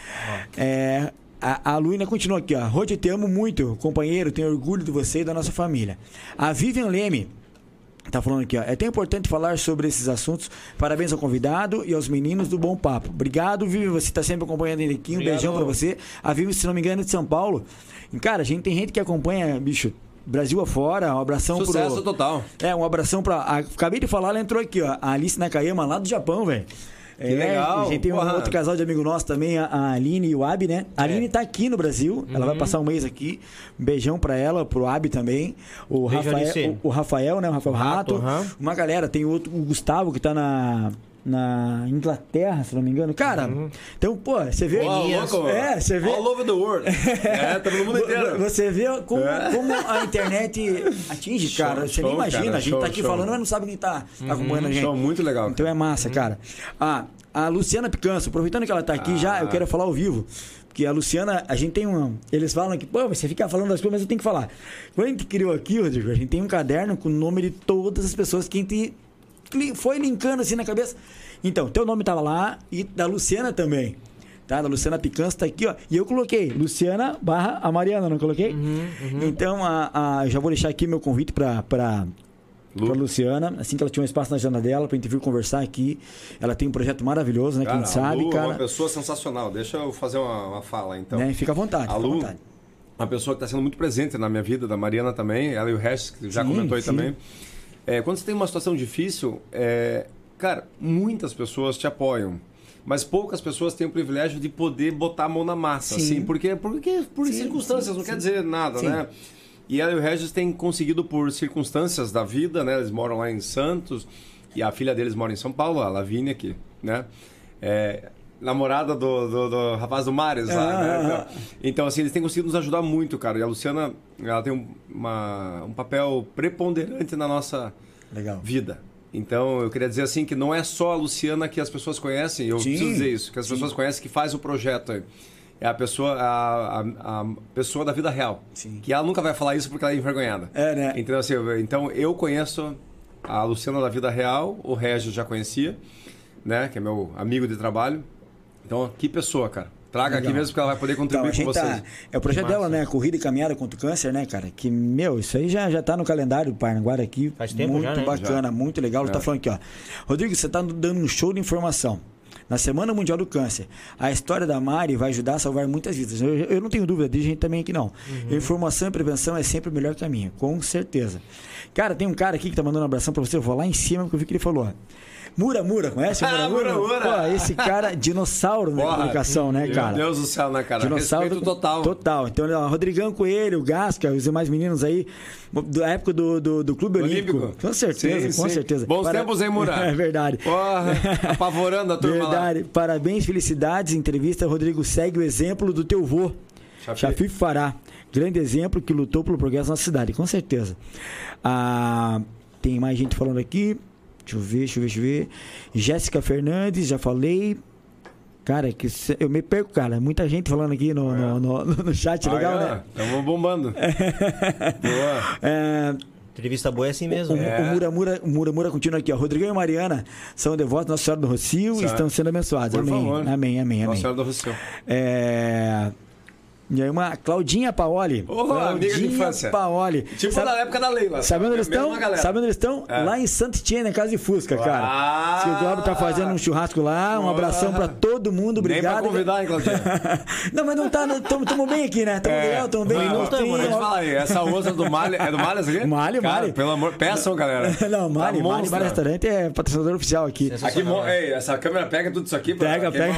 É, a, a Luína continua aqui, ó. Rode, te amo muito, companheiro. Tenho orgulho de você e da nossa família. A Vivian Leme tá falando aqui, ó. É tão importante falar sobre esses assuntos. Parabéns ao convidado e aos meninos do Bom Papo. Obrigado, Vivi. Você tá sempre acompanhando ele aqui. Um Obrigado. beijão pra você. A Vivi, se não me engano, é de São Paulo. E, cara, a gente tem gente que acompanha, bicho, Brasil afora. Um abração pro... Sucesso total. É, um abração pra... a- Acabei de falar, ela entrou aqui, ó. A Alice Nakayama, lá do Japão, velho. Que legal, A gente tem um porra. outro casal de amigo nosso também, a a Aline e o Abi, né? A Aline tá aqui no Brasil, ela vai passar um mês aqui. Um beijão pra ela, pro Abi também. O, Beijo, Alice. Rafael, o, o Rafael, né? O Rafael Rato. Rato, aham. Uma galera, tem outro, o Gustavo, que tá na, na Inglaterra, se não me engano. Cara, então, pô, você vê... Ó, louco. É, você vê... All over the world. É, tá no mundo inteiro. Você vê como, É. como a internet atinge, Show, cara. Você show, nem imagina. cara, a gente show, tá aqui show. falando, mas não sabe quem tá acompanhando a gente. Show muito legal. Então é massa, cara. Ah, a Luciana Picanço, aproveitando que ela tá aqui Ah. já, eu quero falar ao vivo. Porque a Luciana, a gente tem um. Eles falam que, pô, você fica falando das coisas, mas eu tenho que falar. Quando a gente criou aqui, Rodrigo, a gente tem um caderno com o nome de todas as pessoas que a gente cli- foi linkando assim na cabeça. Então, teu nome tava lá e da Luciana também. Tá? Da Luciana Picanço tá aqui, ó. E eu coloquei Luciana barra a Mariana, não coloquei? Então, a, a, eu já vou deixar aqui meu convite pra. pra Lu. Pra Luciana, assim que ela tiver um espaço na agenda dela, pra gente vir conversar aqui. Ela tem um projeto maravilhoso, né? Cara, que a gente sabe, a Lu é cara. uma pessoa sensacional. Deixa eu fazer uma, uma fala, então. Né? Fica à vontade. A fica à Lu, vontade. uma pessoa que está sendo muito presente na minha vida, da Mariana também, ela e o Regis, que já Sim, comentou aí sim. também. É, quando você tem uma situação difícil, é, cara, muitas pessoas te apoiam. Mas poucas pessoas têm o privilégio de poder botar a mão na massa, Sim. assim, porque, porque por Sim, circunstâncias, sim, não sim. quer dizer nada, Sim. né? E ela e o Regis têm conseguido, por circunstâncias da vida, né? Eles moram lá em Santos e a filha deles mora em São Paulo, a Lavínia aqui, né? É, namorada do, do, do rapaz do Mares lá, Ah, né? ah, Então, ah. então, assim, eles têm conseguido nos ajudar muito, cara. E a Luciana, ela tem um, uma, um papel preponderante na nossa Legal. vida. Então, eu queria dizer assim que não é só a Luciana que as pessoas conhecem, eu Sim, preciso dizer isso, que as sim. pessoas conhecem que faz o projeto aí. É a pessoa, a, a, a pessoa da vida real. Sim. Que ela nunca vai falar isso porque ela é envergonhada. É, né? Então, assim, eu, então, eu conheço a Luciana da vida real, o Regis já conhecia, né? Que é meu amigo de trabalho. Então, que pessoa, cara. Traga Legal. aqui mesmo que ela vai poder Então, contribuir a gente com vocês. tá, é o projeto Massa. dela, né? Corrida e caminhada contra o câncer, né, cara? Que, meu, isso aí já, já tá no calendário do Paranaguá aqui. Faz tempo muito já, né? bacana, muito legal. Ele É. tá falando aqui, ó. Rodrigo, você tá dando um show de informação. Na Semana Mundial do Câncer. A história da Mari vai ajudar a salvar muitas vidas. Eu, eu não tenho dúvida disso, a gente também aqui não. Uhum. Informação e prevenção é sempre o melhor caminho, com certeza. Cara, tem um cara aqui que tá mandando um abração pra você. Eu vou lá em cima porque eu vi que ele falou, ó. Mura Mura, conhece o Mura Mura? Mura, Mura. Pô, esse cara, dinossauro na comunicação, né, cara? Meu Deus do céu, né, cara? Dinossauro Respeito total. Total. Então, ó, Rodrigão Coelho, o Gasca, os demais meninos aí, da época do, do, do Clube Olímpico. Olímpico. Com certeza, sim, com sim. certeza. Bons Para... tempos, hein, Mura? É verdade. Porra, apavorando a turma verdade. Lá. Parabéns, felicidades. Entrevista, Rodrigo, segue o exemplo do teu vô, Chafi Fará. Grande exemplo que lutou pelo progresso da nossa cidade, com certeza. Ah, tem mais gente falando aqui. Deixa eu ver, deixa eu ver, deixa eu ver. Jéssica Fernandes, já falei. Cara, que eu me perco, cara. Muita gente falando aqui no, no, no, no chat, ah, legal, é. né? Estamos bombando. Boa. É... Entrevista boa é assim mesmo. O, é. o, Mura, Mura, o Mura Mura continua aqui, ó. Rodrigão e Mariana são devotos da Nossa Senhora do Rocio e estão sendo abençoados. Por amém. Favor. Amém, amém, amém. Nossa Senhora do Rocio. É... E aí uma Claudinha Paoli. Oh, Claudinha amiga de infância. Paoli. Tipo sabe, da época da Leila. Sabe onde eles estão? Sabe onde eles estão? É. Lá em Sant'Etienne, na casa de Fusca, cara. Ah, o Glauber tá fazendo um churrasco lá. Um abração pra todo mundo. Obrigado. Nem pra convidar, hein, Claudinha? Não, mas não tá. Estamos bem aqui, né? Estamos é. legal, estamos bem. Não, não tem. Deixa eu falar aí. Essa outra do Malha. É do Malha essa aqui? Malha, cara, Malha. Pelo amor. Peçam, galera. Não, Malha. Tá Malha, Malha Restaurante é patrocinador oficial aqui. Aqui, ei, essa câmera pega tudo isso aqui. Pega, pega.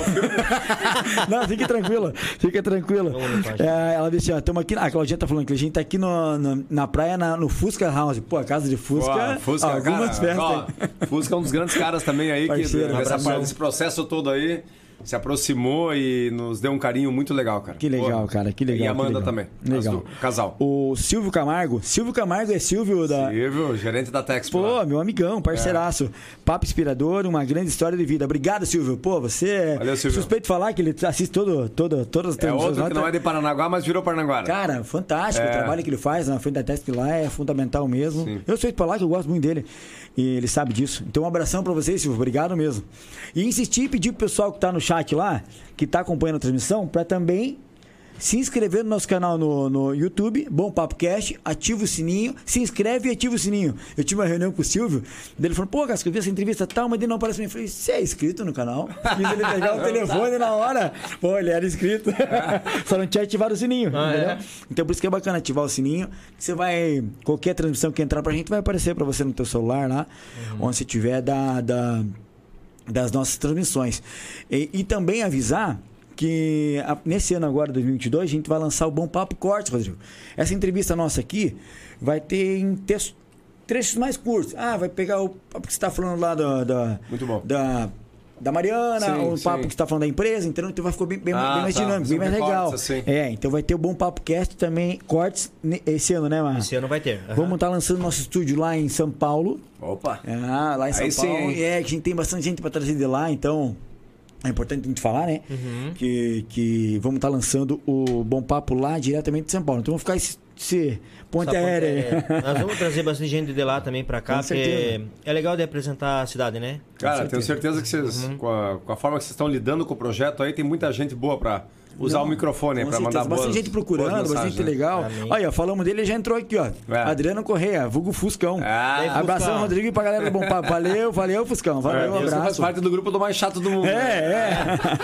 Não, fique tranquilo. Fica tranquilo. Ela disse, ó, estamos aqui. A Claudinha tá falando que a gente tá aqui no, no, na praia, na, no Fusca House. Pô, a casa de Fusca. Pô, Fusca, algumas cara, festas. Ó, Fusca é um dos grandes caras também aí, Parceiro, que essa, esse processo todo aí se aproximou e nos deu um carinho muito legal, cara. Que legal, Pô, cara, que legal. E a Amanda legal. também. Legal. Do casal. O Silvio Camargo. Silvio Camargo é Silvio da... Silvio, gerente da Texpo. Pô, lá. meu amigão, parceiraço. É. Papo inspirador, uma grande história de vida. Obrigado, Silvio. Pô, você é Valeu, Silvio. suspeito de falar que ele assiste todo, todo, todas as transmissões. É outro que não é de Paranaguá, mas virou Paranaguá. Cara, fantástico. É. O trabalho que ele faz na frente da Texpo lá é fundamental mesmo. Sim. Eu sou de falar que eu gosto muito dele. E ele sabe disso. Então, um abração pra vocês, Silvio. Obrigado mesmo. E insistir e pedir pro pessoal que tá no chat lá, que tá acompanhando a transmissão, pra também se inscrever no nosso canal no, no YouTube, Bom Papo Cast, ativa o sininho, se inscreve e ativa o sininho. Eu tive uma reunião com o Silvio, daí ele falou, pô, Casca, eu vi essa entrevista tal, mas ele não aparece pra mim. Eu falei, você é inscrito no canal? Fiz ele pegar o telefone na hora. Pô, ele era inscrito. Só não tinha ativado o sininho, ah, entendeu? É? Então por isso que é bacana ativar o sininho, que você vai, qualquer transmissão que entrar pra gente vai aparecer pra você no teu celular lá, uhum. onde você tiver da, da, das nossas transmissões. E, e também avisar que a, nesse ano agora, dois mil e vinte e dois, a gente vai lançar o Bom Papo Cortes, Rodrigo. Essa entrevista nossa aqui vai ter em texto, trechos mais curtos. Ah, vai pegar o papo que você está falando lá da, da, Muito bom. da, da Mariana, sim, o papo sim. que você está falando da empresa, então, então vai ficar bem, bem, ah, bem mais tá. dinâmico, bem mais legal. Cortes, assim. É, então vai ter o Bom Papo Cast também, cortes esse ano, né, Mar? Esse ano vai ter. Uhum. Vamos estar tá lançando nosso estúdio lá em São Paulo. Opa! Ah, lá em São Aí Paulo. Sim. É, que a gente tem bastante gente para trazer de lá, então... É importante a gente falar, né? Uhum. Que, que vamos estar tá lançando o Bom Papo lá diretamente de São Paulo. Então vamos ficar esse, esse ponte aérea. É. Nós vamos trazer bastante gente de lá também pra cá, porque é legal de apresentar a cidade, né? Cara, certeza. Tenho certeza que vocês, uhum. com, a, com a forma que vocês estão lidando com o projeto aí, tem muita gente boa pra usar Não, o microfone para mandar boas. Bastante gente procurando, bastante gente legal. Amém. Olha, falamos dele, ele já entrou aqui, ó. É. Adriano Correia, vulgo Fuscão. Ah, Abração, Fuscão. Rodrigo, e pra galera do Bom Papo. Valeu, valeu, Fuscão. Valeu, é, um abraço. Faz parte do grupo do mais chato do mundo. É, né? é.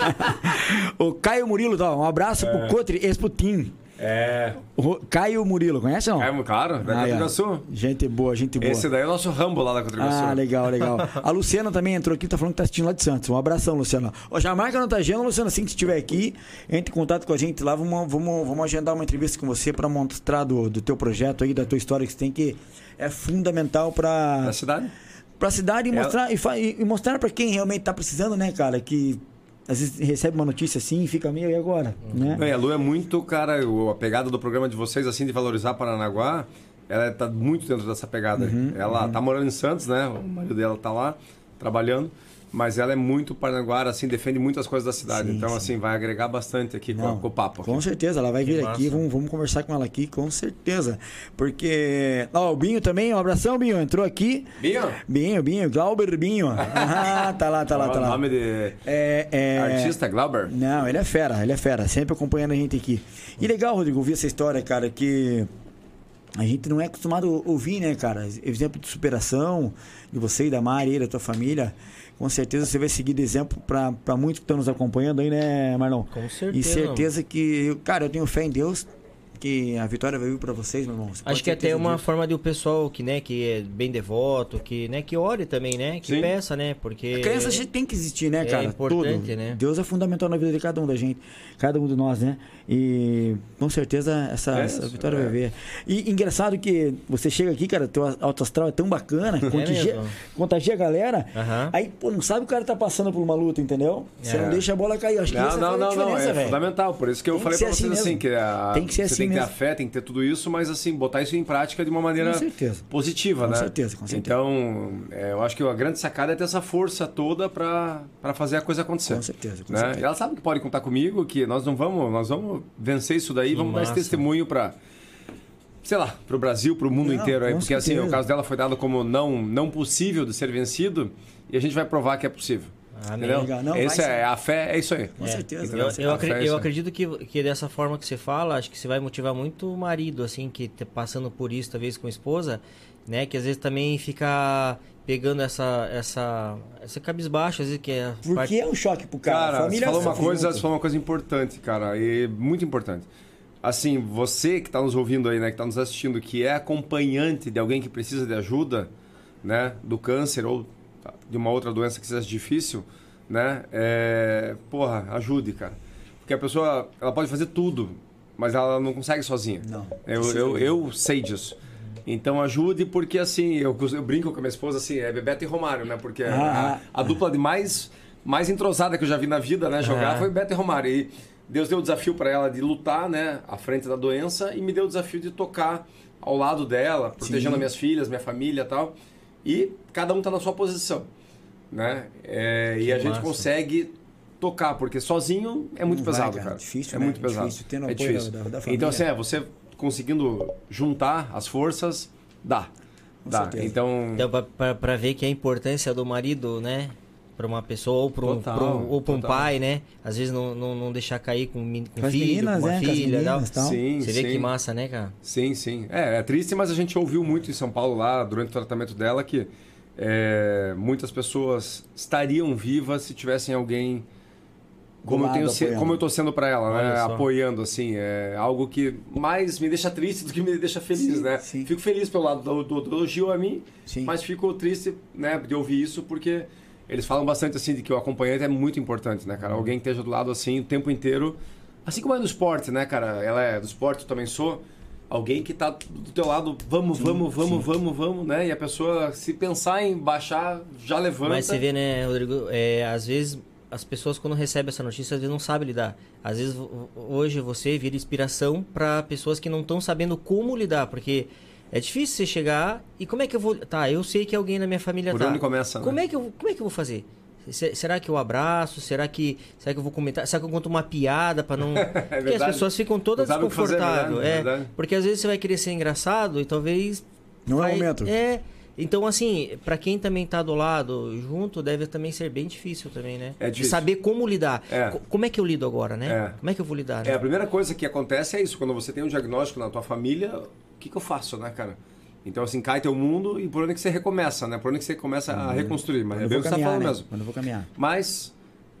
O Caio Murilo, tá, um abraço é. pro Cotri Exputim. É. O Caio Murilo, conhece não? É, claro, da ah, Contribuição. É. Gente boa, gente boa. Esse daí é o nosso Rambo lá da Contribuição. Ah, legal, legal. A Luciana também entrou aqui, tá falando que tá assistindo lá de Santos. Um abração, Luciana. Ó, já marca no Tajano, Luciana, assim que estiver aqui, entre em contato com a gente lá, vamos, vamos, vamos agendar uma entrevista com você para mostrar do, do teu projeto aí, da tua história que você tem, que é fundamental para a cidade. Para a cidade e é. mostrar, e, e mostrar para quem realmente tá precisando, né, cara, que às vezes recebe uma notícia assim e fica meio, e agora? Né? É, a Lu é muito, cara, a pegada do programa de vocês, assim, de valorizar Paranaguá, ela tá muito dentro dessa pegada. Uhum, ela uhum. tá morando em Santos, né? O marido dela tá lá, trabalhando, mas ela é muito paranaguara, assim, defende muitas coisas da cidade. Sim, então, sim. assim, vai agregar bastante aqui com, com o papo. Aqui. Com certeza, ela vai vir que aqui, vamos, vamos conversar com ela aqui, com certeza. Porque... Ó, o Binho também, um abração, Binho, entrou aqui. Binho? Binho, Binho, Glauber Binho. Ah, tá lá, tá lá, tá lá. O nome de é, é... artista, Glauber? Não, ele é fera, ele é fera, sempre acompanhando a gente aqui. E legal, Rodrigo, ouvir essa história, cara, que... A gente não é acostumado a ouvir, né, cara? Exemplo de superação de você e da Mari, da tua família. Com certeza você vai seguir de exemplo para muitos que estão nos acompanhando aí, né, Marlon? Com certeza. E certeza que, cara, eu tenho fé em Deus. que a vitória veio para vocês, meu irmão. Acho que até é uma forma de o pessoal que, né, que é bem devoto, que, né, que ore também, né, que Sim. peça, né, porque... A crença tem que existir, né, cara? É importante, Tudo. né? Deus é fundamental na vida de cada um da gente, cada um de nós, né? E com certeza essa, é essa vitória é. vai ver. E engraçado que você chega aqui, cara, teu alto astral é tão bacana, é contagia, contagia a galera, uhum. aí, pô, não sabe o cara tá passando por uma luta, entendeu? Você é. não deixa a bola cair. Acho que não, essa não, não, não, é véio. fundamental. Por isso que eu tem falei que pra vocês assim, assim que a, tem que ser você assim tem que ter mesmo. a fé, tem que ter tudo isso, mas assim, botar isso em prática de uma maneira positiva, com né? Com certeza, com certeza. Então, é, eu acho que a grande sacada é ter essa força toda pra, pra fazer a coisa acontecer. Com certeza, com né? certeza. E ela sabe que pode contar comigo, que nós não vamos, nós vamos vencer isso daí, que vamos massa. dar esse testemunho pra, sei lá, pro Brasil, pro mundo não, inteiro aí, porque certeza. assim, o caso dela foi dado como não, não possível de ser vencido, e a gente vai provar que é possível. Amém. Não, Esse é, a fé é isso aí. Com é. certeza. Eu, eu, acredito, é eu acredito que, que dessa forma que você fala, acho que você vai motivar muito o marido, assim, que tá passando por isso, talvez com a esposa, né? Que às vezes também fica pegando essa, essa, essa cabisbaixa, às vezes que é... Porque parte... é um choque pro cara. Cara, a família você falou uma coisa, você falou uma coisa importante, cara, e muito importante. Assim, você que está nos ouvindo aí, né, que está nos assistindo, que é acompanhante de alguém que precisa de ajuda, né, do câncer ou de uma outra doença que seja difícil, né? É, porra, ajude, cara. Porque a pessoa, ela pode fazer tudo, mas ela não consegue sozinha. Não. Eu, eu, eu sei disso. Então ajude, porque assim, eu, eu brinco com a minha esposa assim, é Bebeto e Romário, né? Porque ah, a, a dupla de mais, mais entrosada que eu já vi na vida, né? Jogar ah. foi Bebeto e Romário. E Deus deu o desafio para ela de lutar, né? À frente da doença, e me deu o desafio de tocar ao lado dela, protegendo Sim. as minhas filhas, minha família e tal. E cada um tá na sua posição, né? É, e a massa. gente consegue tocar, porque sozinho é muito Não pesado, vai, cara. cara. Difícil, é né? muito pesado. Difícil, tendo é apoio difícil. Da, da família. Então assim, é, você conseguindo juntar as forças, dá. Com dá. certeza. Então, então para ver que a importância do marido, né? Para uma pessoa ou para um, um, ou pra um pai, né? Às vezes não, não, não deixar cair com, com um filho, meninas, com uma né? filha. Tal. Tal. Sim, Você vê sim. que massa, né, cara? Sim, sim. É, é triste, mas a gente ouviu muito em São Paulo lá, durante o tratamento dela, que é, muitas pessoas estariam vivas se tivessem alguém como, eu, tenho, como eu tô sendo para ela, né? Apoiando, assim. É algo que mais me deixa triste do que me deixa feliz, sim, né? Sim. Fico feliz pelo lado do, do, do elogio a mim, sim. mas fico triste, né, de ouvir isso, porque eles falam bastante assim de que o acompanhante é muito importante, né, cara? Alguém que esteja do lado assim o tempo inteiro, assim como é no esporte, né, cara? Ela é do esporte, eu também sou. Alguém que tá do teu lado, vamos, sim, vamos, vamos, sim. vamos, vamos, né? E a pessoa, se pensar em baixar, já levanta. Mas você vê, né, Rodrigo, é, às vezes as pessoas quando recebem essa notícia, às vezes não sabem lidar. Às vezes hoje você vira inspiração para pessoas que não estão sabendo como lidar, porque é difícil você chegar e como é que eu vou... Tá, eu sei que alguém na minha família Por tá. onde começa, né? Como é que eu, como é que eu vou fazer? Será que eu abraço? Será que, será que eu vou comentar? Será que eu conto uma piada para não... é porque as pessoas ficam todas desconfortáveis. É, é, porque às vezes você vai querer ser engraçado e talvez... Não vai, é o momento. É... Então, assim, para quem também tá do lado, junto, deve também ser bem difícil também, né? É difícil. De saber como lidar. É. Como é que eu lido agora, né? É. Como é que eu vou lidar, né? É, a primeira coisa que acontece é isso. Quando você tem um diagnóstico na tua família, o que, que eu faço, né, cara? Então, assim, cai teu mundo e por onde que você recomeça, né? Por onde que você começa uhum. a reconstruir. Mas Quando é bem o que você tá falando né? mesmo. Quando eu vou caminhar. Mas,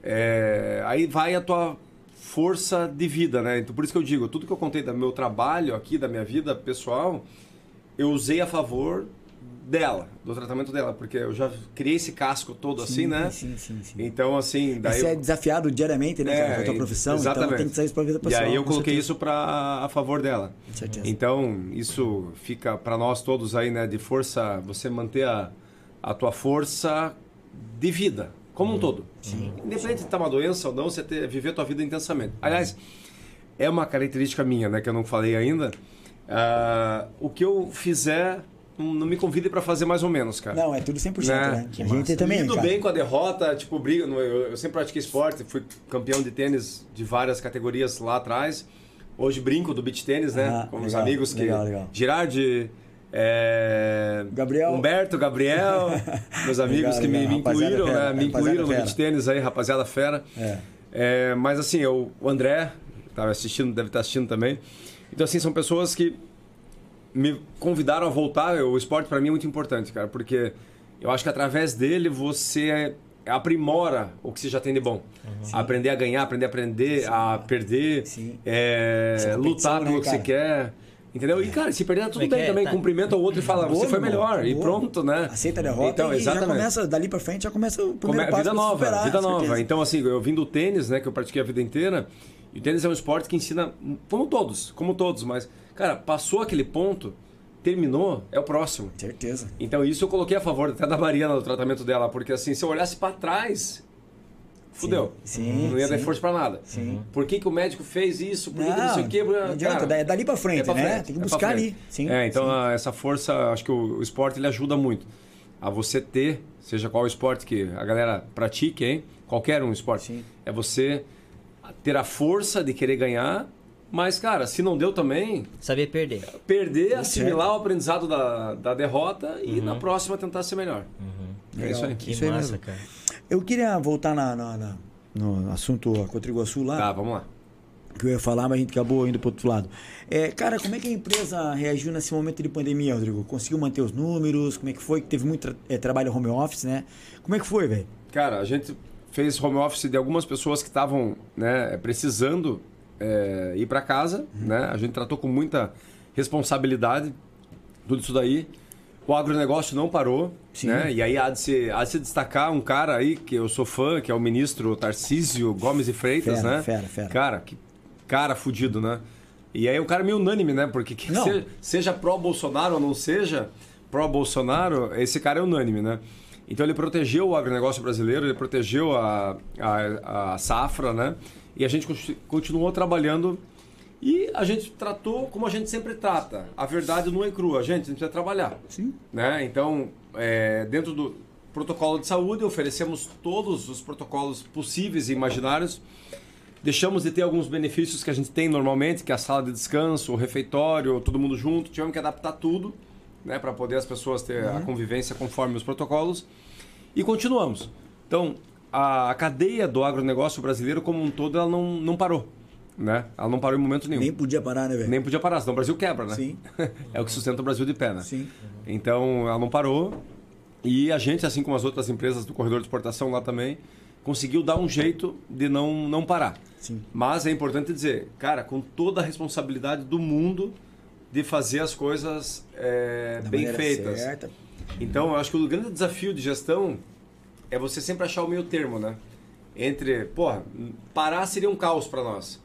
é, aí vai a tua força de vida, né? Então, por isso que eu digo, tudo que eu contei do meu trabalho aqui, da minha vida pessoal, eu usei a favor dela, do tratamento dela, porque eu já criei esse casco todo sim, assim, né? Sim, sim, sim. Então, assim... Daí Você eu... é desafiado diariamente, né? É, com a tua profissão, exatamente. Então tem que sair isso pra vida pessoal. E aí eu coloquei certeza. isso pra, a favor dela. Com certeza. Então, isso fica para nós todos aí, né? De força, você manter a, a tua força de vida, como hum, um todo. Sim, Independente sim. de estar uma doença ou não, você ter, viver a tua vida intensamente. Aliás, é uma característica minha, né? Que eu não falei ainda. Uh, o que eu fizer... Não me convide para fazer mais ou menos, cara. Não, é tudo cem por cento, né? né? Que a gente também, Lido cara. bem com a derrota, tipo, briga. Eu, eu sempre pratiquei esporte, fui campeão de tênis de várias categorias lá atrás. Hoje brinco do beach tênis, né? Ah, com legal, os amigos que... legal, legal. Girardi, é... Gabriel. Humberto, Gabriel, meus amigos legal, que legal. me, me incluíram, fera, né? Me incluíram no beach tênis aí, rapaziada fera. É. É, mas assim, eu, o André, tava assistindo, deve estar assistindo também. Então assim, são pessoas que me convidaram a voltar. O esporte para mim é muito importante, cara, porque eu acho que através dele você aprimora o que você já tem de bom. Uhum. Aprender a ganhar, aprender a aprender, Sim. a perder, é, lutar pelo né, que cara? Você quer. Entendeu? E, cara, se perder, tudo é bem é? também. Tá. Cumprimenta o outro e fala, boa, você foi melhor. Boa. E pronto, né? Aceita a derrota então, e exatamente. Já começa, dali pra frente, já começa o primeiro Come, passo vida nova, superar, vida nova. Certeza. Então, assim, eu vim do tênis, né? Que eu pratiquei a vida inteira. E o tênis é um esporte que ensina, como todos, como todos. Mas, cara, passou aquele ponto, terminou, é o próximo. Certeza. Então, isso eu coloquei a favor até da Mariana, no tratamento dela. Porque, assim, se eu olhasse pra trás... Fudeu. Sim, não ia sim. dar força pra nada. Sim. Por que, que o médico fez isso? Por que, não, que não sei o quê? Não adianta, cara, é dali pra frente, é pra né? Frente, tem que buscar é ali. Sim, é, então sim. A, essa força, acho que o, o esporte ele ajuda muito a você ter, seja qual esporte que a galera pratique, hein? Qualquer um esporte. Sim. É você ter a força de querer ganhar, mas, cara, se não deu também... Saber perder. Perder, assimilar certo. O aprendizado da, da derrota e uhum. na próxima tentar ser melhor. Uhum. É Legal. Isso aí. Que isso massa, aí cara. Eu queria voltar na, na, na, no assunto Cotriguaçu lá. Tá, vamos lá. Que eu ia falar, mas a gente acabou indo para outro lado. É, cara, como é que a empresa reagiu nesse momento de pandemia, Rodrigo? Conseguiu manter os números? Como é que foi? Teve muito é, trabalho home office, né? Como é que foi, velho? Cara, a gente fez home office de algumas pessoas que estavam, né, precisando é, ir para casa, uhum. né? A gente tratou com muita responsabilidade tudo isso daí. O agronegócio não parou, Sim. né? E aí há de, se, há de se destacar um cara aí que eu sou fã, que é o ministro Tarcísio Gomes e Freitas, fera, né? Fera, fera. Cara, que cara fudido, né? E aí o cara é meio unânime, né? Porque que seja, seja pró-Bolsonaro ou não seja pró-Bolsonaro, esse cara é unânime, né? Então ele protegeu o agronegócio brasileiro, ele protegeu a, a, a safra, né? E a gente continuou trabalhando e a gente tratou como a gente sempre trata. A verdade não é crua, gente, a gente precisa trabalhar. Sim. Né? Então, é, dentro do protocolo de saúde, oferecemos todos os protocolos possíveis e imaginários. Deixamos de ter alguns benefícios que a gente tem normalmente, que é a sala de descanso, o refeitório, todo mundo junto. Tivemos que adaptar tudo, né, para poder as pessoas ter uhum. a convivência conforme os protocolos. E continuamos. Então, a, a cadeia do agronegócio brasileiro como um todo, ela não, não parou. Né? Ela não parou em momento nenhum. Nem podia parar, né, velho? Nem podia parar, senão o Brasil quebra, né? Sim. É o que sustenta o Brasil de pé, né? Sim. Então, ela não parou. E a gente, assim como as outras empresas do corredor de exportação lá também, conseguiu dar um jeito de não, não parar. Sim. Mas é importante dizer, cara, com toda a responsabilidade do mundo de fazer as coisas é, bem feitas. Certa. Então, eu acho que o grande desafio de gestão é você sempre achar o meio termo, né? Entre, porra, parar seria um caos para nós.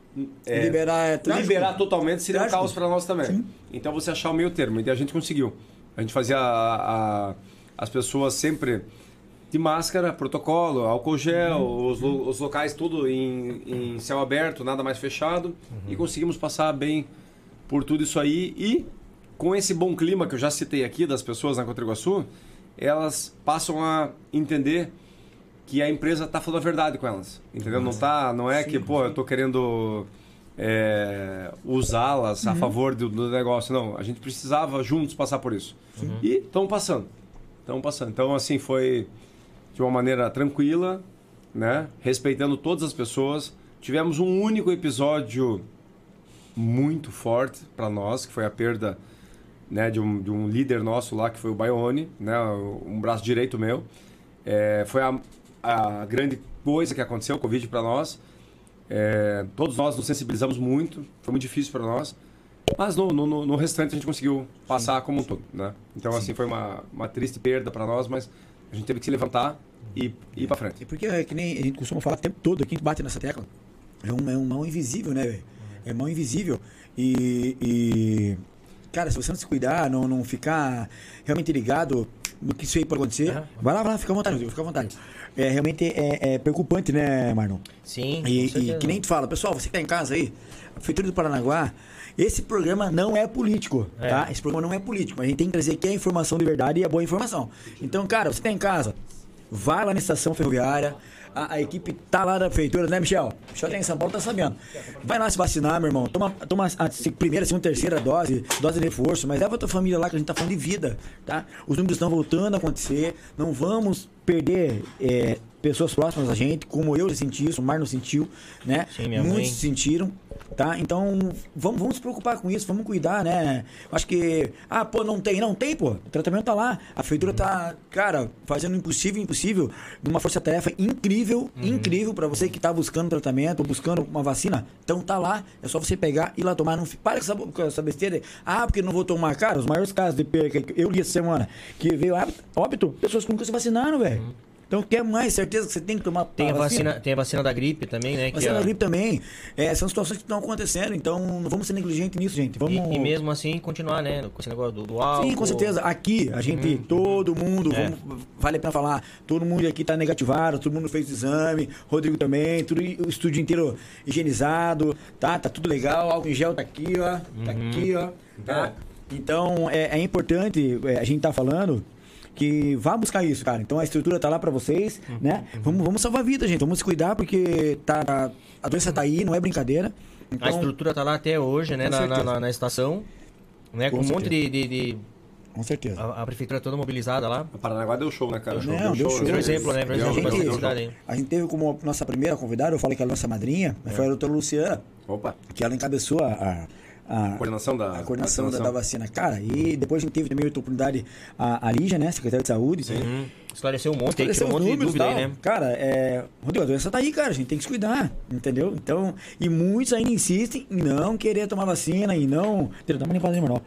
É, liberar é trágico. Liberar totalmente seria trágico. um caos para nós também. Sim. Então você achar o meio termo. E a gente conseguiu. A gente fazia a, a, as pessoas sempre de máscara, protocolo, álcool gel, uhum. os, os locais tudo em, em céu aberto, nada mais fechado. Uhum. E conseguimos passar bem por tudo isso aí. E com esse bom clima que eu já citei aqui das pessoas na Cotriguaçu, elas passam a entender que a empresa está falando a verdade com elas, entendeu? Não, tá, não é sim, que, pô, sim. eu tô querendo é, usá-las uhum. a favor do, do negócio, não. A gente precisava juntos passar por isso. Uhum. E estamos passando, estamos passando. Então, assim, foi de uma maneira tranquila, né? Respeitando todas as pessoas. Tivemos um único episódio muito forte para nós, que foi a perda, né, de, um, de um líder nosso lá, que foi o Baione, né? Um braço direito meu. É, foi a a grande coisa que aconteceu, o Covid para nós. É, todos nós nos sensibilizamos muito, foi muito difícil para nós, mas no, no, no restante a gente conseguiu passar Sim. como um todo, né? Então, Sim. assim, foi uma, uma triste perda para nós, mas a gente teve que se levantar e, e ir para frente. E porque é que nem a gente costuma falar o tempo todo, aqui a gente bate nessa tecla, é um, é um mão invisível, né, velho? É mão invisível. E, e, cara, se você não se cuidar, não, não ficar realmente ligado no que isso aí pode acontecer, uhum. vai lá, vai lá, fica à vontade, fica à vontade. É, realmente é, é preocupante, né, Marlon? Sim. E, e que nem tu fala, pessoal, você que tá em casa aí, Prefeitura do Paranaguá, esse programa não é político, é. tá? Esse programa não é político, mas a gente tem que trazer aqui a informação de verdade e a boa informação. Então, cara, você tá em casa, vai lá na estação ferroviária, a, a equipe tá lá da prefeitura, né, Michel? Michel tá em São Paulo, tá sabendo. Vai lá se vacinar, meu irmão. Toma, toma a primeira, segunda, terceira dose, dose de reforço, mas leva a tua família lá que a gente tá falando de vida, tá? Os números estão voltando a acontecer, não vamos perder é, pessoas próximas a gente, como eu já senti isso, o Marno sentiu, né? Sim, minha Muitos mãe. sentiram. tá? Então, vamos, vamos se preocupar com isso, vamos cuidar, né? Acho que, ah, pô, não tem, não tem, pô. O tratamento tá lá. A prefeitura tá, cara, fazendo o impossível, impossível, numa força-tarefa incrível, uhum. incrível para você que tá buscando tratamento, ou buscando uma vacina. Então tá lá, é só você pegar e ir lá tomar. Não, para com essa, com essa besteira. Ah, porque não vou tomar. Cara, os maiores casos de perca que eu li essa semana, que veio óbito, pessoas que nunca se vacinaram, velho. Uhum. Então, quer mais certeza que você tem que tomar tem a vacina? vacina tem a vacina da gripe também, né? A vacina que da a... gripe também. É, são situações que estão acontecendo, então não vamos ser negligentes nisso, gente. Vamos... E, e mesmo assim continuar, né? Com esse negócio do, do álcool. Sim, com certeza. Aqui, a gente, uhum. todo mundo, é. vamos, vale a pena falar, todo mundo aqui tá negativado, todo mundo fez o exame, Rodrigo também, tudo, o estúdio inteiro higienizado, tá? Tá tudo legal, o álcool em gel tá aqui, ó. Tá uhum. aqui, ó. Tá? Então, é, é importante, é, a gente tá falando... que vá buscar isso, cara. Então a estrutura tá lá para vocês, uhum, né? Uhum. Vamos, vamos salvar a vida, gente. Vamos se cuidar porque tá, a doença tá aí, não é brincadeira. Então... A estrutura tá lá até hoje, né? Na, na, na estação, né? Com, com um monte de, de, de... Com certeza. A, a prefeitura toda mobilizada lá. A Paranaguá deu show, né, cara? Deu show. Não, deu show. Deu exemplo, né? Pra a, gente, gente, a gente teve como nossa primeira convidada, eu falei que a nossa madrinha, é. foi a doutora Luciana. Opa. Que ela encabeçou a... A, a coordenação da, a coordenação da, da vacina. Cara, e depois a gente teve também a oportunidade, a, a Lígia, né, secretária de saúde. Sim. Uhum. Esclareceu um monte, Esclareceu um monte de dúvida aí, né? Cara, é, Rodrigo, a doença tá aí, cara, a gente tem que se cuidar, entendeu? Então, e muitos ainda insistem em não querer tomar vacina e não... Dá uma limpada aí, mano.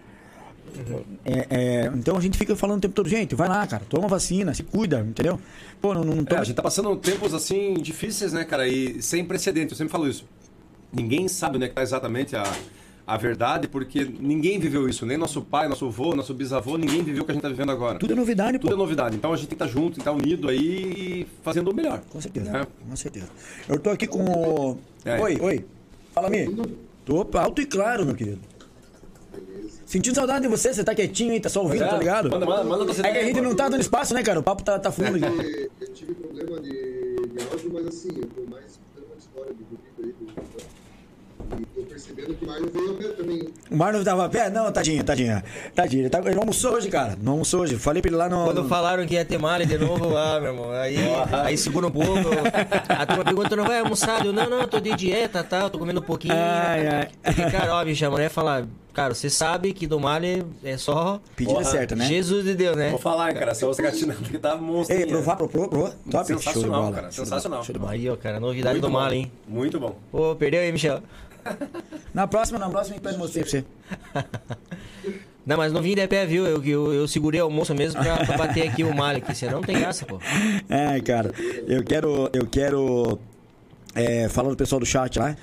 É, é, então a gente fica falando o tempo todo, gente, vai lá, cara, toma vacina, se cuida, entendeu? Pô, não, não toma... é, a gente tá passando tempos assim difíceis, né, cara, e sem precedente, eu sempre falo isso. Ninguém sabe onde é que tá exatamente a... a verdade, porque ninguém viveu isso, nem nosso pai, nosso avô, nosso bisavô, ninguém viveu o que a gente está vivendo agora. Tudo é novidade, Tudo pô. é novidade. Então a gente tem que estar junto, estar unido aí e fazendo o melhor. Com certeza, né? Com certeza. Eu tô aqui com o... É. Oi, oi. Fala-me. Tô alto e claro, meu querido. Sentindo saudade de você, você tá quietinho aí, tá só ouvindo, é. tá ligado? Manda, manda, manda você. É que a gente não tá dando espaço, né, cara? O papo tá, tá fundo. É, eu, eu tive problema de, de áudio, mas assim, eu tô mais escutando uma história do Rodrigo aí, do... E tô percebendo que o Marlon veio a pé também. O Marlon tava a pé? Não, tadinho, tadinho. Tadinho, ele, tá, ele não almoçou hoje, cara. Não almoçou hoje. Falei pra ele lá no... Quando no... falaram que ia ter malha de novo, ah, meu irmão, aí, aí segura um pouco. A turma pergunta, não vai almoçar? Eu, não, não, eu tô de dieta, tá? Eu tô comendo um pouquinho. Ai, ai. E, cara, ó, bicho, a mulher fala... Cara, você sabe que do malha é só... Pedida certa, né? Jesus de Deus, né? Vou falar, cara. Se você gatinando que tava monstro. Ei, provar, provou, provou. Top, sensacional, cara. Sensacional. Show de bola. Aí, ó, cara, novidade muito do malha, hein? Muito bom. Pô, perdeu aí, Michel. Na próxima, na próxima, eu mostrei pra você. Não, mas não vim de pé, viu? Eu, eu, eu segurei o almoço mesmo pra, pra bater aqui o malha aqui. Senão não tem graça, pô. É, cara. Eu quero... Eu quero... É, falar do pessoal do chat lá.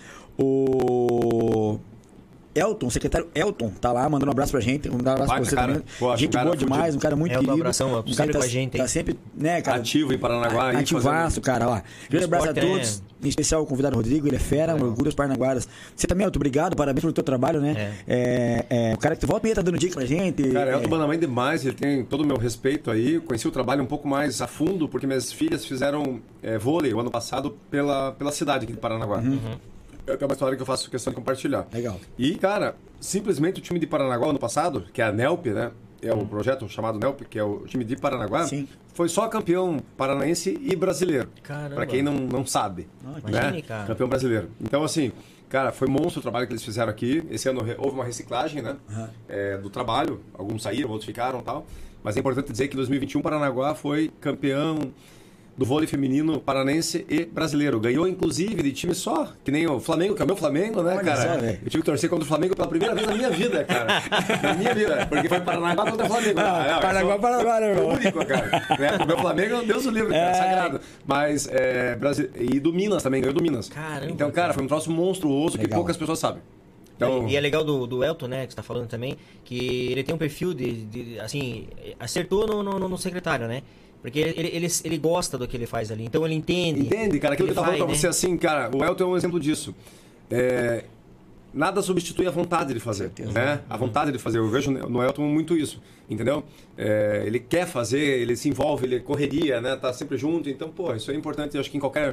O... Elton, o secretário Elton, tá lá mandando um abraço pra gente. Um abraço Baca, pra você cara. também. Pô, gente boa demais, um cara muito Elton, querido. Um abração, um cara tá, com a gente, tá sempre, né, cara, ativo em Paranaguá. Ativaço, cara, ó. Grande abraço a todos. É... Em especial o convidado Rodrigo, ele é fera, um orgulho dos Paranaguaras. Você também, Elton, obrigado, parabéns pelo teu trabalho, né? É. É, é, o cara que volta e meia tá dando dica pra gente. Cara, é... Elton manda bem demais, ele tem todo o meu respeito aí. Conheci o trabalho um pouco mais a fundo, porque minhas filhas fizeram é, vôlei o ano passado pela, pela cidade aqui de Paranaguá. Uhum. É uma história que eu faço questão de compartilhar. Legal. E, cara, simplesmente o time de Paranaguá ano passado, que é a NELP, né? É o projeto chamado NELP, que é o time de Paranaguá. Sim. Foi só campeão paranaense e brasileiro. Caramba. Pra quem não, não sabe. Oh, né? Imagine, cara. Campeão brasileiro. Então, assim, cara, foi monstro o trabalho que eles fizeram aqui. Esse ano houve uma reciclagem, né? Uhum. É, do trabalho. Alguns saíram, outros ficaram e tal. Mas é importante dizer que em dois mil e vinte e um, Paranaguá foi campeão do vôlei feminino paranense e brasileiro. Ganhou, inclusive, de time só, que nem o Flamengo, que é o meu Flamengo, né, olha cara? Só, eu tive que torcer contra o Flamengo pela primeira vez na minha vida, cara. Na minha vida. Porque foi Paranaguá contra o Flamengo. Ah, Paranaguá, Paranaguá, né, meu? Único, cara. Né? O meu Flamengo, Deus o livre, cara, é... sagrado. Mas, é, Brasil... e do Minas também, ganhou do Minas. Caramba, então, cara, foi um troço monstruoso. Legal. Que poucas pessoas sabem. Então... E é legal do, do Elton, né, que você tá falando também, que ele tem um perfil de, de assim, acertou no, no, no secretário, né? Porque ele, ele, ele gosta do que ele faz ali, então ele entende. Entende, cara. Aquilo que eu tava falando pra né? você assim, cara, o Elton é um exemplo disso. É, nada substitui a vontade de fazer. Certeza. Né? A vontade de fazer. Eu vejo no Elton muito isso, entendeu? É, ele quer fazer, ele se envolve, ele correria, né? Tá sempre junto. Então, pô, isso é importante, eu acho que em qualquer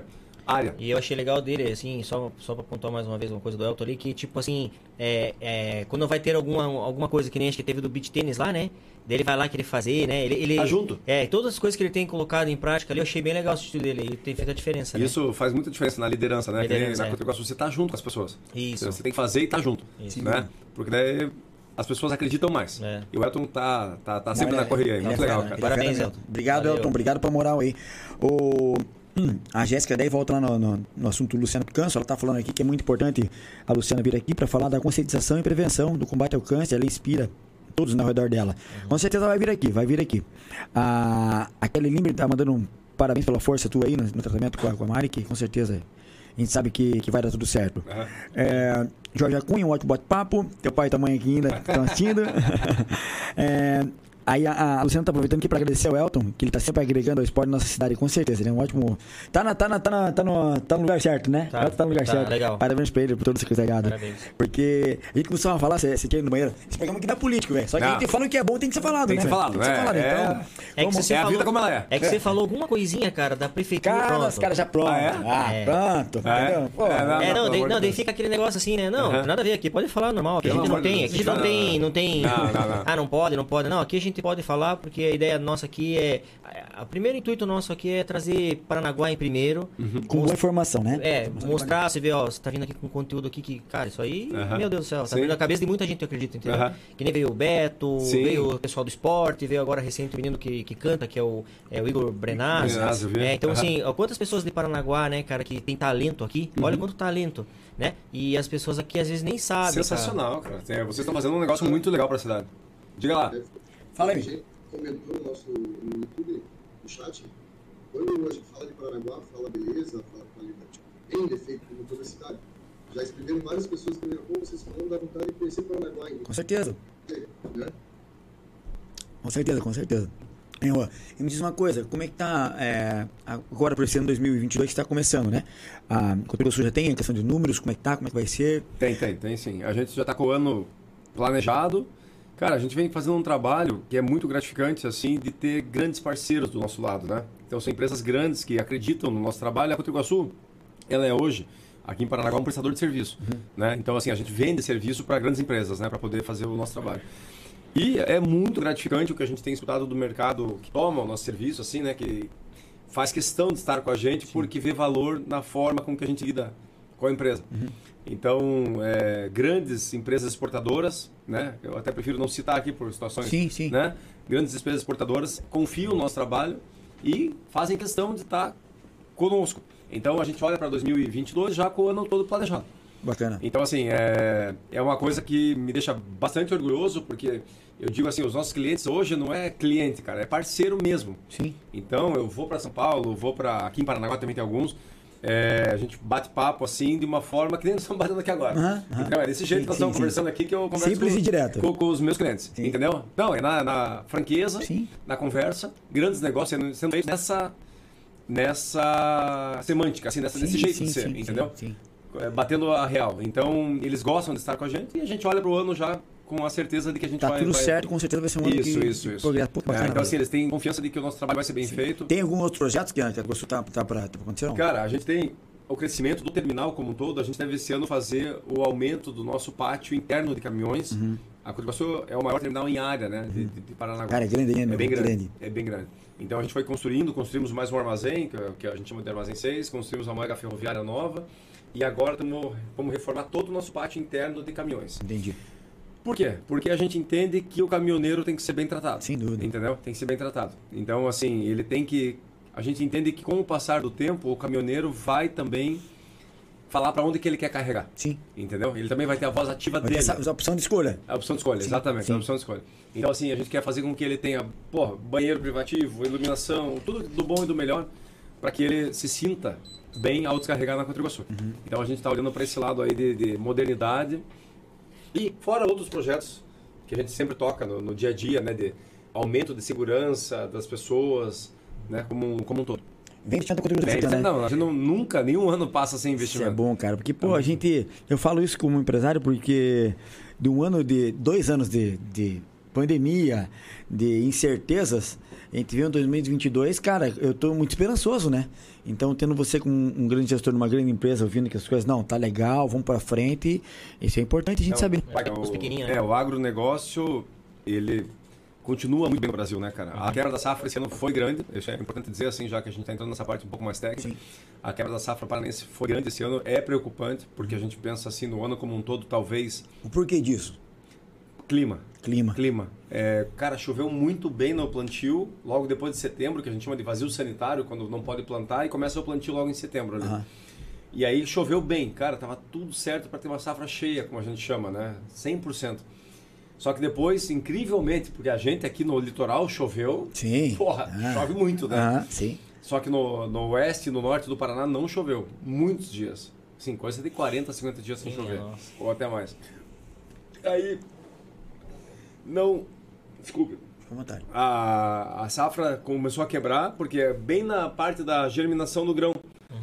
área. E eu achei legal dele, assim, só, só pra pontuar mais uma vez uma coisa do Elton ali, que tipo assim, é, é, quando vai ter alguma, alguma coisa que nem acho que teve do beach tênis lá, né? Daí ele vai lá querer fazer, né? Ele, ele, tá junto. É, todas as coisas que ele tem colocado em prática ali, eu achei bem legal o estilo dele e tem feito a diferença, né? Isso faz muita diferença na liderança, né? Liderança, na é. Cotriguaçu, você tá junto com as pessoas. Isso. Você tem que fazer e tá junto. Isso. Né? Porque daí as pessoas acreditam mais. É. E o Elton tá, tá, tá sempre Não, na é, correria aí. Muito é legal, fera, cara. Parabéns, Elton. Obrigado, Valeu. Elton. Obrigado pela moral aí. O... Hum, a Jéssica daí volta lá no, no, no assunto do Luciano Câncer. Ela tá falando aqui que é muito importante a Luciana vir aqui para falar da conscientização e prevenção do combate ao câncer. Ela inspira todos ao redor dela. Uhum. Com certeza vai vir aqui, vai vir aqui. A, a Kelly Limber tá mandando um parabéns pela força tua aí no, no tratamento com a, com a Mari, que com certeza a gente sabe que, que vai dar tudo certo. Uhum. É, Jorge Cunha, um ótimo bate-papo. Teu pai e tua mãe aqui ainda estão assistindo. é, Aí a, a Luciana tá aproveitando aqui para agradecer ao Elton, que ele tá sempre agregando ao esporte na nossa cidade, com certeza. Ele é um ótimo. Tá, na, tá, na, tá, na, tá, no, tá no lugar certo, né? Tá, tá no lugar tá, certo. Legal. Parabéns pra ele, por todo o secretariado. Parabéns. Porque a gente costuma falar, você quer ir no banheiro, esse programa aqui dá político, velho. Só que não. A gente fala que é bom, tem que ser falado, tem né? Que ser falado, tem que ser falado, é, então. É, que você é falou, a vida como ela é. É que é. você falou alguma coisinha, cara, da prefeitura. Cara, pronto. os caras já pronto. Ah, é? ah é. pronto. Ah, é? Pô, é, não, é, não, não, daí, não daí fica aquele negócio assim, né? Não, uh-huh. nada a ver aqui, pode falar normal. Aqui Pelo a gente não tem, aqui a gente não tem, não tem. Não, não, não. Ah, não pode, não pode. Não, aqui a gente pode falar porque a ideia nossa aqui é... O primeiro intuito nosso aqui é trazer Paranaguá em primeiro. Uhum. Com boa informação, né? É, mostrar, você vê, ó, você tá vindo aqui com conteúdo aqui que, cara, isso aí, uhum. meu Deus do céu, tá Sim. vindo na cabeça de muita gente, eu acredito, entendeu? Uhum. Que nem veio o Beto, Sim. veio o pessoal do esporte, veio agora recente o menino que, que canta, que é o, é o Igor Brenaz. É, então, uhum. assim, ó, quantas pessoas de Paranaguá, né, cara, que tem talento aqui, uhum. olha quanto talento, né? E as pessoas aqui às vezes nem sabem. Sensacional, cara. cara. Vocês estão fazendo um negócio muito legal pra cidade. Diga lá. Fala aí. Comentou no nosso no YouTube, no chat, quando a gente fala de Paranaguá, fala beleza, fala qualidade, tem defeito como toda a cidade. Já escreveram várias pessoas que me pô, vocês falam da vontade de conhecer Paranaguá ainda. Com certeza. Né? Com certeza, com certeza. E me diz uma coisa, como é que tá é, agora para esse ano dois mil e vinte e dois que está começando, né? A Cotriguaçu já tem a questão de números, como é que tá, como é que vai ser? Tem, tem, tem sim. A gente já está com o ano planejado. Cara, a gente vem fazendo um trabalho que é muito gratificante, assim, de ter grandes parceiros do nosso lado, né? Então, são empresas grandes que acreditam no nosso trabalho. A Cotriguaçu, ela é hoje, aqui em Paranaguá, um prestador de serviço, uhum. né? Então, assim, a gente vende serviço para grandes empresas, né? Para poder fazer o nosso trabalho. E é muito gratificante o que a gente tem escutado do mercado que toma o nosso serviço, assim, né? Que faz questão de estar com a gente Sim. porque vê valor na forma com que a gente lida com a empresa. Uhum. Então, é, grandes empresas exportadoras, né? Eu até prefiro não citar aqui por situações, sim, sim. né? Grandes empresas exportadoras confiam no nosso trabalho e fazem questão de estar conosco. Então, a gente olha para dois mil e vinte e dois já com o ano todo planejado. Bacana. Então, assim, é, é uma coisa que me deixa bastante orgulhoso, porque eu digo assim, os nossos clientes hoje não é cliente, cara, é parceiro mesmo. Sim. Então, eu vou para São Paulo, vou para... Aqui em Paranaguá também tem alguns... É, a gente bate papo assim de uma forma que nem nós estamos batendo aqui agora. Uhum, uhum. Então, é desse jeito sim, que nós sim, estamos sim. conversando aqui que eu converso Simples com, e direto. Com, com os meus clientes. Sim. Entendeu? Não, é na, na franqueza, sim. na conversa, grandes negócios sendo feitos nessa, nessa semântica, assim, nessa, sim, desse jeito sim, de ser, sim, entendeu? Sim, sim. É, batendo a real. Então, eles gostam de estar com a gente e a gente olha para o ano já com a certeza de que a gente tá vai... Tá tudo vai... certo, com certeza vai ser um ano isso, que... Isso, isso, progresso. Pô, é, então, assim, eles têm confiança de que o nosso trabalho vai ser bem sim. feito. Tem algum outro projeto que a Cotriguaçu tá, tá para acontecer? Cara, a gente tem... O crescimento do terminal como um todo, a gente deve esse ano fazer o aumento do nosso pátio interno de caminhões. Uhum. A Cotriguaçu é o maior terminal em área, né, de, de, de Paranaguá. Cara, é grande, é, é bem grande, grande. É bem grande. Então a gente foi construindo, construímos mais um armazém, que, que a gente chama de armazém seis, construímos uma mega ferroviária nova e agora tamo, vamos reformar todo o nosso pátio interno de caminhões. Entendi. Por quê? Porque a gente entende que o caminhoneiro tem que ser bem tratado. Sem dúvida. Entendeu? Tem que ser bem tratado. Então, assim, ele tem que... A gente entende que com o passar do tempo, o caminhoneiro vai também... falar para onde que ele quer carregar. Sim. Entendeu? Ele também vai ter a voz ativa vai dele. Ter essa, a opção de escolha. A opção de escolha, sim, exatamente. Sim. A opção de escolha. Então, assim, a gente quer fazer com que ele tenha, porra, banheiro privativo, iluminação, tudo do bom e do melhor, para que ele se sinta bem ao descarregar na Cotriguaçu. Uhum. Então, a gente está olhando para esse lado aí de, de modernidade e fora outros projetos que a gente sempre toca no, no dia a dia, né, de aumento de segurança das pessoas, né, como, como um todo. Vem investindo na Cotriguaçu, né? Não, a gente não, nunca, nenhum ano passa sem investimento. Isso é bom, cara, porque, pô, a gente... Eu falo isso como empresário porque de um ano, de dois anos de, de pandemia, de incertezas, a gente vê em dois mil e vinte e dois, cara, eu tô muito esperançoso, né? Então, tendo você como um grande gestor numa grande empresa, ouvindo que as coisas, não, tá legal, vamos para frente, isso é importante a gente não, saber. O, os pequenininhos, né? É, o agronegócio, ele continua muito bem no Brasil, né, cara? A quebra da safra esse ano foi grande, isso é importante dizer assim, já que a gente está entrando nessa parte um pouco mais técnica. Sim. A quebra da safra paranense foi grande esse ano, é preocupante, porque a gente pensa assim, no ano como um todo, talvez... O porquê disso? Clima. Clima. Clima. É, cara, choveu muito bem no plantio, logo depois de setembro, que a gente chama de vazio sanitário, quando não pode plantar, e começa o plantio logo em setembro ali. Uhum. E aí choveu bem, cara, tava tudo certo para ter uma safra cheia, como a gente chama, né? cem por cento. Só que depois, incrivelmente, porque a gente aqui no litoral choveu, sim. Porra, ah. chove muito, né? Ah, sim. Só que no, no oeste e no norte do Paraná não choveu, muitos dias. Sim, coisa de quarenta, cinquenta dias sem sim, chover, nossa. Ou até mais. Aí... Não, desculpe, a, a safra começou a quebrar, porque é bem na parte da germinação do grão.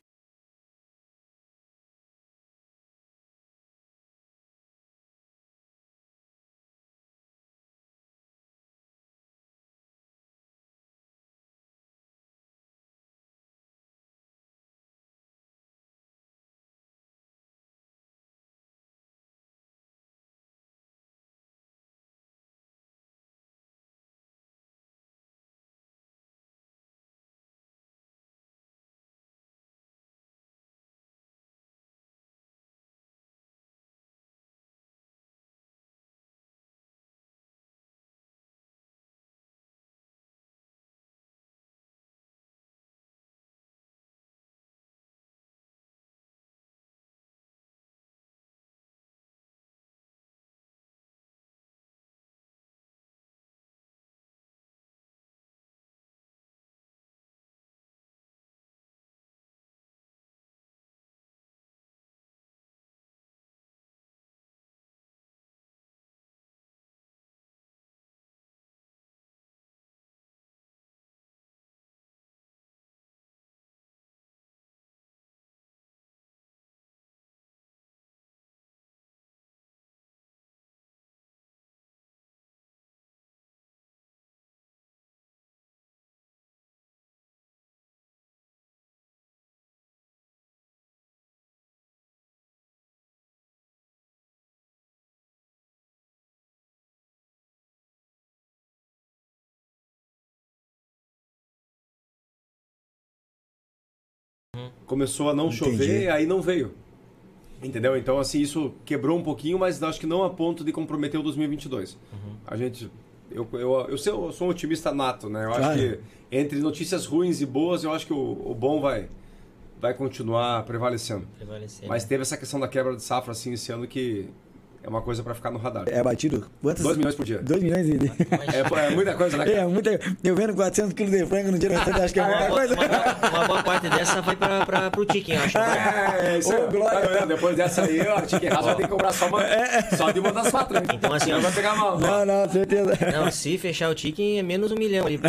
Começou a não Entendi. chover, aí não veio. Entendeu? Então, assim, isso quebrou um pouquinho, mas acho que não a ponto de comprometer o dois mil e vinte e dois. Uhum. A gente... Eu, eu, eu, sou, eu sou um otimista nato, né? Eu claro. acho que entre notícias ruins e boas, eu acho que o, o bom vai, vai continuar prevalecendo. Prevalecendo. Mas teve essa questão da quebra de safra, assim, esse ano que... É uma coisa para ficar no radar. É batido? Quantos? dois milhões por dia. dois milhões e... É, é muita coisa, né? Cara? É, muita... Eu vendo quatrocentos quilos de frango no dia, acho que é muita coisa. Uma, uma, uma boa parte dessa foi para o Chicken, acho. É, isso é. Glória. Depois dessa aí, ó, o Chicken House vai ter que comprar só, uma, só de uma das quatro. Hein? Então, assim, não vai pegar mal. Não, não, certeza. Não, se fechar o Chicken, é menos um milhão ali.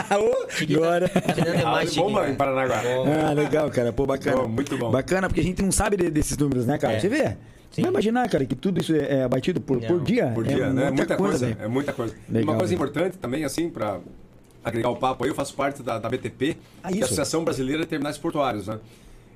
Glória. Tá bomba em Paranaguá. Ah, legal, cara. Pô, bacana. Bom, muito bom. Bacana, porque a gente não sabe desses números, né, cara? É. Você vê? Sim. Não vai imaginar, cara, que tudo isso é abatido por, por dia. Por dia, é né? Muita, muita coisa. coisa é muita coisa. Legal, uma coisa né? importante também, assim, para agregar o papo aí, eu faço parte da, da B T P, ah, que é a Associação Brasileira de Terminais Portuários, né?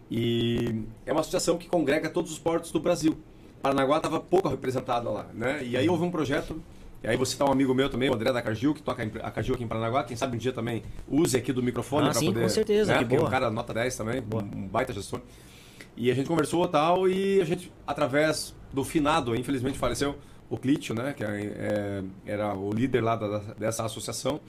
E é uma associação que congrega todos os portos do Brasil. Paranaguá estava pouco representada lá, né? E aí houve um projeto, e aí você tá um amigo meu também, o André da Cargill, que toca a Cargill aqui em Paranaguá, quem sabe um dia também use aqui do microfone ah, para sim, poder... com certeza, né? que boa. É um cara nota dez também, boa. um baita gestor. E a gente conversou e tal, e a gente, através do finado, infelizmente faleceu, o Clítio, né, que é, é, era o líder lá da, dessa associação,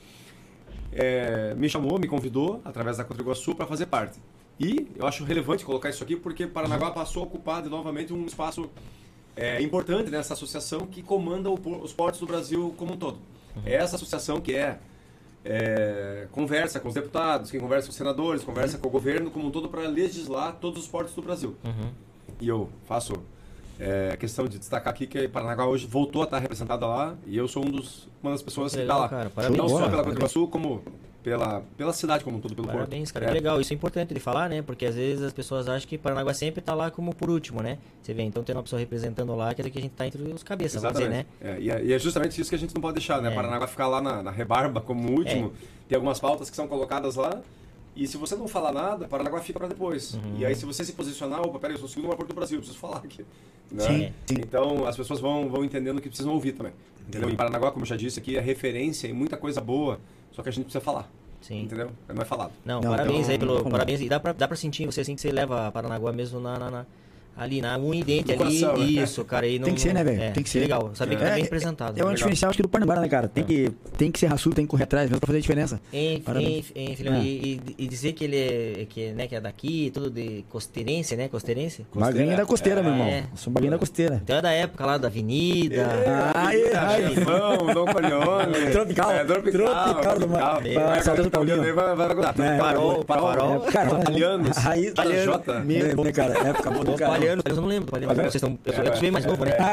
é, me chamou, me convidou, através da Contriguaçu, para fazer parte. E eu acho relevante colocar isso aqui, porque Paranaguá passou a ocupar de, novamente um espaço é, importante nessa associação que comanda o, os portos do Brasil como um todo. É essa associação que é... É, conversa com os deputados, quem conversa com os senadores, conversa com o governo como um todo para legislar todos os portos do Brasil. Uhum. E eu faço é, questão de destacar aqui que Paranaguá hoje voltou a estar representada lá e eu sou um dos, uma das pessoas que está lá. Cara, não só pela Contriguaçu, como pela, pela cidade como um todo, pelo Porto. Parabéns, cara. É. Legal, isso é importante de falar, né? Porque às vezes as pessoas acham que Paranaguá sempre tá lá como por último, né? Você vê, então tem uma pessoa representando lá, quer dizer que a gente tá entre os cabeças, vamos dizer, né? É, e, é, e é justamente isso que a gente não pode deixar, né? É. Paranaguá ficar lá na, na rebarba como último, é. Tem algumas pautas que são colocadas lá, e se você não falar nada, Paranaguá fica para depois. Uhum. E aí se você se posicionar, opa, peraí, eu sou o segundo maior porto do Brasil, eu preciso falar aqui. Né? Sim, sim. Então as pessoas vão, vão entendendo que precisam ouvir também. Entendeu? Em Paranaguá, como eu já disse aqui, é referência e muita coisa boa, só que a gente precisa falar. Sim. Entendeu? Não é falado. Não, não parabéns então, aí pelo. como... Parabéns. E dá pra, dá pra sentir você assim que você leva Paranaguá mesmo na, na, na, ali, na unha e dente ali. Coração, né? Isso, cara. E não, tem que ser, né, velho? É, tem que ser. Legal. Saber que é, tá bem é, representado. É, é um diferencial, acho que do Parnambara, né, cara? Tem, é. que, tem que ser raçudo, tem que correr atrás mesmo pra fazer a diferença. Em, em, em, filho, é. e, e dizer que ele é, que, né, que é daqui, tudo de costeirense, né? Costeirense? Magrinho da costeira, é. meu irmão. É. Sou magrinho da costeira. Então é da época lá da Avenida. É. Ai, ai, ai. Dom Corleone. Tropical. É, tropical. Tropical do mar. Saudoso Paulinho. Vai aguardar. Parol, Parol. Cara, Italianos. Raiz, Jota. Meu, né, cara? Época boa do cara. Palhano, eu não lembro. Vocês estão... Eu sou bem mais novo, né? Ah,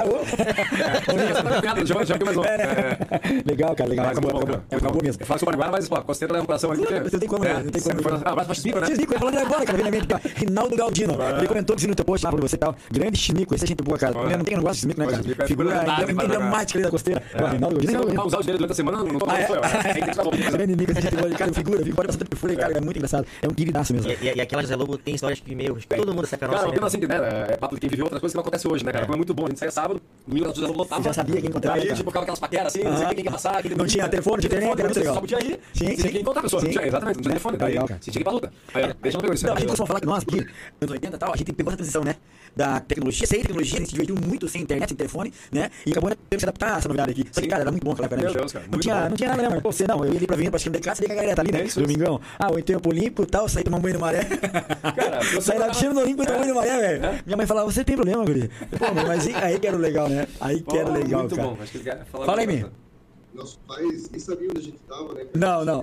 ô! Já já mais novo. Legal, cara, legal. É uma boa mesmo. Eu faço o Paraguai, mas, pô, a costeira leva um coração ali. Não tem como, né? Não tem como. Ah, abraço pra Xnico, né? Xnico, falando agora, cara, vem na mente. Rinaldo Galdino. Ele comentou que no teu post lá pra você e tal. Grande Xnico, esse é gente boa, cara. Não tem que não gosta de Xnico, né, cara? Figura emblemática ali da costeira. Rinaldo Galdino. Se não usar o dinheiro durante a semana, não tô falando. Grande Nico, esse gente boa. Cara, figura, figura bastante por fora, cara. É muito engraçado. É um queridaço mesmo. E aquela José Lobo tem histórias que meio. Todo mundo saca a nossa. Cara, assim, né? É papo de quem viveu outras coisas que não acontece hoje, né, cara? Foi muito bom. A gente saía sábado, domingo da José Lobo lotava. Já sabia quem encontrava. Aí, tipo, ficava aquelas paqueras assim, não sei quem ia passar. Não tinha telefone, não tinha internet, era muito legal. Só podia ir. Sim, você tinha que encontrar a pessoa. Exatamente, não tinha telefone. Daí você tinha que ir pra luta. Aí, deixa eu pegar isso. A gente costuma falar que nós, aqui, anos oitenta e tal, a gente pegou essa transição, né? Da tecnologia, sem tecnologia, a gente se divertiu muito sem internet, sem telefone, né? E acabou tendo que se adaptar a essa novidade aqui. Só que, cara, era muito bom aquela época, né? Meu Deus, cara. Não tinha, não tinha nada, né, mano? Pô, você não, eu ia ali pra vir pra esquema de casa, você vê que a galera tá ali, né? Domingão. Ah, o tempo olímpico e tal, saí tomar um banho no maré. Cara, saí da piscina no Olímpico e tomar um banho no maré, velho. Minha mãe falava, você tem problema, guri? Pô, mas aí que era o legal, né? Aí que era o legal, muito cara. Bom. Acho que falar Fala aí, mim. Nossos pais nem sabiam onde a gente tava, né? Não, não.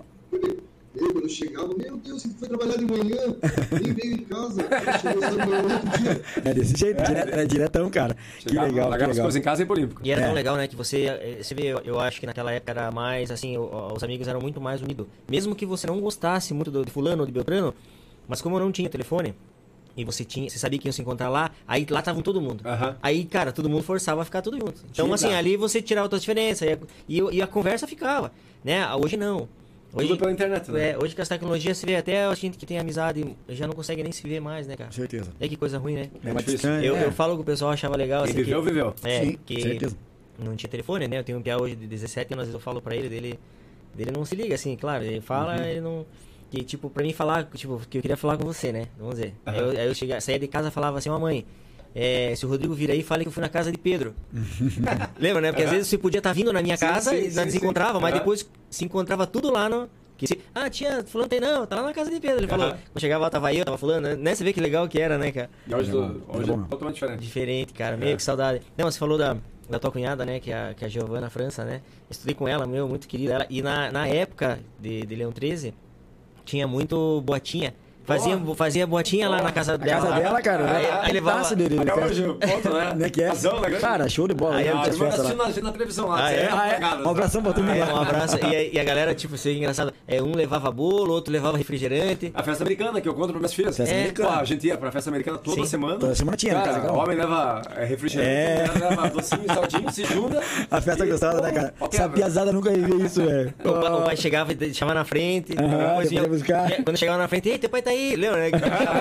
Eu, quando eu chegava, meu Deus, você foi trabalhar de manhã, nem veio em casa, chegou só de manhã no outro dia. É desse jeito, é, direto, é diretão, cara. Chegava, que legal, largava as coisas em casa e ir pro Olímpico. E era é. tão legal, né, que você, você vê, eu acho que naquela época era mais, assim, os amigos eram muito mais unidos. Mesmo que você não gostasse muito de fulano ou de Beltrano, mas como eu não tinha telefone, e você tinha, você sabia que ia se encontrar lá, aí lá estavam todo mundo. Uhum. Aí, cara, todo mundo forçava a ficar tudo junto. Então, Sim, assim, tá. ali você tirava todas as diferenças, e, e, e a conversa ficava, né? Hoje não. Hoje, Tudo pela internet, né? É, hoje com as tecnologias, você vê até a gente que tem amizade, já não consegue nem se ver mais, né, cara? Com certeza. É que coisa ruim, né? É mais difícil. Eu, é. eu falo que o pessoal achava legal. Quem assim, viveu, que, viveu. É, Sim, que com certeza. Não tinha telefone, né? Eu tenho um piá hoje de dezessete anos, às vezes eu falo pra ele, dele, dele não se liga, assim, claro, ele fala, uhum. ele não... Que, tipo, pra mim falar, tipo, que eu queria falar com você, né? Vamos dizer. Uhum. Aí eu, aí eu chegava, saía de casa e falava assim, ó, mãe, é, se o Rodrigo vir aí, fale que eu fui na casa de Pedro. Lembra, né? Porque uhum. às vezes você podia estar vindo na minha sim, casa sim, e nós nos encontrava, mas uhum. depois se encontrava tudo lá no... Que se, ah, tia, fulano tem não, tá lá na casa de Pedro. Ele falou, uhum. quando chegava lá, tava eu, tava fulano, né? Você vê que legal que era, né, cara? E hoje, é, do, hoje é, é totalmente diferente. Diferente, cara, meio é. que saudade. Não, você falou da, da tua cunhada, né, que é a, que é a Giovana França, né? Estudei com ela, meu, muito querida. Ela, e na, na época de, de Leão treze, tinha muito boatinha. Fazia, oh. fazia boatinha oh. lá na casa dela. Na casa dela, cara. Aí, aí, aí levava... dele. Até hoje, ponto, né? Né? Que é? Razão, né? Cara, show de bola. Aí, eu assisti na, na televisão lá. Ah, é? Ah, é? Um abração pra todo mundo lá. Um abraço. E a, e a galera, tipo, assim, engraçado. É, um levava bolo, outro levava refrigerante. A festa americana, que eu conto para minhas filhas. Festa é, americana. Pô, a gente ia pra festa americana toda Sim. semana. Toda semana tinha, cara, cara. O homem leva refrigerante, é. a mulher leva docinho, saltinho, se junta. A festa e, gostada, pô, né, cara? Okay, essa piazada nunca viveu isso, velho. O, oh. o pai chegava e deixava na frente. Aham, depois vinha, buscar. Quando chegava na frente, ei, teu pai tá aí, lembra, né?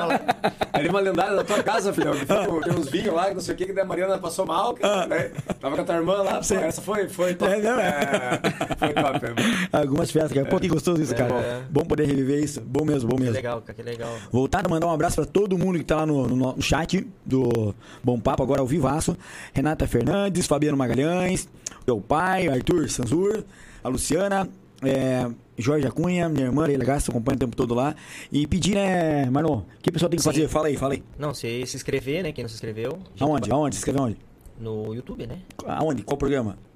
Era uma lendária da tua casa, filhão. Tem uns vinhos lá, que não sei o que, que a Mariana passou mal, cara, né? Tava com a tua irmã lá. Pô, essa foi, foi top. É, não, é. É, foi top. É. Algumas festas, cara. Pô, que gostoso isso, cara. É. Bom poder reviver isso. Bom mesmo, bom mesmo. Que legal, cara, que legal. Voltar a mandar um abraço pra todo mundo que tá lá no, no, no chat do Bom Papo, agora ao vivaço. Renata Fernandes, Fabiano Magalhães, meu pai, Arthur Sanzur, a Luciana, é, Jorge Acunha, minha irmã, Leila Gasta, acompanha o tempo todo lá. E pedir, né, Marlon, o que a pessoa tem que Sim. fazer? Fala aí, fala aí. Não, se se inscrever, né, quem não se inscreveu. Aonde? Aonde? Se inscrever aonde? No YouTube, né? Aonde? Qual programa?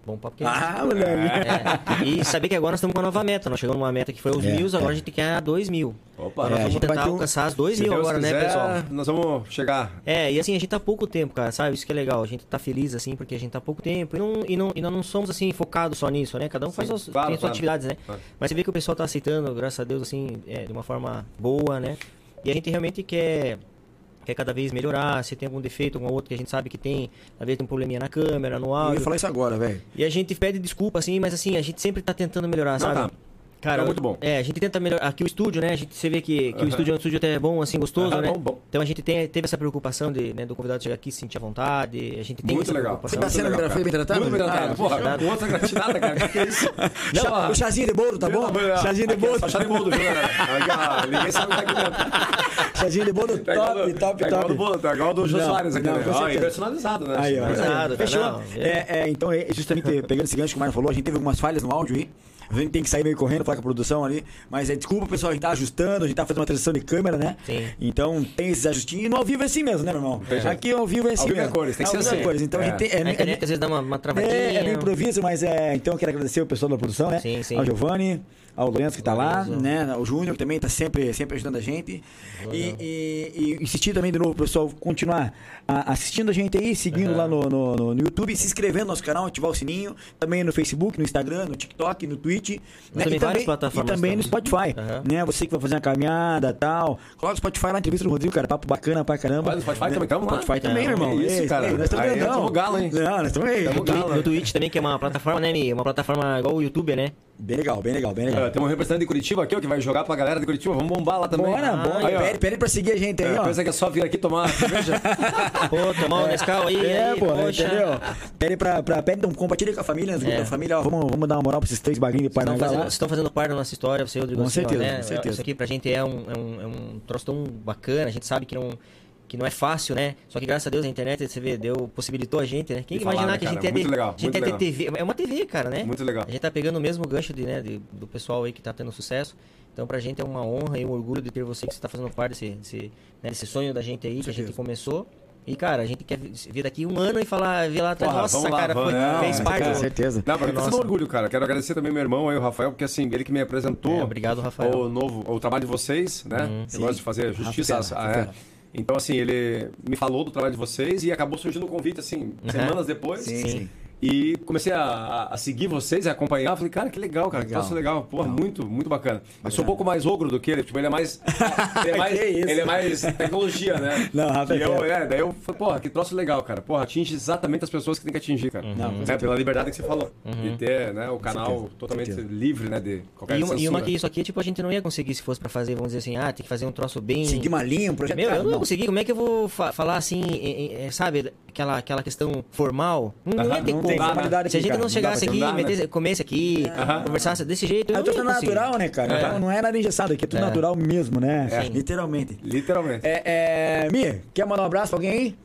Bom papo que Ah, moleque. É. E saber que agora nós estamos com uma nova meta. Nós chegamos numa meta que foi os É, mil, agora é. a gente quer dois mil. Opa, Então nós é, a vamos gente vai tentar ter um- alcançar as dois Se mil Deus agora, quiser, né, pessoal? nós vamos chegar. É, e assim, a gente tá há pouco tempo, cara, sabe? Isso que é legal. A gente tá feliz, assim, porque a gente tá há pouco tempo. E não, e não, e nós não somos, assim, focados só nisso, né? Cada um faz Sim, as, claro, tem as suas claro. atividades, né? Claro. Mas você vê que o pessoal tá aceitando, graças a Deus, assim, é, de uma forma boa, né? E a gente realmente quer... quer cada vez melhorar, se tem algum defeito, algum outro que a gente sabe que tem, às vezes tem um probleminha na câmera, no Eu áudio. ia falar isso agora, velho. E a gente pede desculpa, assim, mas assim, a gente sempre tá tentando melhorar, Não, sabe? tá. Cara, Tá muito bom. É, a gente tenta melhorar. Aqui o estúdio, né? A gente, você vê que, que Aham. o estúdio é um estúdio até bom, assim, gostoso, Aham, né? bom, bom. Então a gente tem, teve essa preocupação de, né, do convidado chegar aqui, se sentir à vontade. A gente tem Muito essa legal. Você preocupação. tá sendo Muito legal, foi bem cara. tratado? Muito bem tratado. Ah, Porra, fechado. com outra gratinada, cara. Que é isso? Chá- o chazinho de bolo, tá bom? Chazinho de bolo. Só chá de bolo, viu, galera? Aqui, ó, ninguém sabe o que tá aqui dentro. Chazinho de bolo Tá igual top, do- top, tá igual top. do bolo, tá igual do Jô Não, Soares aqui, não, né? com Ó, certeza. e personalizado, né? Aí, ó. Personalizado, Fechou? não, É, é, então, é, justamente pegando esse gancho que o Mário falou, a gente teve algumas falhas no áudio aí. A gente tem que sair meio correndo, falar com a produção ali. Mas é, desculpa, pessoal, a gente tá ajustando, a gente tá fazendo uma transição de câmera, né? Sim. Então tem esses ajustinhos. E no ao vivo é assim mesmo, né, meu irmão? jeito. Aqui ao vivo é assim Ao vivo é mesmo. cores, tem que Ao ser vivo é assim. cores. Então a É. gente tem. É, A é, internet às vezes dá uma, uma travadinha. é, é meio improviso, mas é. Então eu quero agradecer o pessoal da produção, né? Sim, sim. Ao Giovanni, ao Lourenço que tá lá, Lourenço. né? O Júnior que também tá sempre, sempre ajudando a gente. E, e, e insistir também de novo, pessoal, continuar a- assistindo a gente aí, seguindo Uhum. lá no, no, no- no YouTube, se inscrevendo no nosso canal, ativar o sininho, também no Facebook, no Instagram, no TikTok, no Twitch. Né? também E várias também, e plataformas também no estamos. Spotify. Uhum. Né? Você que vai fazer uma caminhada e tal. Coloca o Spotify lá na entrevista do Rodrigo, cara. Papo bacana pra caramba. Olha, no Spotify Né? também tamo lá. Spotify também, É, irmão. que isso, Ei, cara. ei, nós estamos Aí, grandão. tamo galo, hein? Não, nós estamos aí. Tamo galo. No Twitch também, que é uma plataforma, né, Mi? Uma plataforma igual o YouTube, né? Bem legal, bem legal, bem legal. Ah, Tem um representante de Curitiba aqui, ó, que vai jogar pra galera de Curitiba. Vamos bombar lá também. Bora, bora. Aí, ó. Pede, pede pra seguir a gente aí, É, ó. pensa que é só vir aqui tomar cerveja. Pô, tomar um Nescau aí, É, aí, pô, poxa. entendeu? Pede pra, pra pede, então, compartilha com a família, nos grupos É. da família, ó, vamos, vamos dar uma moral pra esses três bagrinhos de Vocês estão Parnagá fazendo, lá. vocês estão fazendo parte da nossa história, você, Rodrigo. Com assim, ó, certeza, né? com certeza. Isso aqui pra gente é um, é um, é um troço tão bacana, a gente sabe que não, que não é fácil, né? Só que graças a Deus a internet, você vê, deu, possibilitou a gente, né? Quem E imaginar falar, né, que a gente cara? é Muito de, legal, a gente muito é de legal. T V, é uma T V, cara, né? Muito legal. A gente tá pegando o mesmo gancho de, né, de- do pessoal aí que tá tendo sucesso. Então pra gente é uma honra e um orgulho de ter você que você tá fazendo parte desse, desse, né, desse sonho da gente aí, que a gente começou. E, cara, a gente quer vir daqui um ano e falar, vir lá atrás, Porra, nossa, vamos lá, cara, vamos. foi, Não, fez é, parte. Com do- certeza. Não, pra mim tá Nossa. sendo um orgulho, cara. Quero agradecer também meu irmão aí, o Rafael, porque assim, ele que me apresentou É, obrigado, Rafael. o novo, o trabalho de vocês, né? Uhum. Eu Sim. gosto de fazer justiça. Rafa Fera, ah, Rafa é. Fera. Então, assim, ele me falou do trabalho de vocês e acabou surgindo um convite, assim, semanas depois. Sim, Sim. sim. E comecei a, a- a seguir vocês e acompanhar. Falei, cara, que legal, cara. Legal. Que troço legal. Porra, Legal. muito, muito bacana. Eu sou um pouco mais ogro do que ele. Tipo, ele é mais. Ele é mais, Que isso? ele é mais tecnologia, né? Não, Rafa e eu, é fera. é, daí eu falei, porra, que troço legal, cara. Porra, atinge exatamente as pessoas que tem que atingir, cara. Não, com Né? Pela liberdade que você falou. De ter, né, o canal certeza, totalmente certeza. livre, né? De qualquer E uma, e censura. uma que isso aqui, tipo, a gente não ia conseguir se fosse pra fazer, vamos dizer assim, ah, tem que fazer um troço bem... Seguir uma linha, um projeto. Meu, cara, eu não ia não. conseguir, como é que eu vou fa- falar assim, é, é, é, sabe, aquela, aquela questão formal? Não, Aham, ia ter não como. tem cara. formalidade Se a aqui, gente cara, não não chegasse dá pra aqui, ter, não dá, né? metesse, comesse aqui, Aham. conversasse desse jeito, eu É não tudo ia conseguir. natural, né, cara? É. Então não é nada engessado aqui, é tudo É. natural mesmo, né? É. Literalmente. Literalmente. É, é, Mia, quer mandar um abraço pra alguém aí?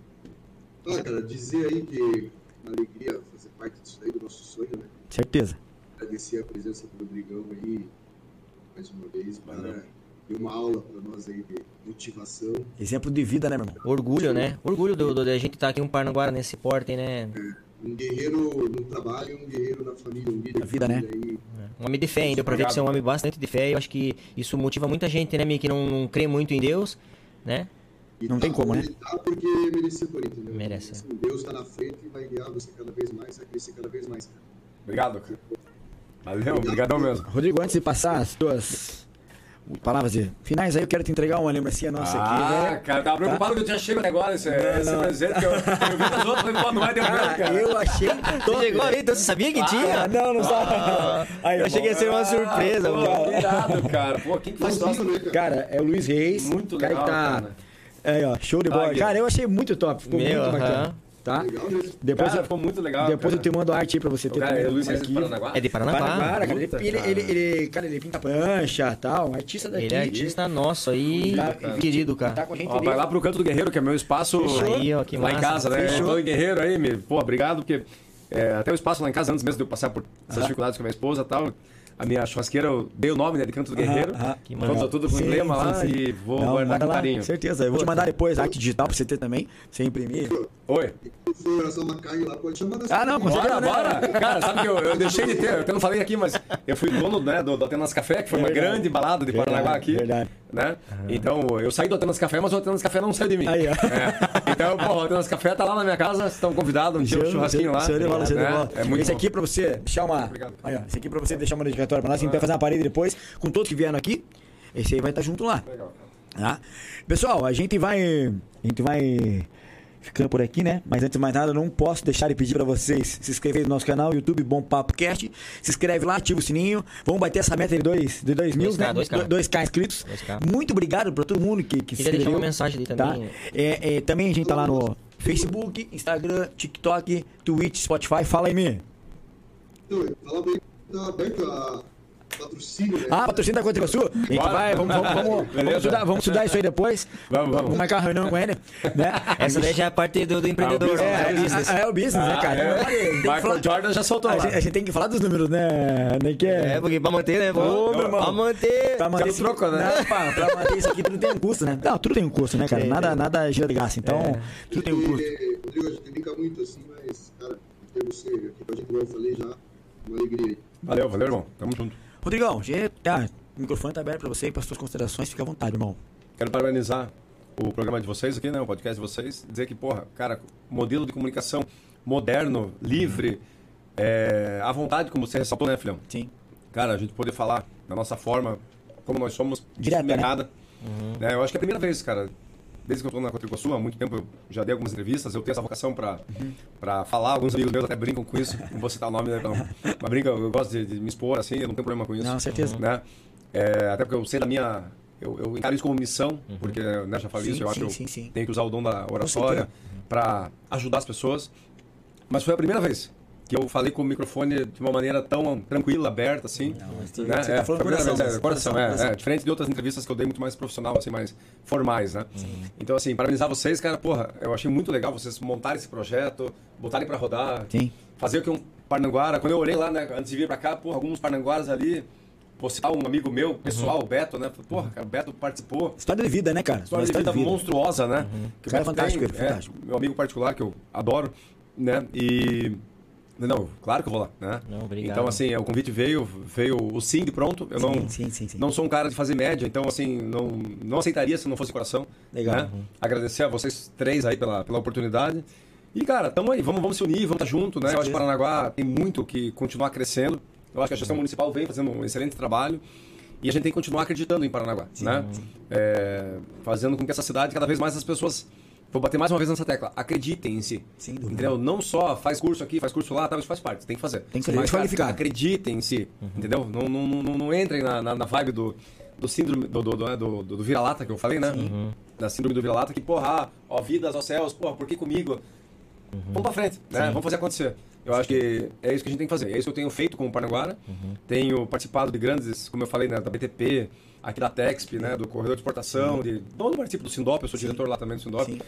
Ah, cara, dizer aí que uma alegria fazer parte disso aí, do nosso sonho, né? Certeza. Agradecer a presença do Rodrigão aí, mais uma vez, para deu uma aula para nós aí de motivação. Exemplo de vida, né, meu irmão? Orgulho, né? Orgulho do, do, da gente estar aqui em um Parnaguara nesse porte, né? Um guerreiro no trabalho, um guerreiro na família, um líder Na vida, de né? família aí. Um homem de fé ainda, eu aproveito que você é um homem bastante de fé, eu acho que isso motiva muita gente, né, Mi, que não, não crê muito em Deus, né? E Não tem como, né? Ele tá porque merecedor, entendeu? Merece. Assim, Deus tá na frente e vai guiar você cada vez mais, vai crescer cada vez mais, cara. Obrigado, cara. Valeu, obrigadão mesmo. Rodrigo, antes de passar as tuas palavras de finais aí, eu quero te entregar uma lembrancinha nossa aqui, Ah, né? cara, tava preocupado que eu tinha chego até agora esse, esse não. presente, que eu, eu vi das outras, falei, pô, não vai ter Cara, cara. eu achei Você top. chegou aí, então você sabia que tinha? Ah, não, não sabe. Aí, Eu achei que ia ser uma surpresa, pô, mano. irado, cara. Pô, quem que faz Gostinho, troço? né, cara? Cara, é o Luiz Reis. Muito cara legal, que tá... cara. Aí, ó, show de bola. Ah, Cara, eu achei muito top. Ficou Meu, muito bacana. aham. Tá? Legal mesmo. Depois, Cara, eu, ficou muito legal. depois eu cara. te mando a arte aí pra você ter O cara, é também Luiz Reis aqui. de Paranaguá? É de Paranaguá. Paranaguá, cara. Ele, Puta, ele, cara. ele, ele- cara, ele pinta prancha e tal. Artista daqui. Ele é artista nosso aí, Tá- querido, Tá cara. com a gente Ó, ali. vai lá pro Canto do Guerreiro, que é meu espaço Aí, ó, que lá em massa. casa, né? Fechou. Eu tô em Guerreiro aí, me... pô, obrigado, porque é, até o espaço lá em casa, antes mesmo de eu passar por essas dificuldades com a minha esposa e tal, a minha churrasqueira, eu dei o nome, né, de Canto do Guerreiro. Ah, ah, tudo, tudo com emblema lá sim. E vou Não, guardar com carinho. Com certeza. Eu vou te mandar depois arte digital pra você ter também, você imprimir. Oi. Se for assar uma carne lá, pode chamar dessa. Ah, não, com certeza. Bora, bora. Cara, sabe que eu, eu deixei de ter, eu até não falei aqui, mas eu fui dono, né, do, do Atenas Café, que foi uma verdade. grande balada de Paranaguá aqui. Verdade. Né? Uhum. Então, eu saí do Atenas Café, mas o Atenas Café não saiu de mim. Aí, é. Então, pô, o Atenas Café tá lá na minha casa, estão convidados, um dia um churrasquinho lá. Show de bola, show de bola. É muito esse bom. aqui pra você deixar uma. Obrigado. Aí, ó, esse aqui pra você deixar uma dedicatória pra nós, a gente vai fazer uma parede depois, com todos que vieram aqui. Esse aí vai estar junto lá. Legal. Tá? Pessoal, a gente vai. A gente vai ficando por aqui, né? Mas antes de mais nada, eu não posso deixar de pedir pra vocês se inscreverem no nosso canal, YouTube Bom Papo Cast. Se inscreve lá, ativa o sininho. Vamos bater essa meta de dois, de dois mil, né? dois K inscritos. dois K. Muito obrigado pra todo mundo que, que se inscreveu. Queria deixar uma mensagem ali também. Tá? É, é, também a gente tá lá no Facebook, Instagram, TikTok, Twitch, Spotify. Fala aí, Mi. Então, fala bem, tá aberto a patrocínio, né? Ah, patrocínio da Contra Sul? A gente vai, vamos, vamos, vamos, vamos, estudar, vamos estudar isso aí depois. Vamos, vamos. Vamos marcar uma reunião com ele. Né? Essa daí já é a parte do, do empreendedor. Ah, é, é, é, o business, é o business ah, né, cara? É. Michael falar, Jordan já soltou a lá. Gente, a gente tem que falar dos números, né? Nem que é... é, porque pra manter, né? Ô, meu irmão. Pra manter... Pra manter esse troco, né? Não, pra, pra manter isso aqui tudo tem um custo, né? Não, tudo tem um custo, né, cara? Nada, nada gira de gasto. Então, é. tudo tem um custo. Rodrigo, a gente brinca muito assim, mas, cara, ter você aqui com a gente, como eu falei já, uma alegria aí. Valeu, valeu, irmão. Tamo junto. Rodrigão, ah, o microfone tá aberto pra você e para suas considerações, fica à vontade, irmão. Quero parabenizar o programa de vocês aqui, né? O podcast de vocês. Dizer que, porra, cara, modelo de comunicação moderno, livre, é, à vontade, como você ressaltou, né, filhão? Sim. Cara, a gente poder falar da nossa forma, como nós somos, direta, né? Uhum. É, eu acho que é a primeira vez, cara, desde que eu estou na Cotricosul, há muito tempo eu já dei algumas entrevistas, eu tenho essa vocação para uhum. para falar, alguns amigos meus até brincam com isso, não vou citar o nome, né, não, mas brinca, eu gosto de, de me expor assim, eu não tenho problema com isso. Não, certeza. Né? É, até porque eu sei da minha, eu, eu encaro isso como missão, uhum. porque, né, já falei sim, isso, eu sim, acho sim, que sim. eu tenho que usar o dom da oratória para ajudar as pessoas, mas foi a primeira vez que eu falei com o microfone de uma maneira tão tranquila, aberta, assim. Não, mas né? Você é, tá falando coração, vez, é, coração, coração, é, coração. É, diferente de outras entrevistas que eu dei muito mais profissional, assim, mais formais, né? Sim. Então, assim, parabenizar vocês, cara, porra, eu achei muito legal vocês montarem esse projeto, botarem pra rodar, Sim. fazer o que um Parnanguara, quando eu olhei lá, né, antes de vir pra cá, porra, alguns Parnanguaras ali, vou citar um amigo meu, pessoal, uhum. o Beto, né? Porra, cara, o Beto participou. História de vida, né, cara? História, história de vida, vida monstruosa, né? Uhum. Que o cara é fantástico, tem, é fantástico. Meu amigo particular, que eu adoro, né? E... Não, claro que eu vou lá, né? Não, obrigado. Então, assim, o convite veio, veio o sim de pronto. Eu sim, não, sim, sim, sim. não sou um cara de fazer média, então, assim, não, não aceitaria se não fosse coração. Legal. Né? Uhum. Agradecer a vocês três aí pela, pela oportunidade. E, cara, tamo aí, vamos, vamos se unir, vamos estar junto, né? Eu acho que Paranaguá tem muito que continuar crescendo. Eu acho que a gestão municipal vem fazendo um excelente trabalho. E a gente tem que continuar acreditando em Paranaguá, sim, né? Sim. É, fazendo com que essa cidade, cada vez mais as pessoas... Vou bater mais uma vez nessa tecla. Acreditem em si. Sim, dúvida. Entendeu? Não só faz curso aqui, faz curso lá, tá, isso faz parte. Tem que fazer. Tem que ser qualificado. Acreditem em si. Uhum. Entendeu? Não, não, não, não entrem na, na, na vibe do, do síndrome do, do, do, do, do vira-lata que eu falei, né? Uhum. Da síndrome do vira-lata que, porra, ah, ó, vidas, ó céus, porra, por que comigo? Uhum. Vamos pra frente, né? Sim. Vamos fazer acontecer. Eu acho que é isso que a gente tem que fazer. É isso que eu tenho feito com o Parnaguara. Uhum. Tenho participado de grandes, como eu falei, né, da B T P, aqui da Texp, né, do Corredor de Exportação, de todo o participo do Sindop, eu sou Sim. diretor lá também do Sindop.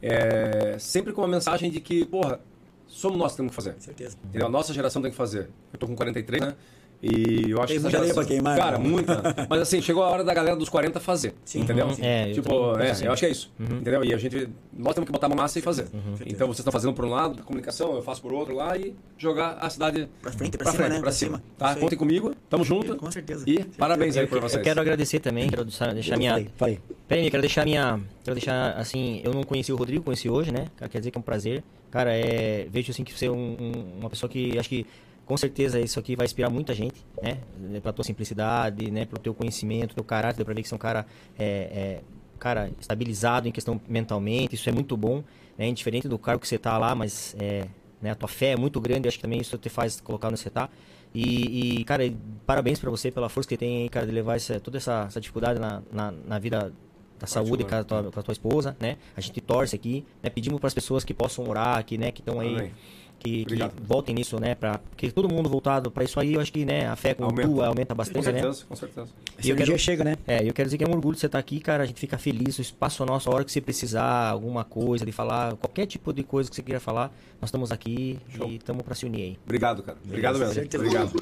É, sempre com a mensagem de que, porra, somos nós que temos que fazer. Certeza. Entendeu? A nossa geração tem que fazer. Eu tô com quarenta e três, né? E eu acho tem que muita lenha pra queimar. Cara, muita. Mas assim, chegou a hora da galera dos quarenta fazer. Sim. Entendeu? Uhum. É, tipo, eu, é, eu acho que é isso. Uhum. Entendeu? E a gente, nós temos que botar a mão massa e fazer. Uhum. Então vocês estão fazendo por um lado, comunicação, eu faço por outro lá e jogar a cidade pra frente, pra, pra, cima, frente, né? pra cima. Tá? Contem comigo, tamo junto. Com certeza. E certeza. parabéns aí eu, por vocês. Eu quero agradecer também, quero deixar, deixar minha. Falei, falei. Peraí, eu quero deixar minha. Quero deixar assim, eu não conheci o Rodrigo, conheci hoje, né? Quer dizer que é um prazer. Cara, é. Vejo assim que você é um, um, uma pessoa que acho que. Com certeza isso aqui vai inspirar muita gente, né? Pela tua simplicidade, né? Pelo teu conhecimento, teu caráter, deu pra ver que você é um cara, é, é, cara estabilizado em questão mentalmente, isso é muito bom, né? Indiferente do cargo que você tá lá, mas é, né? A tua fé é muito grande, acho que também isso te faz colocar onde você tá. E, e cara, parabéns pra você pela força que tem aí, cara, de levar essa, toda essa, essa dificuldade na, na, na vida da saúde com a, tua, com a tua esposa, né? A gente torce aqui, né? Pedimos para as pessoas que possam orar aqui, né? Que estão aí... Amém. Que, que voltem nisso, né? Pra, porque todo mundo voltado para isso aí, eu acho que, né, a fé com aumenta. tua aumenta bastante, com certeza, né? Com certeza, e eu quero, chega, né? É, eu quero dizer que é um orgulho de você estar aqui, cara. A gente fica feliz, o espaço é nosso, a hora que você precisar, alguma coisa de falar, qualquer tipo de coisa que você queira falar, nós estamos aqui Show. E estamos para se unir aí. Obrigado, cara. Obrigado mesmo. Certeza. Obrigado.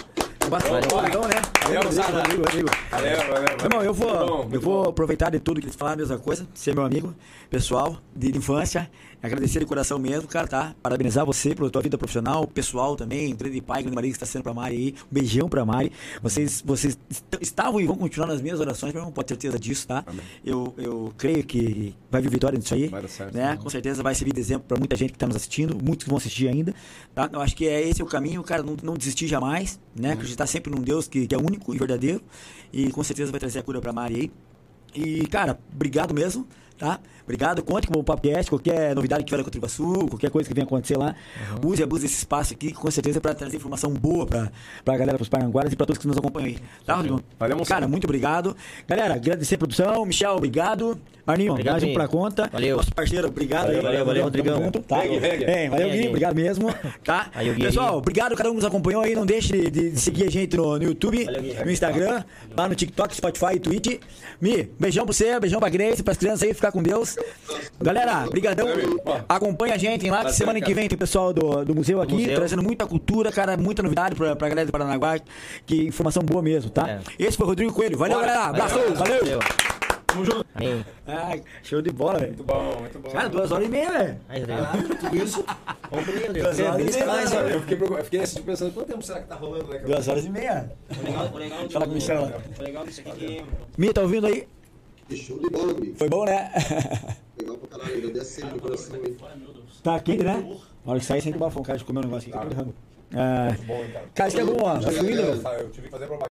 Bastante, valeu, né? Valeu, valeu, valeu. Valeu, valeu. Irmão, eu vou, eu vou aproveitar de tudo que eles falaram, a mesma coisa, ser meu amigo pessoal, de infância, agradecer de coração mesmo, cara, tá? Parabenizar você pela tua vida profissional, pessoal também, grande pai, grande marido que está sendo pra Mari aí, um beijão pra Mari. Vocês, vocês estavam e vão continuar nas minhas orações, meu irmão, pode ter certeza disso, tá? Eu, eu creio que vai vir vitória nisso aí, vai dar certo, né? Com certeza vai servir de exemplo pra muita gente que tá nos assistindo, muitos que vão assistir ainda, tá? Eu acho que é esse o caminho, cara, não, não desistir jamais, né? Acreditar sempre num Deus que, que é único e verdadeiro, e com certeza vai trazer a cura pra Mari aí. E, cara, obrigado mesmo, tá? Obrigado, conte com o podcast, qualquer novidade que tiver na Cotriguaçu, qualquer coisa que venha acontecer lá, uhum. use e abuse desse espaço aqui, com certeza, para trazer informação boa pra, pra galera, pros Paranguaras e pra todos que nos acompanham aí. Tá, Rodrigo? Valeu, cara, muito obrigado. Galera, agradecer a produção, Michel, obrigado. Marninho, obrigado, mais um pra conta. Valeu. Nosso parceiro, obrigado. Valeu, aí, valeu, valeu, Rodrigão. Junto, tá? Reg, reg. É, valeu, Gui, obrigado mesmo. Tá? Aí, pessoal, obrigado a cada um que nos acompanhou aí, não deixe de, de seguir a gente no, no YouTube, valeu, Gui, no Instagram, lá no TikTok, Spotify e Twitch. Mi, beijão pra você, beijão pra Grace, pras crianças aí, ficar com Deus. Galera, brigadão. Acompanha a gente lá, que semana que vem tem o pessoal do, do museu aqui, museu. trazendo muita cultura, cara, muita novidade pra, pra galera do Paranaguá, que informação boa mesmo, tá? É. Esse foi o Rodrigo Coelho. Valeu, Bora. galera. Abraço, valeu. valeu. valeu. Tamo junto. Ah, show de bola, velho. Muito bom, muito bom. Cara, duas horas e meia, velho. Tudo isso. Duas horas e meia. Mais, eu fiquei, eu fiquei assim, pensando, quanto tempo será que tá rolando, né? Duas horas e meia. Legal, legal. Fala com o Michel lá. Legal isso aqui que... Mi, tá ouvindo aí? Show de bola, Mi. Foi bom, né? Legal pra caralho, ainda desce no coração aí. Tá quente, né? Na hora que sair, sempre bafão, cara, de comer um negócio aqui. Tá. Ah, cara, isso que é bom, ó. Tá fluindo, velho. Eu tive que fazer propaganda.